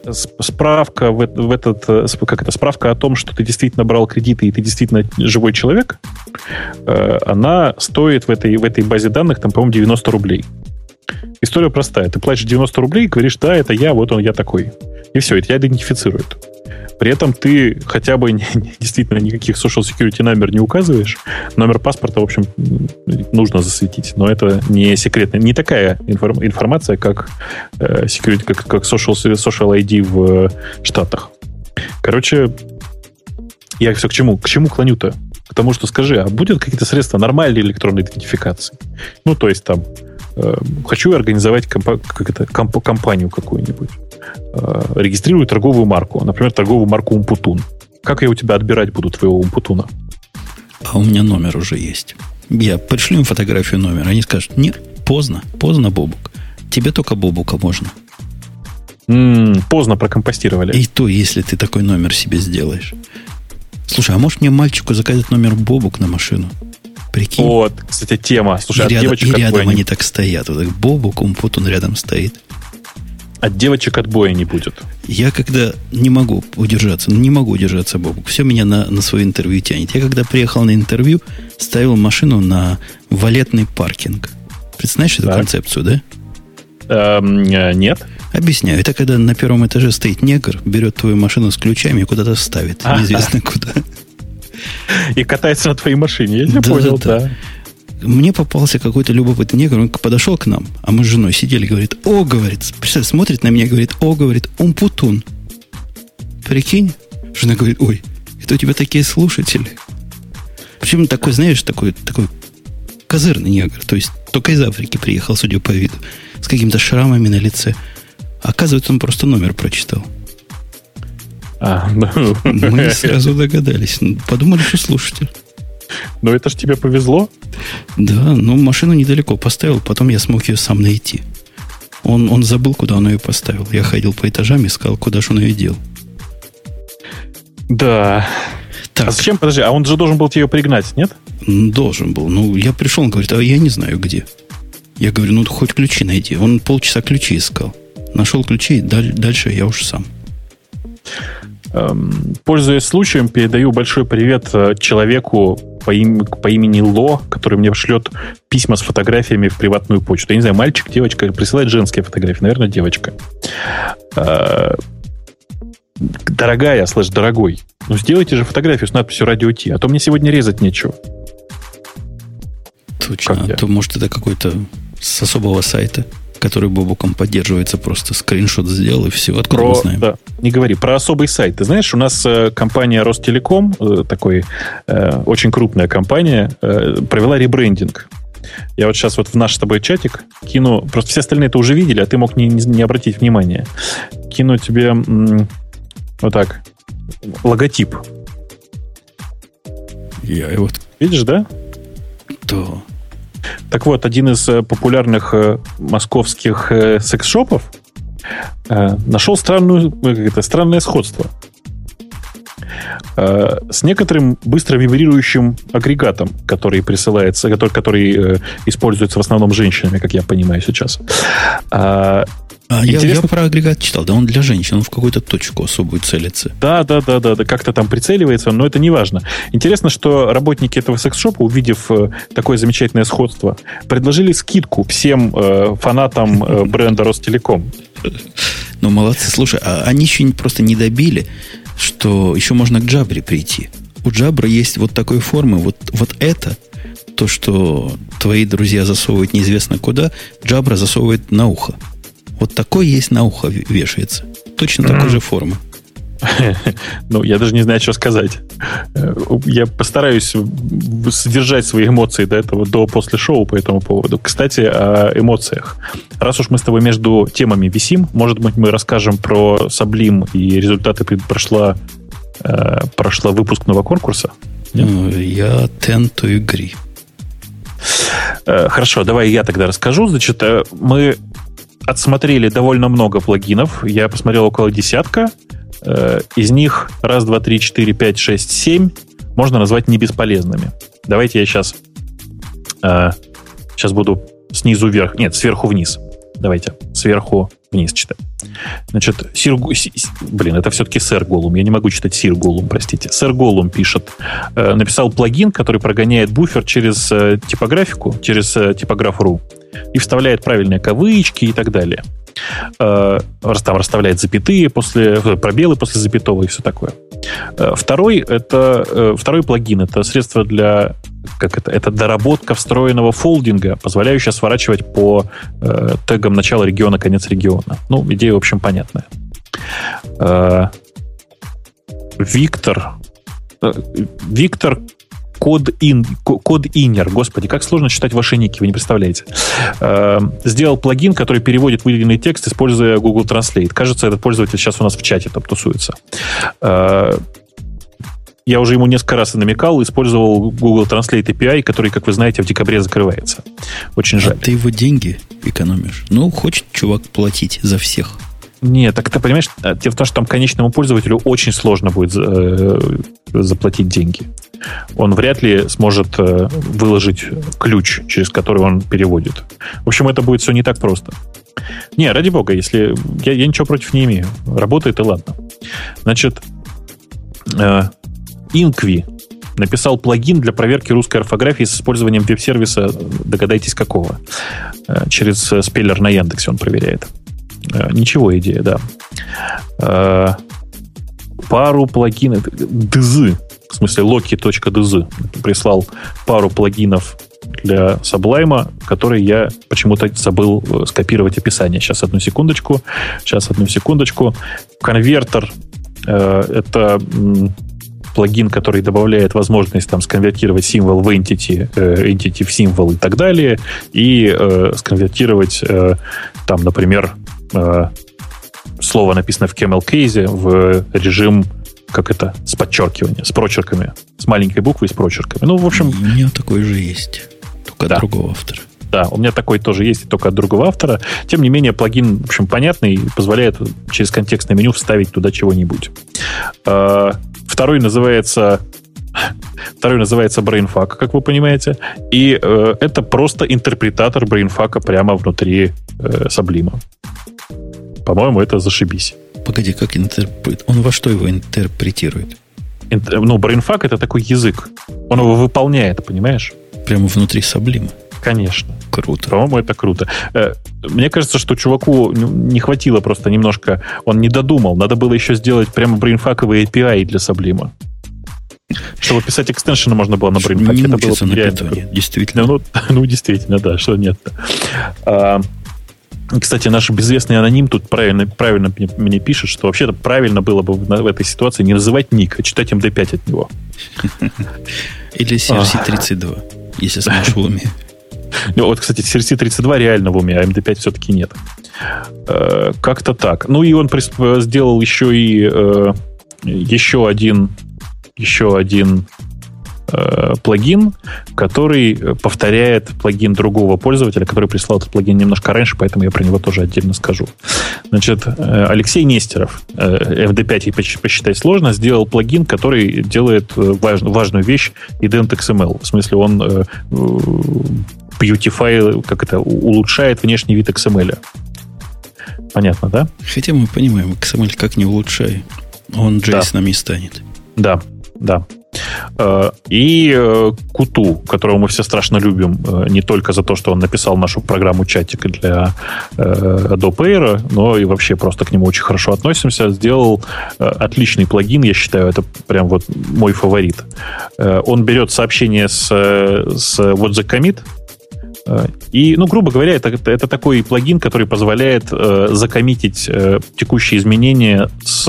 [SPEAKER 2] справка о том, что ты действительно брал кредиты и ты действительно живой человек, она стоит в этой базе данных, там, по-моему, 90 рублей. История простая. Ты платишь 90 рублей и говоришь, да, это я, вот он, я такой. И все, и тебя идентифицируют. При этом ты хотя бы действительно никаких social security номер не указываешь. Номер паспорта, в общем, нужно засветить. Но это не секретная, не такая информация, как security, как social ID в Штатах. Короче, я все к чему? К чему клоню-то? К тому, что скажи, а будет какие-то средства нормальной электронной идентификации? Ну, то есть там хочу организовать компанию какую-нибудь. Регистрирую торговую марку. Например, торговую марку Умпутун. Как я у тебя отбирать буду твоего Умпутуна?
[SPEAKER 1] А у меня номер уже есть. Я пришлю им фотографию номера. Они скажут, нет, поздно, Бобук. Тебе только Бобука можно.
[SPEAKER 2] Поздно прокомпостировали.
[SPEAKER 1] И то, если ты такой номер себе сделаешь. Слушай, а может мне мальчику заказать номер Бобук на машину? Прикинь.
[SPEAKER 2] Вот, кстати, тема. Слушай,
[SPEAKER 1] и рядом они так стоят. Вот так Бобук, Умпутун рядом стоит.
[SPEAKER 2] От девочек отбоя не будет.
[SPEAKER 1] Я когда не могу удержаться, Бобук. Все меня на свое интервью тянет. Я когда приехал на интервью, ставил машину на валетный паркинг. Представляешь эту концепцию, да?
[SPEAKER 2] Нет.
[SPEAKER 1] Объясняю. Это когда на первом этаже стоит негр, берет твою машину с ключами и куда-то ставит. Неизвестно куда. И
[SPEAKER 2] катается на твоей машине. Я тебя понял, да.
[SPEAKER 1] Мне попался какой-то любопытный негр, он подошел к нам, а мы с женой сидели, говорит, представь, смотрит на меня, говорит, Умпутун. Прикинь? Жена говорит, ой, это у тебя такие слушатели. Причем такой, знаешь, такой козырный негр, то есть только из Африки приехал, судя по виду, с какими-то шрамами на лице. Оказывается, он просто номер прочитал. Мы сразу догадались. Подумали, что слушатель.
[SPEAKER 2] Но это ж тебе повезло.
[SPEAKER 1] Да, машину недалеко поставил, потом я смог ее сам найти. Он забыл, куда он ее поставил. Я ходил по этажам, искал, куда же он ее дел.
[SPEAKER 2] Да.
[SPEAKER 1] Так.
[SPEAKER 2] А зачем? Подожди, а он же должен был тебе пригнать, нет?
[SPEAKER 1] Должен был. Ну, я пришел, он говорит, а я не знаю где. Я говорю, ну, хоть ключи найди. Он полчаса ключи искал. Нашел ключи, дальше я уж сам.
[SPEAKER 2] Пользуясь случаем, передаю большой привет человеку по имени Ло, который мне шлет письма с фотографиями в приватную почту. Я не знаю, мальчик, девочка, присылает женские фотографии. Наверное, девочка. Дорогая, дорогой, ну сделайте же фотографию с надписью «Радио Ти», а то мне сегодня резать нечего.
[SPEAKER 1] Точно, а то, может, это какой-то с особого сайта, который Бобуком поддерживается, просто скриншот сделал и все, откуда мы знаем.
[SPEAKER 2] Да, не говори, про особый сайт. Ты знаешь, у нас компания Ростелеком, такой очень крупная компания, провела ребрендинг. Я вот сейчас вот в наш с тобой чатик кину, просто все остальные это уже видели, а ты мог не обратить внимания. Кину тебе вот так логотип.
[SPEAKER 1] Я его...
[SPEAKER 2] Видишь, да?
[SPEAKER 1] Да.
[SPEAKER 2] Так вот, один из популярных московских секс-шопов нашел странное сходство с некоторым быстро вибрирующим агрегатом, который присылается, который используется в основном женщинами, как я понимаю сейчас.
[SPEAKER 1] Я про агрегат читал, да он для женщин, он в какую-то точку особую целится.
[SPEAKER 2] Да, как-то там прицеливается, но это не важно. Интересно, что работники этого секс-шопа, увидев такое замечательное сходство, предложили скидку всем фанатам бренда Ростелеком.
[SPEAKER 1] Ну, молодцы. Слушай, а они еще просто не добили, что еще можно к Джабре прийти. У Джабра есть вот такой формы, вот это, то, что твои друзья засовывают неизвестно куда, Джабра засовывает на ухо. Вот такой есть на ухо вешается. Точно такой же формы.
[SPEAKER 2] Ну, я даже не знаю, что сказать. Я постараюсь сдержать свои эмоции после шоу по этому поводу. Кстати, о эмоциях. Раз уж мы с тобой между темами висим, может быть, мы расскажем про Sublime и результаты прошла выпускного конкурса?
[SPEAKER 1] Я tend to agree.
[SPEAKER 2] Хорошо, давай я тогда расскажу. Значит, мы отсмотрели довольно много плагинов. Я посмотрел около 10. Из них 1, 2, 3, 4, 5, 6, 7 можно назвать небесполезными. Давайте я сейчас буду снизу вверх. Нет, сверху вниз. Давайте сверху вниз читать. Значит, это все-таки Сэр Голум. Я не могу читать Сир Голум, простите. Сэр Голум пишет. Написал плагин, который прогоняет буфер через типографику, через типограф.ру и вставляет правильные кавычки и так далее. Там расставляет запятые пробелы после запятого и все такое. Второй плагин — это средство для это доработка встроенного фолдинга, позволяющая сворачивать по тегам начала региона, конец региона. Ну, идея, в общем, понятная. Виктор Код-иннер. Господи, как сложно читать ваши ники, вы не представляете. Сделал плагин, который переводит выделенный текст, используя Google Translate. Кажется, этот пользователь сейчас у нас в чате там тусуется. Я уже ему несколько раз намекал, использовал Google Translate API, который, как вы знаете, в декабре закрывается. Очень жаль.
[SPEAKER 1] Ты его деньги экономишь? Ну, хочет чувак платить за всех.
[SPEAKER 2] Нет, так ты понимаешь, дело в том, что там конечному пользователю очень сложно будет заплатить деньги. Он вряд ли сможет выложить ключ, через который он переводит. В общем, это будет все не так просто. Не, ради бога, если... Я ничего против не имею. Работает и ладно. Значит, Inqvi написал плагин для проверки русской орфографии с использованием веб-сервиса, догадайтесь какого. Через спеллер на Яндексе он проверяет. Ничего, идея, да. Пару плагинов... DZ, в смысле Loki.dz, прислал пару плагинов для Sublime, которые я почему-то забыл скопировать описание. Сейчас, одну секундочку. Конвертер — это плагин, который добавляет возможность там сконвертировать символ в entity в символ и так далее, и сконвертировать там, например, слово, написанное в camel case, в режим, с подчеркиванием, с прочерками, с маленькой буквы и с прочерками. Ну, в общем...
[SPEAKER 1] У меня такой же есть, только от другого автора.
[SPEAKER 2] Да, у меня такой тоже есть, только от другого автора. Тем не менее, плагин, в общем, понятный и позволяет через контекстное меню вставить туда чего-нибудь. Второй называется BrainFuck, как вы понимаете. И это просто интерпретатор BrainFuck прямо внутри Sublime. По-моему, это зашибись.
[SPEAKER 1] Погоди, как он во что его интерпретирует?
[SPEAKER 2] BrainFuck — это такой язык. Он его выполняет, понимаешь?
[SPEAKER 1] Прямо внутри Sublime?
[SPEAKER 2] Конечно.
[SPEAKER 1] Круто.
[SPEAKER 2] По-моему, это круто. Мне кажется, что чуваку не хватило просто немножко... Он не додумал. Надо было еще сделать прямо BrainFuck-овые API для Sublime. Чтобы писать экстеншены можно было на BrainFuck.
[SPEAKER 1] Не
[SPEAKER 2] это
[SPEAKER 1] мучиться
[SPEAKER 2] было
[SPEAKER 1] на питоне, действительно.
[SPEAKER 2] Действительно, да, что нет-то. Кстати, наш безвестный аноним тут правильно мне пишет, что вообще-то правильно было бы в этой ситуации не называть ник, а читать MD5 от него.
[SPEAKER 1] Или CRC32, если сможешь в уме.
[SPEAKER 2] Вот, кстати, CRC32 реально в уме, а MD5 все-таки нет. Как-то так. Ну и он сделал еще один плагин, который повторяет плагин другого пользователя, который прислал этот плагин немножко раньше, поэтому я про него тоже отдельно скажу. Значит, Алексей Нестеров, MD5 посчитать сложно, сделал плагин, который делает важную вещь ident.xml. В смысле, он beautify, улучшает внешний вид XML. Понятно, да?
[SPEAKER 1] Хотя мы понимаем, XML как не улучшай, он JSON не станет.
[SPEAKER 2] Да. И Куту, которого мы все страшно любим, не только за то, что он написал нашу программу чатика для Adobe Air, но и вообще просто к нему очень хорошо относимся, сделал отличный плагин, я считаю, это прям вот мой фаворит. Он берет сообщение с What the Commit, и, грубо говоря, это такой плагин, который позволяет закоммитить текущие изменения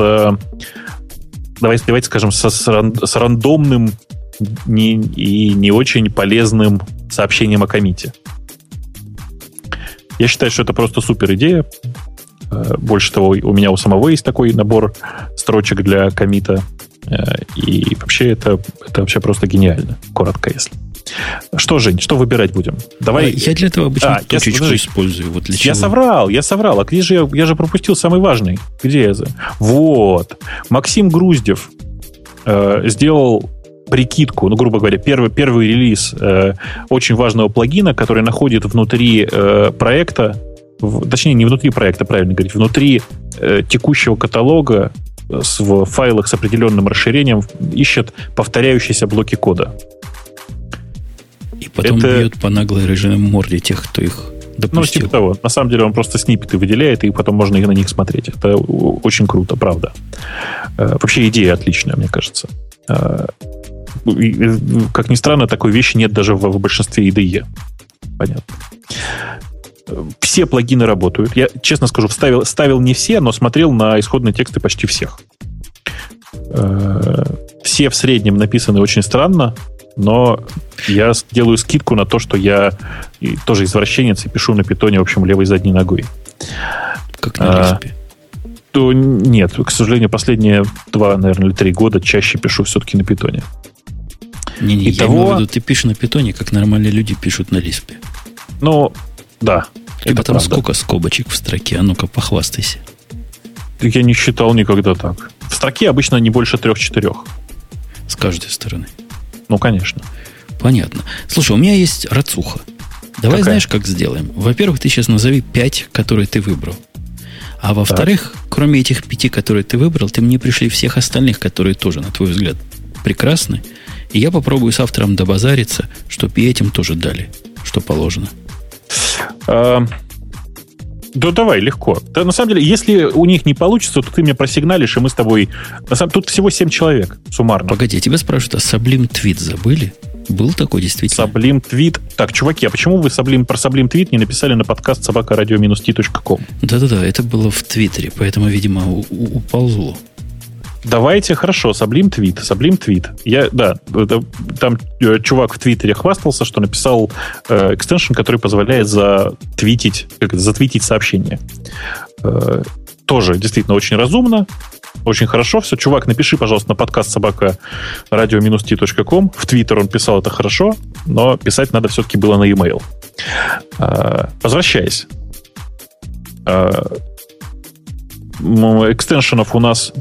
[SPEAKER 2] давайте скажем, с рандомным и не очень полезным сообщением о коммите. Я считаю, что это просто супер идея. Больше того, у меня у самого есть такой набор строчек для коммита. И вообще это вообще просто гениально. Коротко, если. Что, Жень, что выбирать будем? Давай.
[SPEAKER 1] Я для этого обычно точечку использую. Вот для
[SPEAKER 2] я соврал. А где же я же пропустил самый важный? Где я? Вот. Максим Груздев сделал прикидку, грубо говоря, первый релиз очень важного плагина, который находит внутри проекта, точнее, не внутри проекта, правильно говорить, внутри текущего каталога в файлах с определенным расширением ищет повторяющиеся блоки кода.
[SPEAKER 1] И потом бьет по наглой рыжей морде тех, кто их допустил.
[SPEAKER 2] Типа того. На самом деле он просто сниппеты выделяет, и потом можно на них смотреть. Это очень круто, правда. Вообще идея отличная, мне кажется. Как ни странно, такой вещи нет даже в большинстве IDE. Понятно. Все плагины работают. Я, честно скажу, ставил не все, но смотрел на исходные тексты почти всех. Все в среднем написаны очень странно, но я делаю скидку на то, что я тоже извращенец и пишу на питоне, в общем, левой задней ногой.
[SPEAKER 1] Как на Лиспе?
[SPEAKER 2] То нет, к сожалению, последние 2, наверное, или 3 года чаще пишу все-таки на питоне.
[SPEAKER 1] Я имею в виду, ты пишешь на питоне, как нормальные люди пишут на Лиспе.
[SPEAKER 2] Да.
[SPEAKER 1] Это там правда. Сколько скобочек в строке? А ну-ка, похвастайся.
[SPEAKER 2] Я не считал никогда так. В строке обычно не больше 3-4.
[SPEAKER 1] С каждой стороны.
[SPEAKER 2] Конечно.
[SPEAKER 1] Понятно. Слушай, у меня есть рацуха. Давай, какая? Знаешь, как сделаем? Во-первых, ты сейчас назови 5, которые ты выбрал. А во-вторых, кроме этих 5, которые ты выбрал, ты мне пришли всех остальных, которые тоже, на твой взгляд, прекрасны. И я попробую с автором добазариться, чтобы и этим тоже дали, что положено.
[SPEAKER 2] Да давай, легко. Да, на самом деле, если у них не получится, то ты мне просигналишь, и мы с тобой... Тут всего 7 человек суммарно.
[SPEAKER 1] Погоди, тебя спрашивают, а Sublime Tweet забыли? Был такой действительно?
[SPEAKER 2] Sublime Tweet. Так, чуваки, а почему вы про Sublime Tweet не написали на подкаст собака-radio-t.com?
[SPEAKER 1] Да-да-да, это было в Твиттере, поэтому, видимо, уползло.
[SPEAKER 2] Давайте, хорошо, Sublime Tweet. Там чувак в Твиттере хвастался, что написал экстеншн, который позволяет затвитить сообщение. Тоже действительно очень разумно, очень хорошо все. Чувак, напиши, пожалуйста, на подкаст собака-radio-t.com. В Твиттер он писал это хорошо, но писать надо все-таки было на e-mail. Возвращаясь. Экстеншенов у нас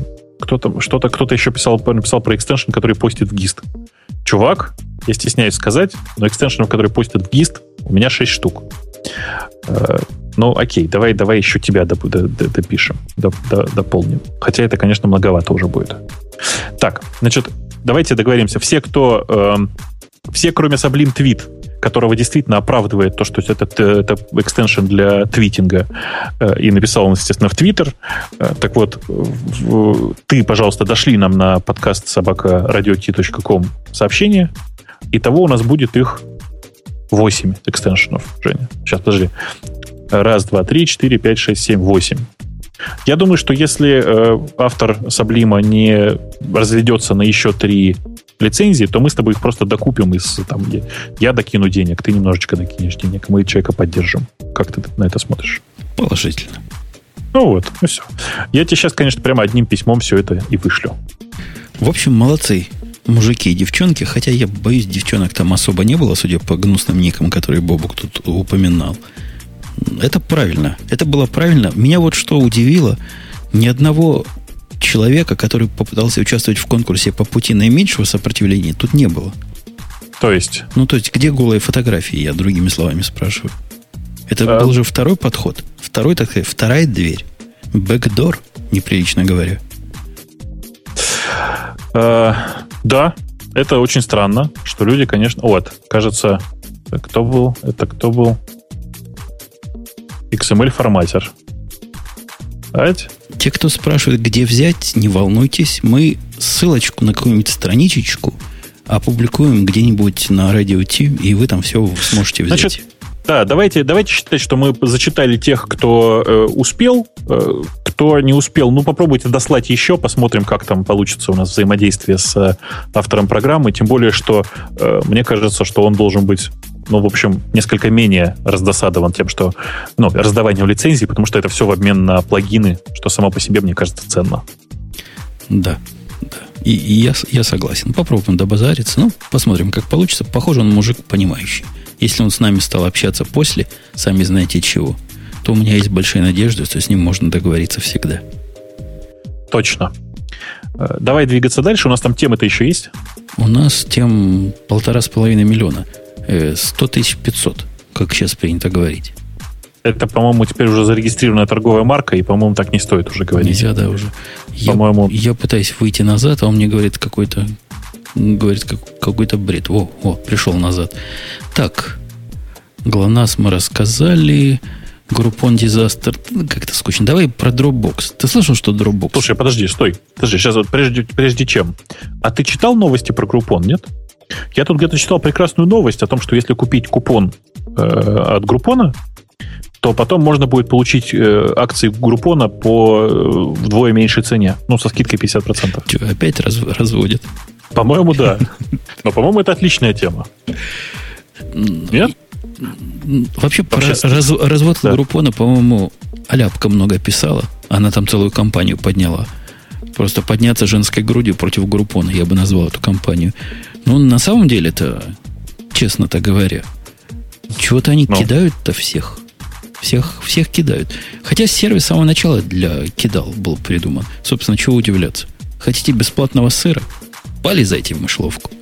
[SPEAKER 2] кто-то еще написал про экстеншн, который постит в GIST. Чувак, я стесняюсь сказать, но экстеншенов, которые постят в GIST, у меня 6 штук. Ну, окей, давай еще тебя допишем, дополним. Хотя это, конечно, многовато уже будет. Так, значит, давайте договоримся. Все, кроме Sublime Tweet, которого действительно оправдывает то, что это экстеншн для твитинга, и написал он, естественно, в Твиттер. Так вот, ты, пожалуйста, дошли нам на подкаст @radiot.com сообщение. Итого у нас будет их 8 экстеншенов, Женя. Сейчас, подожди. 1, 2, 3, 4, 5, 6, 7, 8. Я думаю, что если автор Саблима не разведется на еще 3 лицензии, то мы с тобой их просто докупим я докину денег, ты немножечко докинешь денег, мы человека поддержим. Как ты на это смотришь?
[SPEAKER 1] Положительно.
[SPEAKER 2] Ну вот, ну все. Я тебе сейчас, конечно, прямо одним письмом все это и вышлю.
[SPEAKER 1] В общем, молодцы мужики и девчонки, хотя я боюсь, девчонок там особо не было, судя по гнусным никам, которые Бобук тут упоминал. Это правильно. Это было правильно. Меня вот что удивило, ни одного человека, который попытался участвовать в конкурсе по пути наименьшего сопротивления, тут не было.
[SPEAKER 2] То есть?
[SPEAKER 1] Ну, то есть, где голые фотографии, я другими словами спрашиваю. Это был же второй подход. Вторая дверь. Бэкдор, неприлично говоря.
[SPEAKER 2] Да, это очень странно, что люди, конечно... Вот, кажется, кто был? XML-форматер. Знаете?
[SPEAKER 1] Те, кто спрашивает, где взять, не волнуйтесь. Мы ссылочку на какую-нибудь страничечку опубликуем где-нибудь на Радио Ти, и вы там все сможете взять.
[SPEAKER 2] Значит, да, давайте считать, что мы зачитали тех, кто успел. Кто не успел, попробуйте дослать еще, посмотрим, как там получится у нас взаимодействие с автором программы. Тем более, что мне кажется, что он должен быть, в общем, несколько менее раздосадован тем, что раздаванием лицензий, потому что это все в обмен на плагины, что само по себе, мне кажется, ценно.
[SPEAKER 1] Да. И я согласен. Попробуем добазариться. Посмотрим, как получится. Похоже, он мужик понимающий. Если он с нами стал общаться после, сами знаете чего, то у меня есть большая надежда, что с ним можно договориться всегда.
[SPEAKER 2] Точно. Давай двигаться дальше. У нас там темы-то еще есть?
[SPEAKER 1] У нас тем 1,5 миллиона. 100 500, как сейчас принято говорить.
[SPEAKER 2] Это, по-моему, теперь уже зарегистрированная торговая марка, и, по-моему, так не стоит уже говорить.
[SPEAKER 1] Нельзя, да, уже.
[SPEAKER 2] По-моему...
[SPEAKER 1] Я пытаюсь выйти назад, а он мне говорит какой-то бред. О, пришел назад. Так, ГЛОНАСС мы рассказали. Groupon Disaster. Как-то скучно. Давай про Dropbox. Ты слышал, что Dropbox?
[SPEAKER 2] Слушай, подожди, стой. Сейчас вот прежде чем. А ты читал новости про Groupon, нет? Я тут где-то читал прекрасную новость о том, что если купить купон от Groupon, то потом можно будет получить акции Groupon по вдвое меньшей цене. Со скидкой 50%.
[SPEAKER 1] Что, опять разводят?
[SPEAKER 2] По-моему, да. Но, по-моему, это отличная тема. Нет?
[SPEAKER 1] Вообще развод Groupon, по-моему, Аляпка много писала. Она там целую кампанию подняла. Просто подняться женской грудью против Groupon, я бы назвал эту кампанию. На самом деле-то, честно-то говоря, чего-то они кидают-то всех. Всех кидают. Хотя сервис с самого начала для кидал был придуман. Собственно, чего удивляться? Хотите бесплатного сыра? Полезайте в мышеловку.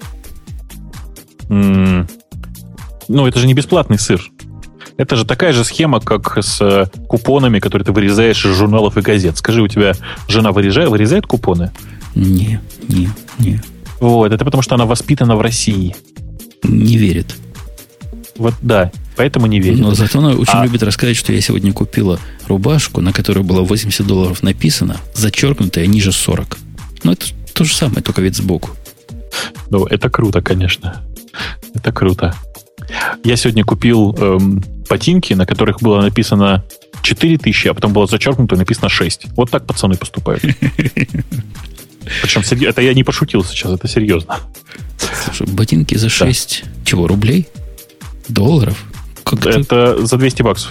[SPEAKER 2] Это же не бесплатный сыр. Это же такая же схема, как с купонами, которые ты вырезаешь из журналов и газет. Скажи, у тебя жена вырезает купоны?
[SPEAKER 1] Не.
[SPEAKER 2] Вот, это потому, что она воспитана в России.
[SPEAKER 1] Не верит.
[SPEAKER 2] Вот, да, поэтому не верит.
[SPEAKER 1] Но зато она очень любит рассказать, что я сегодня купила рубашку, на которой было $80 написано, зачеркнутая ниже 40. Это то же самое, только вид сбоку.
[SPEAKER 2] Это круто, конечно. Это круто. Я сегодня купил ботинки, на которых было написано 4000, а потом было зачеркнуто и написано 6. Вот так пацаны поступают. Причем это я не пошутил сейчас, это серьезно.
[SPEAKER 1] Слушай, ботинки за 6 чего, рублей? Долларов?
[SPEAKER 2] Это за $200.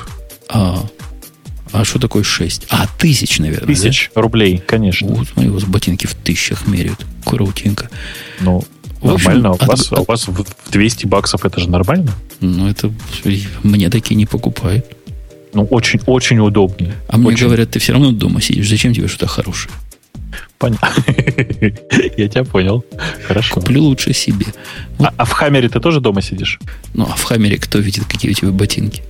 [SPEAKER 1] А что такое 6? 1000, наверное.
[SPEAKER 2] 1000 рублей, конечно.
[SPEAKER 1] Вот мои ботинки в тысячах меряют. Крутенько.
[SPEAKER 2] Нормально. У вас в $200 это же нормально?
[SPEAKER 1] Это мне такие не покупают.
[SPEAKER 2] Очень, очень удобнее.
[SPEAKER 1] А мне говорят, ты все равно дома сидишь. Зачем тебе что-то хорошее?
[SPEAKER 2] Понятно. Я тебя понял. Хорошо.
[SPEAKER 1] Куплю лучше себе.
[SPEAKER 2] Вот. А в Хаммере ты тоже дома сидишь?
[SPEAKER 1] Ну, а в Хаммере кто видит, какие у тебя ботинки?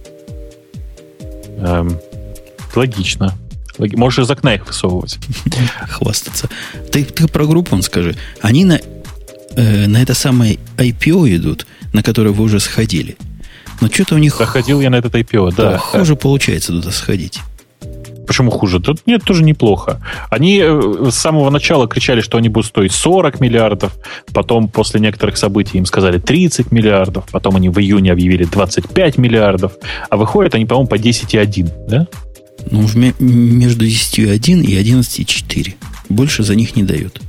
[SPEAKER 2] Логично. Можешь из окна их высовывать.
[SPEAKER 1] Хвастаться. Ты про Groupon скажи. Они на это самое IPO идут, на которое вы уже сходили. Но что-то у них...
[SPEAKER 2] Заходил я на этот IPO, да.
[SPEAKER 1] Хуже получается туда сходить.
[SPEAKER 2] Почему хуже? Тут нет, тоже неплохо. Они с самого начала кричали, что они будут стоить 40 миллиардов, потом после некоторых событий им сказали 30 миллиардов, потом они в июне объявили 25 миллиардов, а выходят они, по-моему, по 10,1, да?
[SPEAKER 1] Ну, между 10,1 и 11,4. Больше за них не дают.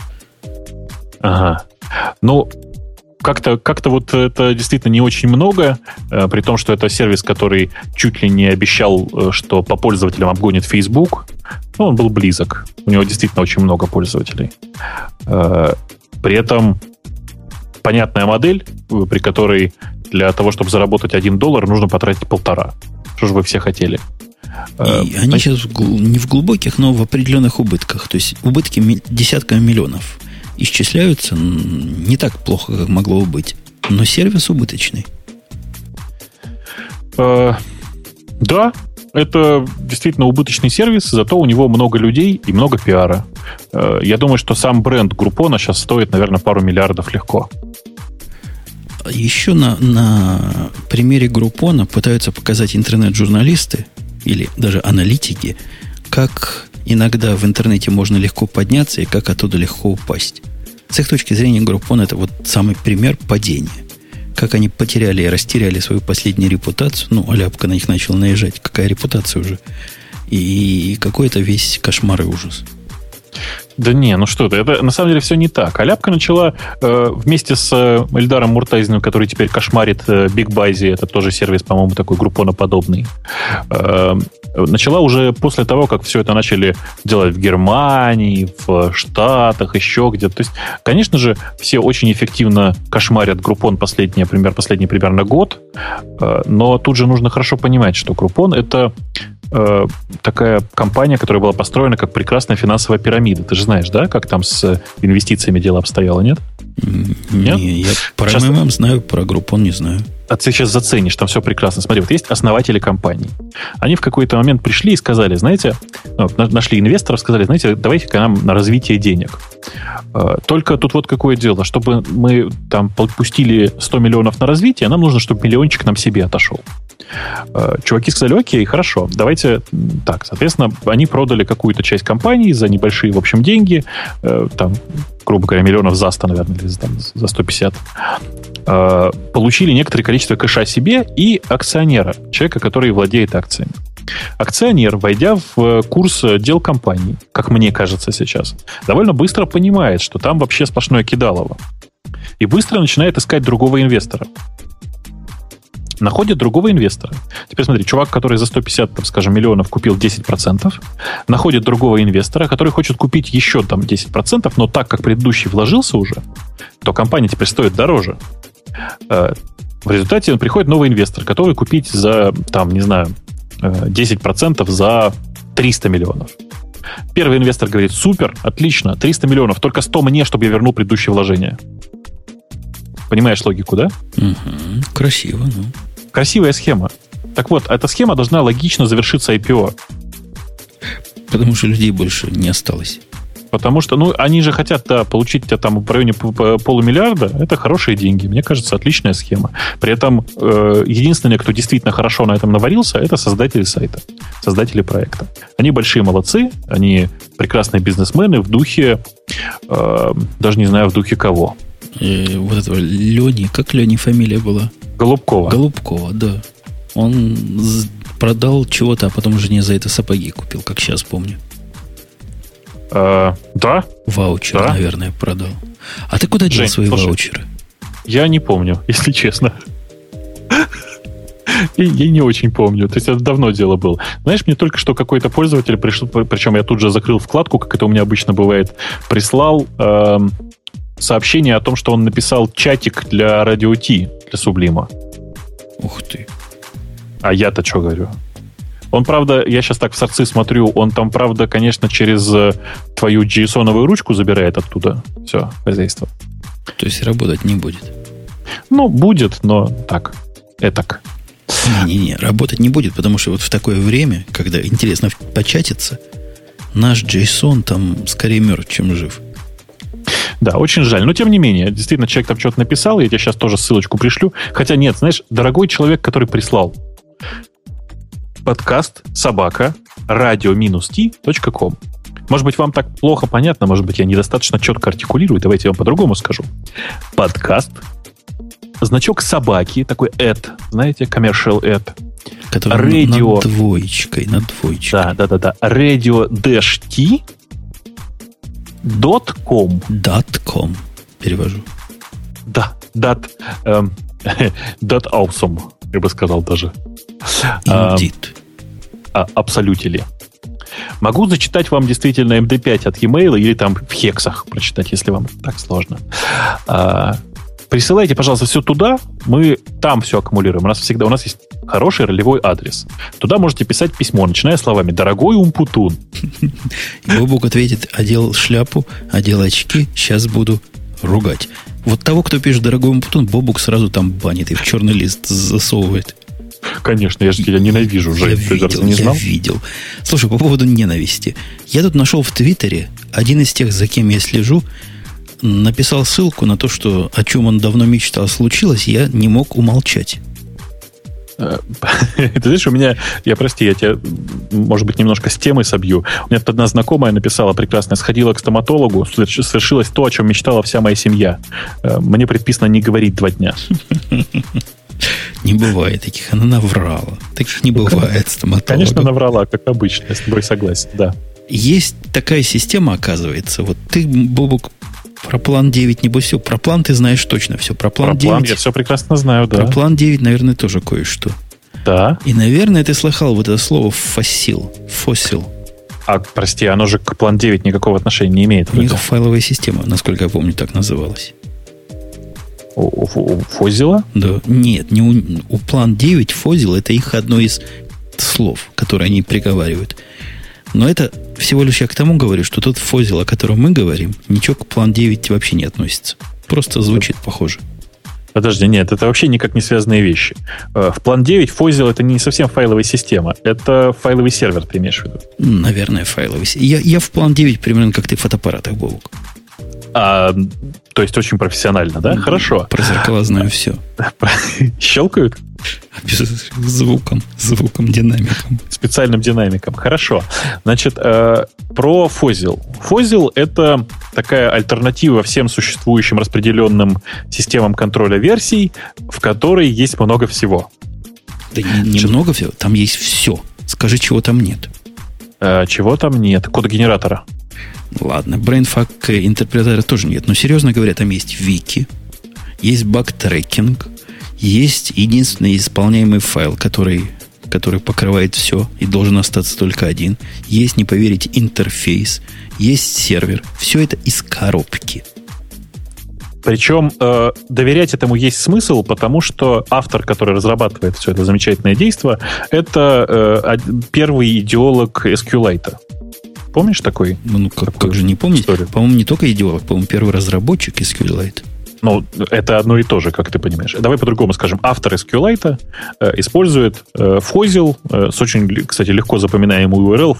[SPEAKER 2] Ага. Ну, как-то вот это действительно не очень много, при том, что это сервис, который чуть ли не обещал, что по пользователям обгонит Facebook. Ну, он был близок. У него действительно очень много пользователей. При этом понятная модель, при которой для того, чтобы заработать $1, нужно потратить 1,5. Что же вы все хотели?
[SPEAKER 1] И они сейчас не в глубоких, но в определенных убытках. То есть убытки десятками миллионов исчисляются не так плохо, как могло бы быть. Но сервис убыточный.
[SPEAKER 2] Да, это действительно убыточный сервис, зато у него много людей и много пиара. Я думаю, что сам бренд Groupon сейчас стоит, наверное, пару миллиардов легко.
[SPEAKER 1] Еще на примере Groupon пытаются показать интернет-журналисты или даже аналитики, как иногда в интернете можно легко подняться и как оттуда легко упасть. С их точки зрения, Groupon — это вот самый пример падения. Как они потеряли и растеряли свою последнюю репутацию. Ну, Аляпка на них начала наезжать. Какая репутация уже? И какой-то весь кошмар и ужас.
[SPEAKER 2] Да не, ну что ты, это на самом деле все не так. Аляпка начала вместе с Эльдаром Муртазиным, который теперь кошмарит BigBazi, это тоже сервис, по-моему, такой группоноподобный, начала уже после того, как все это начали делать в Германии, в Штатах, еще где-то. То есть, конечно же, все очень эффективно кошмарят Groupon последний примерно год, но тут же нужно хорошо понимать, что Groupon — это такая компания, которая была построена как прекрасная финансовая пирамида. Ты же знаешь, да, как там с инвестициями дело обстояло, нет?
[SPEAKER 1] Нет? Не, я про МММ знаю, про Groupon не знаю.
[SPEAKER 2] А ты сейчас заценишь, там все прекрасно. Смотри, вот есть основатели компаний. Они в какой-то момент пришли и сказали, знаете, нашли инвесторов, сказали, знаете, давайте-ка нам на развитие денег. Только тут вот какое дело, чтобы мы там пустили 100 миллионов на развитие, нам нужно, чтобы миллиончик нам себе отошел. Чуваки сказали, окей, хорошо, давайте так. Соответственно, они продали какую-то часть компании за небольшие, в общем, деньги, там, грубо говоря, миллионов за 100, наверное, или там, за 150. Получили некоторое количество кэша себе и акционера, человека, который владеет акциями. Акционер, войдя в курс дел компании, как мне кажется сейчас, довольно быстро понимает, что там вообще сплошное кидалово. И быстро начинает искать другого инвестора. Находит другого инвестора. Теперь смотри, чувак, который за 150, там, скажем, миллионов купил 10%, находит другого инвестора, который хочет купить еще там 10%, но так как предыдущий вложился уже, то компания теперь стоит дороже. В результате приходит новый инвестор, готовый купить за, там, не знаю, 10% за 300 миллионов. Первый инвестор говорит, супер, отлично, 300 миллионов, только 100 мне, чтобы я вернул предыдущее вложение. Понимаешь логику, да?
[SPEAKER 1] Угу, красиво, ну.
[SPEAKER 2] Красивая схема. Так вот, эта схема должна логично завершиться IPO.
[SPEAKER 1] Потому что людей больше не осталось.
[SPEAKER 2] Потому что, ну, они же хотят, да, получить там в районе полумиллиарда. Это хорошие деньги. Мне кажется, отличная схема. При этом единственные, кто действительно хорошо на этом наварился, это создатели сайта, создатели проекта. Они большие молодцы, они прекрасные бизнесмены в духе, даже не знаю, в духе кого.
[SPEAKER 1] Вот этого Лени, как Лени фамилия была? Голубкова, да. Он продал чего-то, а потом жене за это сапоги купил, как сейчас помню.
[SPEAKER 2] Да.
[SPEAKER 1] Ваучер, да, наверное, продал. А ты куда дел свои ваучеры?
[SPEAKER 2] Я не помню, если честно. Я не очень помню. То есть это давно дело было. Знаешь, мне только что какой-то пользователь пришел, причем я тут же закрыл вкладку, как это у меня обычно бывает, прислал сообщение о том, что он написал чатик для Radio T, для Сублима.
[SPEAKER 1] Ух ты.
[SPEAKER 2] А я-то что говорю? Он, правда, я сейчас так в сорцы смотрю, он там, правда, конечно, через твою JSON-овую ручку забирает оттуда все хозяйство.
[SPEAKER 1] То есть работать не будет?
[SPEAKER 2] Ну, будет, но так, этак.
[SPEAKER 1] Не-не-не, работать не будет, потому что вот в такое время, когда интересно початиться, наш JSON там скорее мертв, чем жив.
[SPEAKER 2] Да, очень жаль. Но, тем не менее, действительно, человек там что-то написал, я тебе сейчас тоже ссылочку пришлю. Хотя нет, знаешь, дорогой человек, который прислал подкаст radio-t.com. Может быть, вам так плохо понятно, может быть, я недостаточно четко артикулирую. Давайте я вам по-другому скажу. Подкаст, значок собаки, такой ad, знаете, commercial ad.
[SPEAKER 1] Который
[SPEAKER 2] Radio...
[SPEAKER 1] над двоечкой.
[SPEAKER 2] Да. radio-t.com.
[SPEAKER 1] .com. Перевожу.
[SPEAKER 2] Да, awesome, я бы сказал даже.
[SPEAKER 1] Indeed.
[SPEAKER 2] Абсолютно. Могу зачитать вам действительно MD5 от e-mail или там в хексах прочитать, если вам так сложно. Присылайте, пожалуйста, все туда, мы там все аккумулируем. У нас есть хороший ролевой адрес. Туда можете писать письмо, начиная словами «Дорогой Умпутун».
[SPEAKER 1] И Бобук ответит: одел шляпу, одел очки, сейчас буду ругать. Вот того, кто пишет «Дорогой Умпутун», Бобук сразу там банит и в черный лист засовывает.
[SPEAKER 2] Конечно, я ненавижу уже.
[SPEAKER 1] Я видел. Слушай, по поводу ненависти. Я тут нашел в Твиттере один из тех, за кем я слежу, написал ссылку на то, что о чем он давно мечтал случилось, я не мог умолчать.
[SPEAKER 2] Ты знаешь, я тебя, может быть, немножко с темой собью. У меня тут одна знакомая написала прекрасно: сходила к стоматологу, свершилось то, о чем мечтала вся моя семья. Мне предписано не говорить 2 дня.
[SPEAKER 1] Не бывает таких. Она наврала. Таких не бывает стоматологов.
[SPEAKER 2] Конечно, наврала, как обычно. Я с тобой согласен, да.
[SPEAKER 1] Есть такая система, оказывается. Вот ты, Бобук, про план 9, небось, все. Про план ты знаешь точно все. Про план 9...
[SPEAKER 2] я все прекрасно знаю, да.
[SPEAKER 1] Про план 9, наверное, тоже кое-что.
[SPEAKER 2] Да.
[SPEAKER 1] И, наверное, ты слыхал вот это слово «фосил». «Фосил».
[SPEAKER 2] Прости, оно же к план 9 никакого отношения не имеет.
[SPEAKER 1] У них файловая система, насколько я помню, так называлась.
[SPEAKER 2] У Фозила?
[SPEAKER 1] Да. Нет, не у план 9 Фозил — это их одно из слов, которые они приговаривают. Но это всего лишь я к тому говорю, что тот Фозил, о котором мы говорим, ничего к план 9 вообще не относится. Просто звучит похоже.
[SPEAKER 2] Подожди, нет, это вообще никак не связанные вещи. В план 9 Фозил — это не совсем файловая система. Это файловый сервер, ты имеешь в виду?
[SPEAKER 1] Наверное, файловый. Я в план 9 примерно как ты в фотоаппаратах, Бобук.
[SPEAKER 2] То есть очень профессионально, да? Хорошо.
[SPEAKER 1] Про зеркала знаю все.
[SPEAKER 2] Щелкают?
[SPEAKER 1] Звуком, динамиком.
[SPEAKER 2] Специальным динамиком. Хорошо. Значит, про Фозил. Фозил — это такая альтернатива всем существующим распределенным системам контроля версий, в которой есть много всего.
[SPEAKER 1] Да не много всего, там есть все. Скажи, чего там нет.
[SPEAKER 2] Чего там нет? Кодогенератора.
[SPEAKER 1] Ладно, BrainFuck интерпретатора тоже нет. Но, серьезно говоря, там есть вики, есть баг-трекинг, есть единственный исполняемый файл, который покрывает все и должен остаться только один. Есть, не поверите, интерфейс, есть сервер. Все это из коробки.
[SPEAKER 2] Причем доверять этому есть смысл, потому что автор, который разрабатывает все это замечательное действо, это первый идеолог SQLite. Помнишь такой?
[SPEAKER 1] Как же не помнить? Историю? По-моему, не только идеолог, по-моему, первый разработчик SQLite.
[SPEAKER 2] Ну, это одно и то же, как ты понимаешь. Давай по-другому скажем. Автор SQLite использует Fozil с очень, кстати, легко запоминаемый URL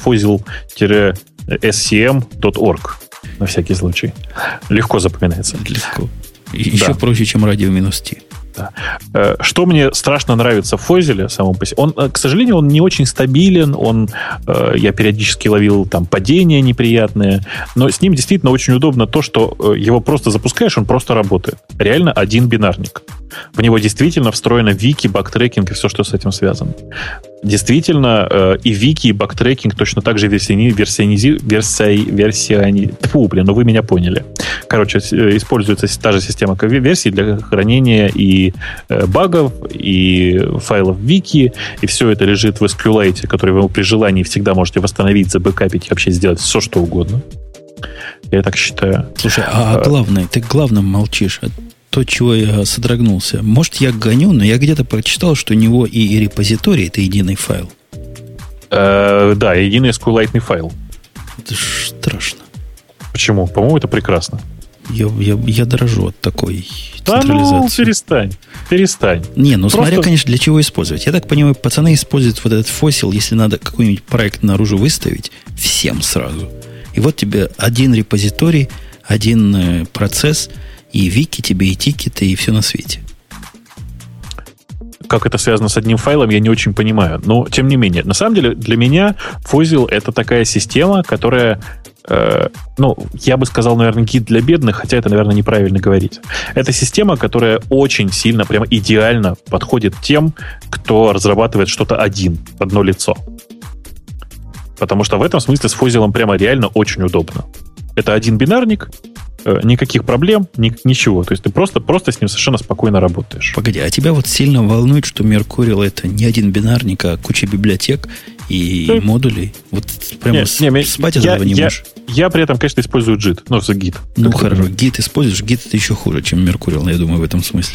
[SPEAKER 2] fozil-scm.org. На всякий случай. Легко запоминается.
[SPEAKER 1] Легко. Еще проще, чем радио-T.
[SPEAKER 2] Да. Что мне страшно нравится в Фозиле самом по себе, он, к сожалению, он не очень стабилен, я периодически ловил там падения неприятные, но с ним действительно очень удобно то, что его просто запускаешь, он просто работает. Реально один бинарник. В него действительно встроено вики, бактрекинг и все, что с этим связано. Действительно, и вики, и бактрекинг точно так же вы меня поняли. Короче, используется та же система версий для хранения и багов, и файлов вики, и все это лежит в SQLite, который вы при желании всегда можете восстановить, забэкапить и вообще сделать все, что угодно. Я так считаю.
[SPEAKER 1] Слушай, главное, ты главным молчишь. То, чего я содрогнулся. Может, я гоню, но я где-то прочитал, что у него и репозиторий — это единый файл.
[SPEAKER 2] Да, единый SQLite файл.
[SPEAKER 1] Это ж страшно.
[SPEAKER 2] Почему? По-моему, это прекрасно.
[SPEAKER 1] Я дрожу от такой
[SPEAKER 2] централизации.
[SPEAKER 1] Да,
[SPEAKER 2] перестань.
[SPEAKER 1] Не, смотря, конечно, для чего использовать. Я так понимаю, пацаны используют вот этот фосил, если надо какой-нибудь проект наружу выставить, всем сразу. И вот тебе один репозиторий, один процесс, и вики тебе, и тикеты, и все на свете.
[SPEAKER 2] Как это связано с одним файлом, я не очень понимаю. Но, тем не менее, на самом деле, для меня Fossil — это такая система, которая, я бы сказал, наверное, гид для бедных, хотя это, наверное, неправильно говорить. Это система, которая очень сильно, прямо идеально подходит тем, кто разрабатывает что-то одно лицо. Потому что в этом смысле с Fossil прямо реально очень удобно. Это один бинарник, никаких проблем, ничего. То есть ты просто с ним совершенно спокойно работаешь.
[SPEAKER 1] Погоди, а тебя вот сильно волнует, что Mercurial — это не один бинарник, а куча библиотек и модулей? Вот прямо спать от этого не можешь?
[SPEAKER 2] Я при этом, конечно, использую JIT, за Git.
[SPEAKER 1] Ну, хорошо, Git используешь. Git — это еще хуже, чем Mercurial, я думаю, в этом смысле.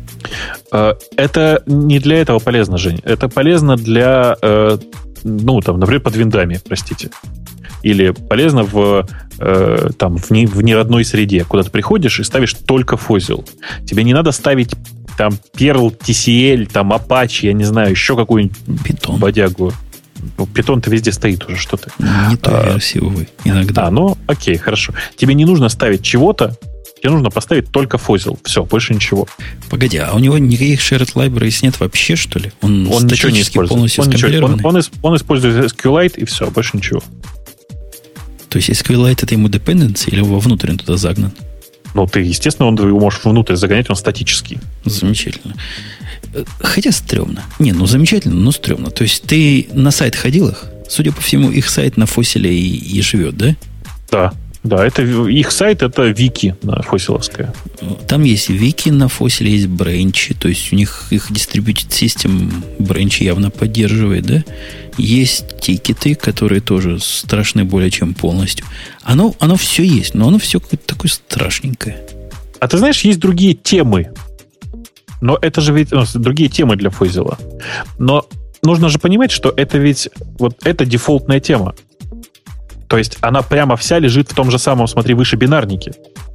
[SPEAKER 2] Это не для этого полезно, Жень. Это полезно для, например, под виндами, простите. Или полезно в неродной среде, куда ты приходишь и ставишь только Fossil. Тебе не надо ставить там Perl, TCL, там Apache, я не знаю, еще какую-нибудь
[SPEAKER 1] Python.
[SPEAKER 2] Бодягу. Python-то везде стоит уже, что ты.
[SPEAKER 1] Не той версии, увы, иногда.
[SPEAKER 2] Окей, хорошо. Тебе не нужно ставить чего-то, тебе нужно поставить только Fossil. Все, больше ничего.
[SPEAKER 1] Погоди, а у него никаких shared libraries нет вообще, что ли? Он
[SPEAKER 2] ничего не использует.
[SPEAKER 1] Полностью скомпилированный?
[SPEAKER 2] Он использует SQLite и все, больше ничего.
[SPEAKER 1] То есть SQLite — это ему dependency или вовнутрь он туда загнан?
[SPEAKER 2] Ты, естественно, он его можешь внутрь загонять, он статический.
[SPEAKER 1] Замечательно. Хотя стрёмно. Замечательно, но стрёмно. То есть ты на сайт ходил их? Судя по всему, их сайт на Fossil и живет, да?
[SPEAKER 2] Да, это их сайт, это вики на фосиловская.
[SPEAKER 1] Там есть вики на Fossil, есть бренчи, то есть у них их distributed system бренчи явно поддерживает, да? Есть тикеты, которые тоже страшны более чем полностью. Оно все есть, но оно все какое-то такое страшненькое.
[SPEAKER 2] А ты знаешь, есть другие темы. Но это же ведь другие темы для Fossil. Но нужно же понимать, что это ведь это дефолтная тема. То есть она прямо вся лежит в том же самом, смотри, выше бинарнике.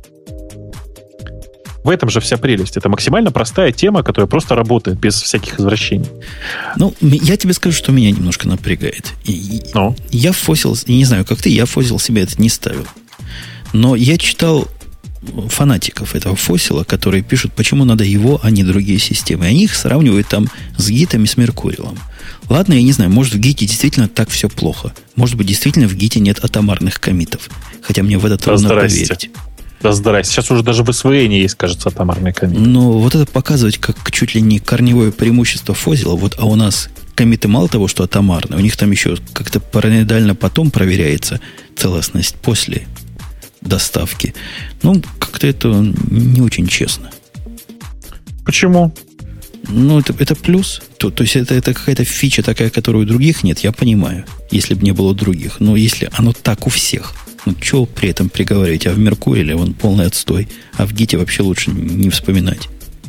[SPEAKER 2] В этом же вся прелесть. Это максимально простая тема, которая просто работает без всяких извращений.
[SPEAKER 1] Я тебе скажу, что меня немножко напрягает. Я Fossil, не знаю, как ты, я Fossil себе это не ставил. Но я читал фанатиков этого Fossil, которые пишут, почему надо его, а не другие системы. Они их сравнивают там с гитами, с Меркуриалом. Ладно, я не знаю, может, в гите действительно так все плохо. Может быть, действительно в гите нет атомарных коммитов. Хотя мне в это трудно поверить.
[SPEAKER 2] Да здрасте. Сейчас уже даже в SVN есть, кажется, атомарные коммиты.
[SPEAKER 1] Но вот это показывать как чуть ли не корневое преимущество Fossil, а у нас коммиты мало того, что атомарные, у них там еще как-то параноидально потом проверяется целостность после доставки. Как-то это не очень честно.
[SPEAKER 2] Почему?
[SPEAKER 1] Это плюс. То есть это какая-то фича такая, которую у других нет, я понимаю, если бы не было других. Но если оно так у всех, чего при этом приговаривать? А в Меркуриале он полный отстой, а в Гите вообще лучше не вспоминать.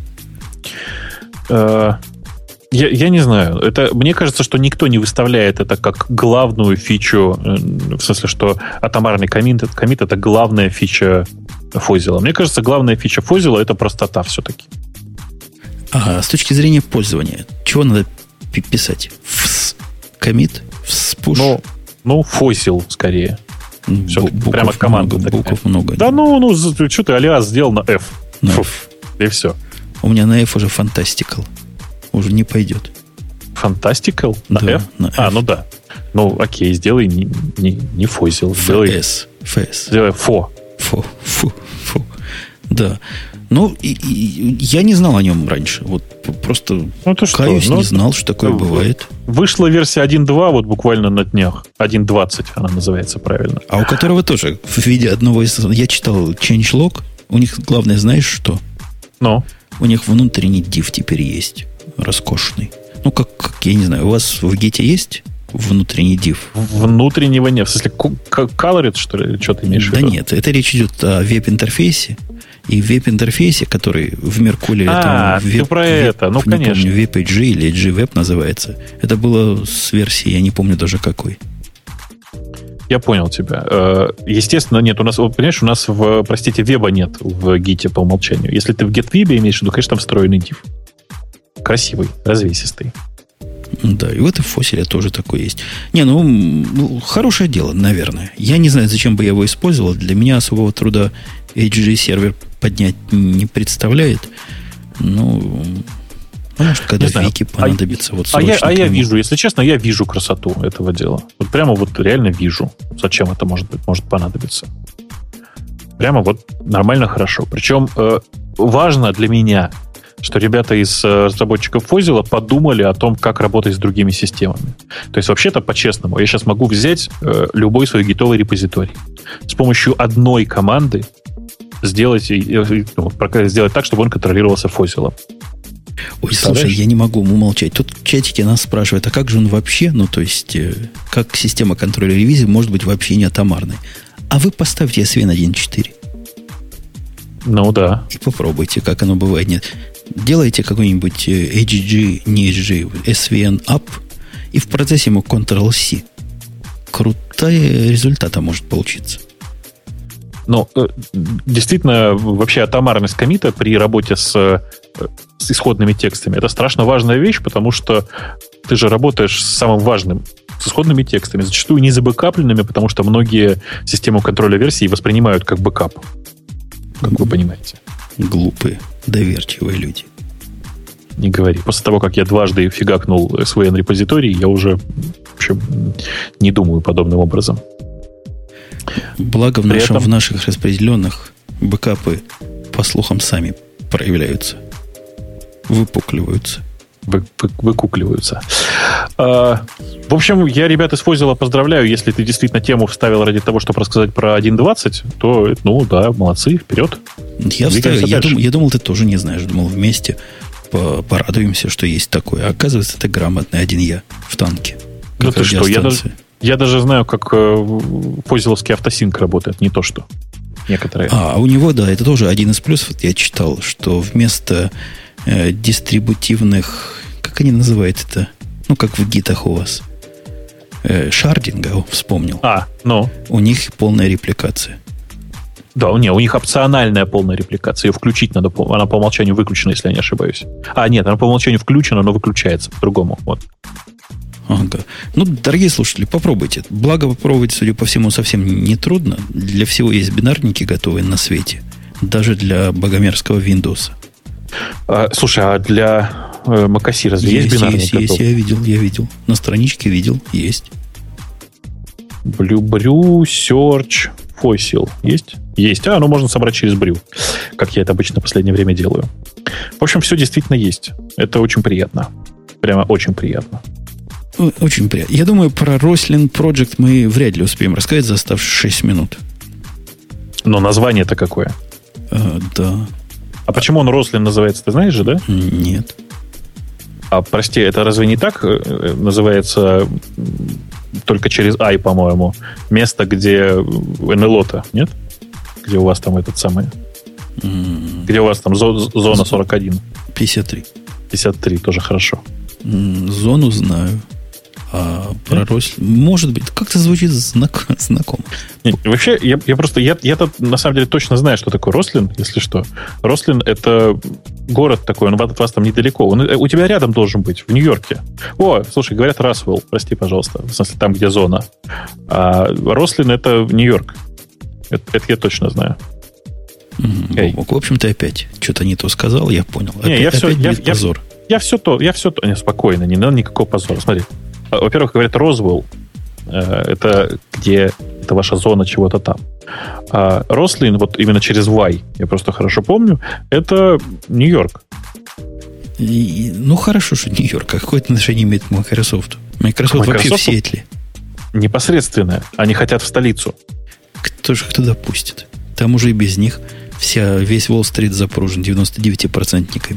[SPEAKER 2] Я не знаю. Мне кажется, что никто не выставляет это как главную фичу, в смысле, что атомарный коммит это главная фича Fossil. Мне кажется, главная фича Fossil это простота все-таки.
[SPEAKER 1] А с точки зрения пользования, чего надо писать? Коммит? Пуш?
[SPEAKER 2] Fossil скорее. Прямо команда.
[SPEAKER 1] Букв много.
[SPEAKER 2] Да что ты, алиас сделал на F. И все.
[SPEAKER 1] У меня на F уже Fantastical. Уже не пойдет.
[SPEAKER 2] Fantastical? На
[SPEAKER 1] да,
[SPEAKER 2] F?
[SPEAKER 1] На F.
[SPEAKER 2] Да. Окей, сделай не Fossil.
[SPEAKER 1] FS.
[SPEAKER 2] Сделай Fo.
[SPEAKER 1] Да. Я не знал о нем раньше. Просто каюсь, не знал, что такое бывает.
[SPEAKER 2] Вышла версия 1.2 буквально на днях. 1.20 она называется правильно.
[SPEAKER 1] А у которого тоже в виде одного из... Я читал changelog. У них главное, знаешь что? У них внутренний div теперь есть. Роскошный. Как я не знаю, у вас в Гите есть внутренний div?
[SPEAKER 2] Внутреннего нет. В смысле, colored, что ли? Что ты имеешь в виду?
[SPEAKER 1] Да нет, это речь идет о веб-интерфейсе. И в веб-интерфейсе, который в Меркуле...
[SPEAKER 2] ты про это, ну, конечно.
[SPEAKER 1] Не помню, WebAG или G-Web называется. Это было с версии, я не помню даже какой.
[SPEAKER 2] Я понял тебя. Естественно, нет. У нас, понимаешь, у нас веба нет в гите по умолчанию. Если ты в GetWeb имеешь в виду, конечно, там встроенный div. Красивый, развесистый.
[SPEAKER 1] Да, и вот и в Фосиле тоже такой есть. Хорошее дело, наверное. Я не знаю, зачем бы я его использовал. Для меня особого труда HG-сервер поднять не представляет. Может, когда вики понадобится.
[SPEAKER 2] Я вижу, если честно, я вижу красоту этого дела. Вот прямо вот реально вижу, зачем это может понадобиться. Прямо вот нормально хорошо. Причем важно для меня, что ребята из разработчиков Fozilla подумали о том, как работать с другими системами. То есть, вообще-то, по-честному, я сейчас могу взять любой свой гитовый репозиторий. С помощью одной команды сделать так, чтобы он контролировался Fozilla.
[SPEAKER 1] Ой, слушай, я не могу умолчать. Тут в чатике нас спрашивают, а как же он вообще, как система контроля ревизии может быть вообще не атомарной? А вы поставьте SVN 1.4.
[SPEAKER 2] Ну да.
[SPEAKER 1] И попробуйте, как оно бывает. Нет. Делайте какой-нибудь HG, не HG, SVN up, и в процессе ему Ctrl-C. Крутая результата может получиться.
[SPEAKER 2] Действительно, вообще атомарность коммита при работе с исходными текстами — это страшно важная вещь, потому что ты же работаешь с самым важным, с исходными текстами, зачастую не забэкапленными, потому что многие системы контроля версий воспринимают как бэкап, как вы понимаете.
[SPEAKER 1] Глупые, доверчивые люди.
[SPEAKER 2] Не говори. После того, как я дважды фигакнул SVN-репозиторий, я уже, в общем, не думаю подобным образом.
[SPEAKER 1] Благо в наших распределенных бэкапы, по слухам, сами проявляются. Выпукливаются.
[SPEAKER 2] Выкукливаются. В общем, я ребят из Fozilla поздравляю. Если ты действительно тему вставил ради того, чтобы рассказать про 1.20, то, да, молодцы, вперед.
[SPEAKER 1] Я думал, ты тоже не знаешь. Думал, вместе порадуемся, что есть такое. А оказывается, это грамотный один я в танке.
[SPEAKER 2] Ну ты что, я даже знаю, как фозиловский автосинк работает, не то что некоторые.
[SPEAKER 1] У него, да, это тоже один из плюсов. Я читал, что вместо дистрибутивных, как они называют это? Как в гитах у вас. Шардинга, вспомнил. У них полная репликация.
[SPEAKER 2] Да, у них опциональная полная репликация. Ее включить надо. Она по умолчанию выключена, если я не ошибаюсь. Нет, она по умолчанию включена, но выключается по-другому. Вот.
[SPEAKER 1] Ага. Дорогие слушатели, попробуйте. Благо, попробовать, судя по всему, совсем не трудно. Для всего есть бинарники готовые на свете. Даже для богомерзкого Windows.
[SPEAKER 2] Слушай, а для macOS разве есть бинарник?
[SPEAKER 1] Есть, я видел. На страничке видел, есть.
[SPEAKER 2] Brew, Search, Fossil. Есть? Есть. Можно собрать через Brew, как я это обычно в последнее время делаю. В общем, все действительно есть. Это очень приятно. Прямо очень приятно.
[SPEAKER 1] Очень приятно. Я думаю, про Roslyn Project мы вряд ли успеем рассказать за оставшиеся 6 минут.
[SPEAKER 2] Но название-то какое?
[SPEAKER 1] Да.
[SPEAKER 2] А почему он Roslyn называется, ты знаешь же, да?
[SPEAKER 1] Нет.
[SPEAKER 2] Прости, это разве не так называется только через I, по-моему? Место, где НЛО-то, нет? Где у вас там этот самый... Где у вас там зона 41?
[SPEAKER 1] 53.
[SPEAKER 2] 53, тоже хорошо.
[SPEAKER 1] Зону знаю. А про Roslyn... Может быть, как-то звучит знакомо.
[SPEAKER 2] Вообще, я-то на самом деле точно знаю, что такое Roslyn, если что. Roslyn — это город такой, он от вас там недалеко. Он у тебя рядом должен быть, в Нью-Йорке. Слушай, говорят Расвелл, прости, пожалуйста. В смысле, там, где зона. А Roslyn — это Нью-Йорк. Это я точно знаю.
[SPEAKER 1] В общем-то, опять что-то не то сказал, я понял.
[SPEAKER 2] Опять позор. Я все то. Не, спокойно, не надо никакого позора. Смотри. Во-первых, говорят, Розвелл. Это где это ваша зона чего-то там. А Рослин, вот именно через Y, я просто хорошо помню, это Нью-Йорк.
[SPEAKER 1] Хорошо, что Нью-Йорк. А какое отношение имеет к Microsoft? Microsoft вообще в Сиэтле.
[SPEAKER 2] Непосредственно. Они хотят в столицу.
[SPEAKER 1] Кто же их туда пустит? Там уже и без них весь Уолл-стрит запружен 99%-никами.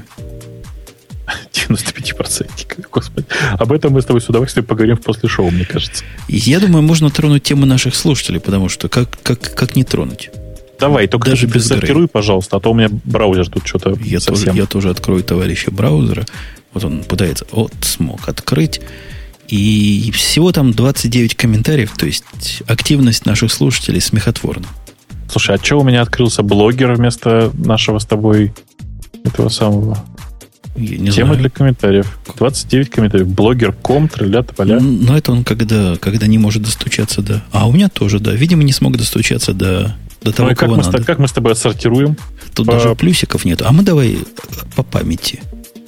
[SPEAKER 2] 95%. Господи. Об этом мы с тобой с удовольствием поговорим после шоу, мне кажется.
[SPEAKER 1] Я думаю, можно тронуть тему наших слушателей, потому что как не тронуть?
[SPEAKER 2] Давай, только
[SPEAKER 1] даже без
[SPEAKER 2] сортируй, пожалуйста, а то у меня браузер тут что-то совсем...
[SPEAKER 1] Я тоже открою товарища браузера. Вот он пытается, смог открыть. И всего там 29 комментариев, то есть активность наших слушателей смехотворна.
[SPEAKER 2] Слушай, а что у меня открылся блогер вместо нашего с тобой этого самого? Тема для комментариев. 29 комментариев. Блогер.ком, тролля-тополя.
[SPEAKER 1] Но это он когда не может достучаться до... А у меня тоже, да. Видимо, не смог достучаться до того, кого надо.
[SPEAKER 2] Как мы с тобой отсортируем?
[SPEAKER 1] Тут даже плюсиков нет. А мы давай по памяти.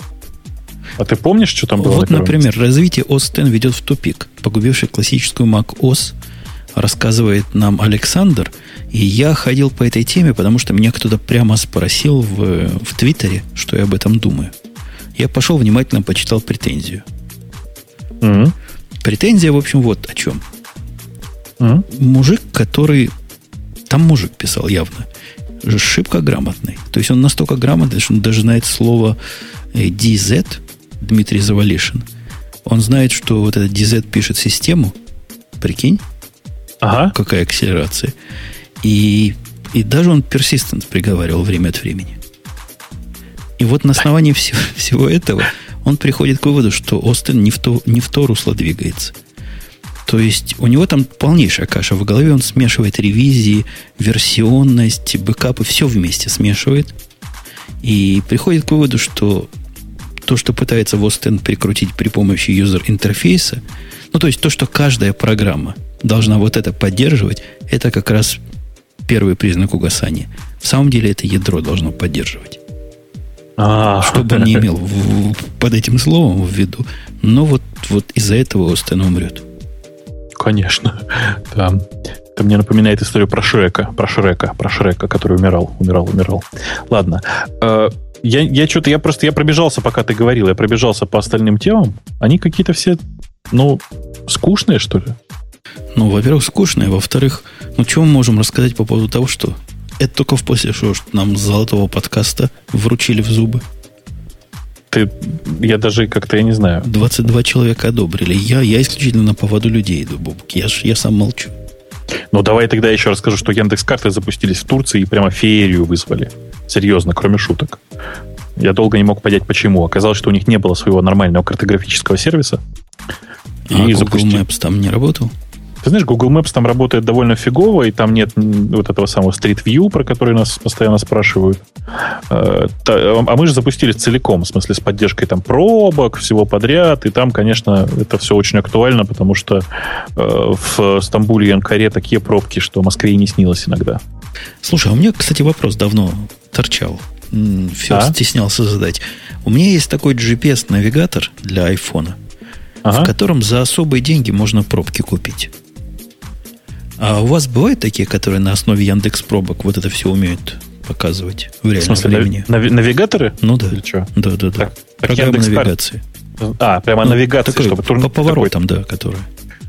[SPEAKER 2] А ты помнишь, что там было?
[SPEAKER 1] Вот, например, развитие OS X ведет в тупик. Погубивший классическую Mac OS, рассказывает нам Александр. И я ходил по этой теме, потому что меня кто-то прямо спросил в Твиттере, что я об этом думаю. Я пошел, внимательно почитал претензию.
[SPEAKER 2] Mm-hmm.
[SPEAKER 1] Претензия, в общем, вот о чем.
[SPEAKER 2] Mm-hmm.
[SPEAKER 1] Мужик, который... Там мужик писал явно. Шибко грамотный. То есть он настолько грамотный, что он даже знает слово DZ, Дмитрий Завалишин. Он знает, что вот этот DZ пишет систему. Прикинь?
[SPEAKER 2] Ага.
[SPEAKER 1] Какая акселерация. И даже он persistent приговаривал время от времени. И вот на основании всего этого он приходит к выводу, что Остин не в то русло двигается. То есть у него там полнейшая каша в голове. Он смешивает ревизии, версионность, бэкапы, все вместе смешивает. И приходит к выводу, что то, что пытается в Остин прикрутить при помощи юзер-интерфейса, ну, то есть то, что каждая программа должна вот это поддерживать, это как раз первый признак угасания. В самом деле это ядро должно поддерживать. Чтобы он не имел под этим словом в виду. Но вот из-за этого Остин умрет. Конечно.
[SPEAKER 2] Да. Это мне напоминает историю про Шрека, который умирал. Ладно. Я пробежался, пока ты говорил, я пробежался по остальным темам. Они какие-то все, скучные, что ли?
[SPEAKER 1] Во-первых, скучные. Во-вторых, чего мы можем рассказать по поводу того, что это только после того, что нам с золотого подкаста вручили в зубы.
[SPEAKER 2] Я даже как-то, я не знаю.
[SPEAKER 1] 22 человека одобрили. Я исключительно на поводу людей иду, Бобук. Я сам молчу.
[SPEAKER 2] Давай тогда еще расскажу, что Яндекс.Карты запустились в Турции и прямо феерию вызвали. Серьезно, кроме шуток. Я долго не мог понять, почему. Оказалось, что у них не было своего нормального картографического сервиса.
[SPEAKER 1] Google Maps там не работал?
[SPEAKER 2] Ты знаешь, Google Maps там работает довольно фигово, и там нет вот этого самого Street View, про который нас постоянно спрашивают. А мы же запустились целиком, в смысле с поддержкой там пробок, всего подряд, и там, конечно, это все очень актуально, потому что в Стамбуле и Анкаре такие пробки, что Москве и не снилось иногда.
[SPEAKER 1] Слушай, а у меня, кстати, вопрос давно торчал. Все стеснялся задать. У меня есть такой GPS-навигатор для айфона, в котором за особые деньги можно пробки купить. А у вас бывают такие, которые на основе Яндекс.Пробок вот это все умеют показывать в реальном времени?
[SPEAKER 2] Навигаторы?
[SPEAKER 1] Ну да.
[SPEAKER 2] Или что?
[SPEAKER 1] Да. Программа навигации.
[SPEAKER 2] Прямо навигация,
[SPEAKER 1] такой,
[SPEAKER 2] чтобы
[SPEAKER 1] по поворотам, да, которые.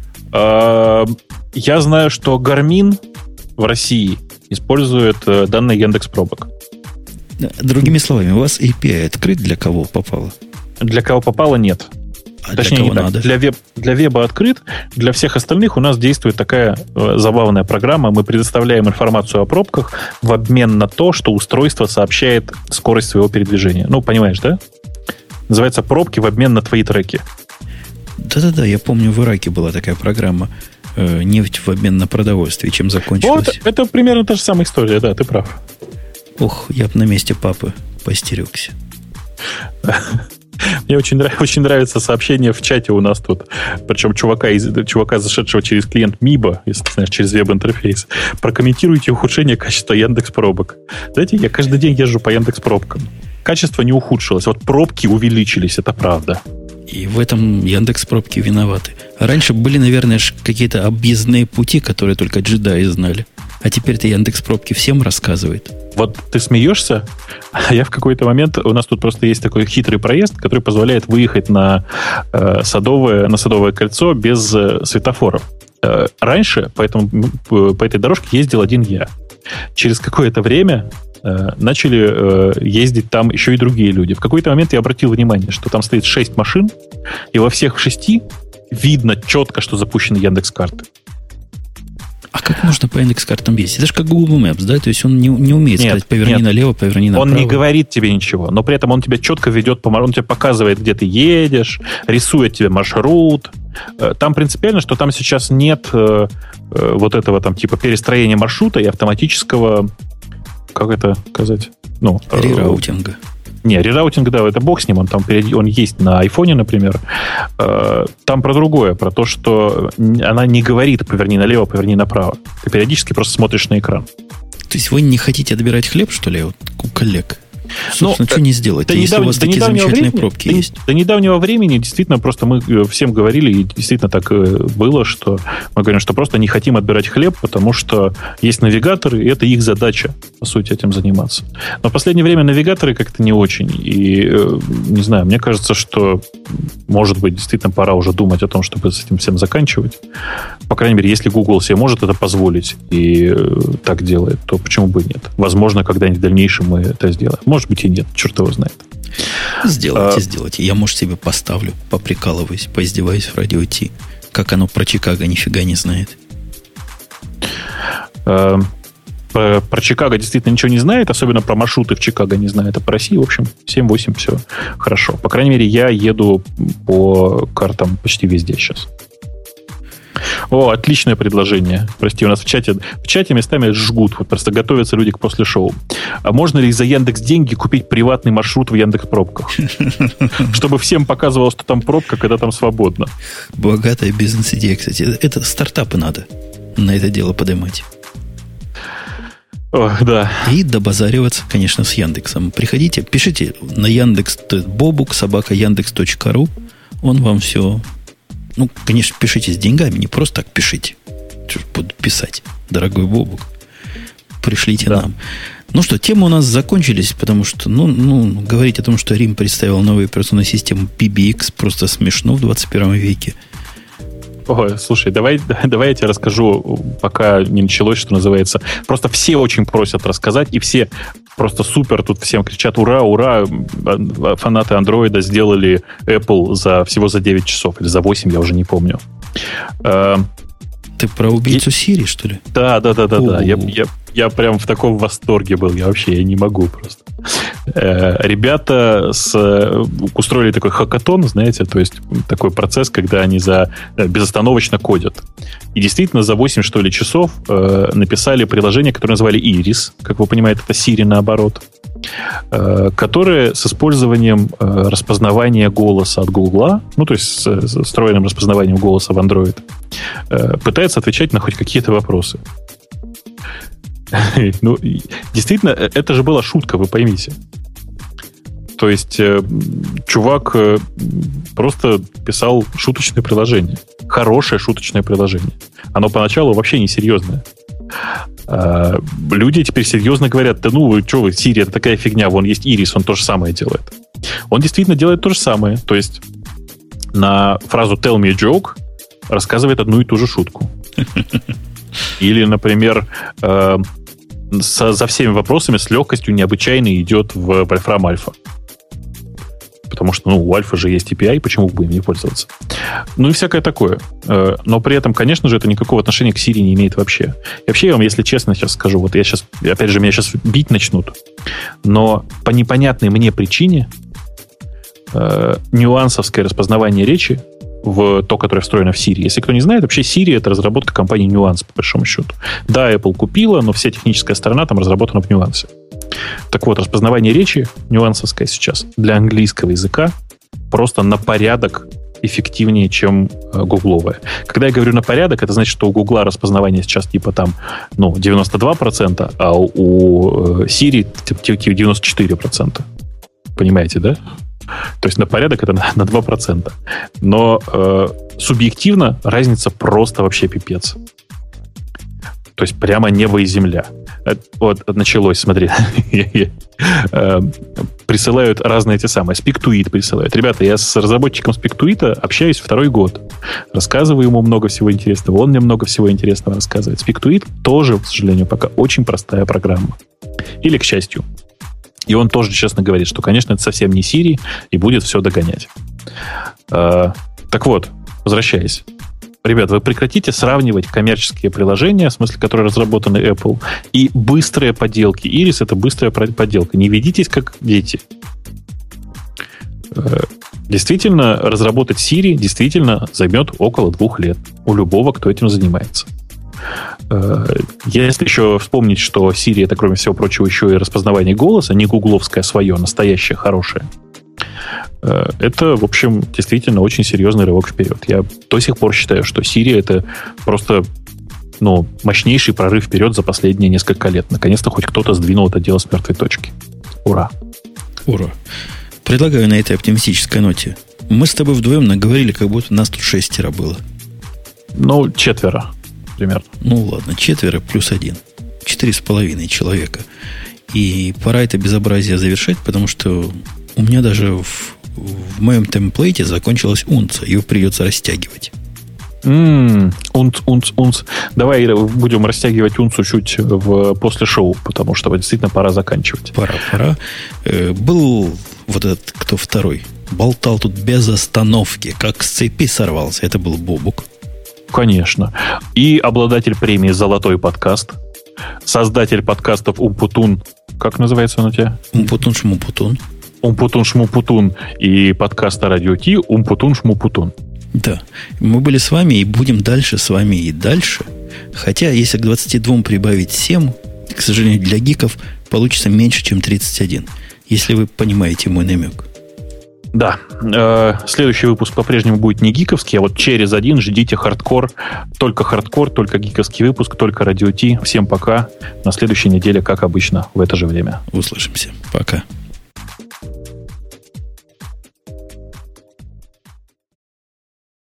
[SPEAKER 2] Я знаю, что Garmin в России использует данные Яндекс.Пробок.
[SPEAKER 1] Другими словами, у вас API открыт для кого попало?
[SPEAKER 2] Для кого попало, нет. Точнее, не так. Для веба открыт, для всех остальных у нас действует такая забавная программа. Мы предоставляем информацию о пробках в обмен на то, что устройство сообщает скорость своего передвижения. Понимаешь, да? Называется «Пробки в обмен на твои треки».
[SPEAKER 1] Да-да-да, я помню, в Ираке была такая программа «Нефть в обмен на продовольствие». Чем закончилась?
[SPEAKER 2] Вот, это примерно та же самая история, да, ты прав.
[SPEAKER 1] Я бы на месте папы постерегся.
[SPEAKER 2] Мне очень нравится сообщение в чате у нас тут. Причем чувака, зашедшего через клиент Миба, если ты знаешь, через веб-интерфейс. Прокомментируйте ухудшение качества Яндекс.Пробок. Знаете, я каждый день езжу по Яндекс.Пробкам. Качество не ухудшилось. Вот пробки увеличились, это правда.
[SPEAKER 1] И в этом Яндекс.Пробки виноваты. Раньше были, наверное, какие-то объездные пути, которые только джедаи знали. А теперь-то Яндекс.Пробки всем рассказывает.
[SPEAKER 2] Вот ты смеешься, а я в какой-то момент... У нас тут просто есть такой хитрый проезд, который позволяет выехать на Садовое кольцо без светофоров. Раньше по этой дорожке ездил один я. Через какое-то время начали ездить там еще и другие люди. В какой-то момент я обратил внимание, что там стоит 6 машин, и во всех 6 видно четко, что запущены Яндекс.Карты.
[SPEAKER 1] А как можно по индекс-картам ездить? Это же как Google Maps, да? То есть он не умеет сказать, поверни налево, поверни направо.
[SPEAKER 2] Он не говорит тебе ничего, но при этом он тебя четко ведет, он тебе показывает, где ты едешь, рисует тебе маршрут. Там принципиально, что там сейчас нет вот этого там типа перестроения маршрута и автоматического, как это сказать?
[SPEAKER 1] Рераутинга.
[SPEAKER 2] Не, рераутинг, да, это бог с ним, он есть на айфоне, например. Там про другое, про то, что она не говорит «поверни налево, поверни направо». Ты периодически просто смотришь на экран.
[SPEAKER 1] То есть вы не хотите отбирать хлеб, что ли, у коллег? Собственно, что не сделать, если у вас такие замечательные пробки есть?
[SPEAKER 2] До недавнего времени действительно просто мы всем говорили, и действительно так было, что мы говорим, что просто не хотим отбирать хлеб, потому что есть навигаторы, и это их задача, по сути, этим заниматься. Но в последнее время навигаторы как-то не очень. И, не знаю, мне кажется, что, может быть, действительно пора уже думать о том, чтобы с этим всем заканчивать. По крайней мере, если Google себе может это позволить и так делает, то почему бы и нет? Возможно, когда-нибудь в дальнейшем мы это сделаем. Может быть и нет, черт его знает.
[SPEAKER 1] Сделайте. Я, может, себе поставлю, поприкалываюсь, поиздеваюсь в радио Ти. Как оно про Чикаго нифига не знает.
[SPEAKER 2] Про Чикаго действительно ничего не знает, особенно про маршруты в Чикаго не знает, а по России, в общем, 7-8 все хорошо. По крайней мере, я еду по картам почти везде сейчас. О, отличное предложение. Прости, у нас в чате местами жгут. Вот просто готовятся люди к после шоу. А можно ли за Яндекс деньги купить приватный маршрут в Яндекс пробках? Чтобы всем показывалось, что там пробка, когда там свободно.
[SPEAKER 1] Богатая бизнес-идея, кстати. Это стартапы надо на это дело поднимать.
[SPEAKER 2] О, да.
[SPEAKER 1] И добазариваться, конечно, с Яндексом. Приходите, пишите на Яндекс bobuk@yandex.ru. Он вам все... Ну, конечно, пишите с деньгами, не просто так пишите. Буду писать, дорогой Бобук. Пришлите нам. Ну что, темы у нас закончились, потому что, говорить о том, что Рим представил новую операционную систему PBX, просто смешно в 21 веке.
[SPEAKER 2] Ой, слушай, давай я тебе расскажу, пока не началось, что называется. Просто все очень просят рассказать, и все просто супер тут всем кричат: ура, ура, фанаты андроида сделали Apple всего за 9 часов, или за 8, я уже не помню.
[SPEAKER 1] Ты про убийцу Сири, что ли?
[SPEAKER 2] Да. Я прям в таком восторге был. Я не могу просто. Ребята устроили такой хакатон, знаете, то есть такой процесс, когда они безостановочно кодят. И действительно за 8, что ли, часов написали приложение, которое назвали Iris. Как вы понимаете, это Siri наоборот. Которое с использованием распознавания голоса от Гугла, то есть с встроенным распознаванием голоса в Android, пытается отвечать на хоть какие-то вопросы. Действительно, это же была шутка, вы поймите. То есть чувак просто писал шуточное приложение. Хорошее шуточное приложение. Оно поначалу вообще не серьезное. Люди теперь серьезно говорят: что вы, Siri, это такая фигня, вон есть Iris, он то же самое делает. Он действительно делает то же самое. То есть на фразу «tell me a joke» рассказывает одну и ту же шутку. Или, например, за всеми вопросами с легкостью необычайно идет в Вольфрам Альфа. Потому что, у Альфа же есть API, почему бы им не пользоваться? И всякое такое. Но при этом, конечно же, это никакого отношения к Siri не имеет вообще. И вообще, я вам, если честно, сейчас скажу, меня сейчас бить начнут, но по непонятной мне причине нюансовское распознавание речи в то, которое встроено в Siri. Если кто не знает, вообще Siri — это разработка компании Nuance, по большому счету. Да, Apple купила, но вся техническая сторона там разработана в Nuance. Так вот, распознавание речи нюансовское сейчас для английского языка просто на порядок эффективнее, чем гугловое. Когда я говорю на порядок, это значит, что у Гугла распознавание сейчас типа там 92%, а у Siri типа 94%. Понимаете, да? То есть на порядок это на 2%. Но субъективно разница просто вообще пипец. То есть прямо небо и земля. Вот началось, смотри. Присылают разные эти самые. SpeakToIt присылают. Ребята, я с разработчиком SpeakToIt общаюсь 2-й год. Рассказываю ему много всего интересного. Он мне много всего интересного рассказывает. SpeakToIt тоже, к сожалению, пока очень простая программа. Или к счастью. И он тоже честно говорит, что, конечно, это совсем не Siri и будет все догонять. Так вот, возвращаясь. Ребят, вы прекратите сравнивать коммерческие приложения, в смысле, которые разработаны Apple, и быстрые поделки. Iris — это быстрая поделка. Не ведитесь как дети. Действительно, разработать Siri действительно займет около 2 лет у любого, кто этим занимается. Если еще вспомнить, что Siri — это, кроме всего прочего, еще и распознавание голоса, не гугловское свое, настоящее, хорошее, это, в общем, действительно очень серьезный рывок вперед. Я до сих пор считаю, что Siri — это просто мощнейший прорыв вперед за последние несколько лет. Наконец-то хоть кто-то сдвинул это дело с мертвой точки. Ура!
[SPEAKER 1] Ура! Предлагаю на этой оптимистической ноте. Мы с тобой вдвоем наговорили, как будто нас тут 6 было.
[SPEAKER 2] 4 примерно.
[SPEAKER 1] Ладно, 4 плюс 1. 4,5 человека. И пора это безобразие завершать, потому что у меня даже в моем темплейте закончилась унция. Ее придется растягивать.
[SPEAKER 2] Унц. Давай будем растягивать унцу чуть после шоу, потому что действительно пора заканчивать.
[SPEAKER 1] Пора. Был вот этот, кто второй, болтал тут без остановки, как с цепи сорвался. Это был Бобук.
[SPEAKER 2] Конечно. И обладатель премии «Золотой подкаст», создатель подкастов «Умпутун». Как называется он у тебя?
[SPEAKER 1] Умпутун-шмупутун.
[SPEAKER 2] Умпутун-шмупутун и подкаста «Радио Ти» «Умпутун-шмупутун».
[SPEAKER 1] Да. Мы были с вами и будем дальше с вами и дальше. Хотя, если к 22 прибавить 7, к сожалению, для гиков получится меньше, чем 31. Если вы понимаете мой намек.
[SPEAKER 2] Да. Следующий выпуск по-прежнему будет не гиковский, а вот через один ждите хардкор, только гиковский выпуск, только Радио Ти. Всем пока. На следующей неделе, как обычно, в это же время.
[SPEAKER 1] Услышимся. Пока.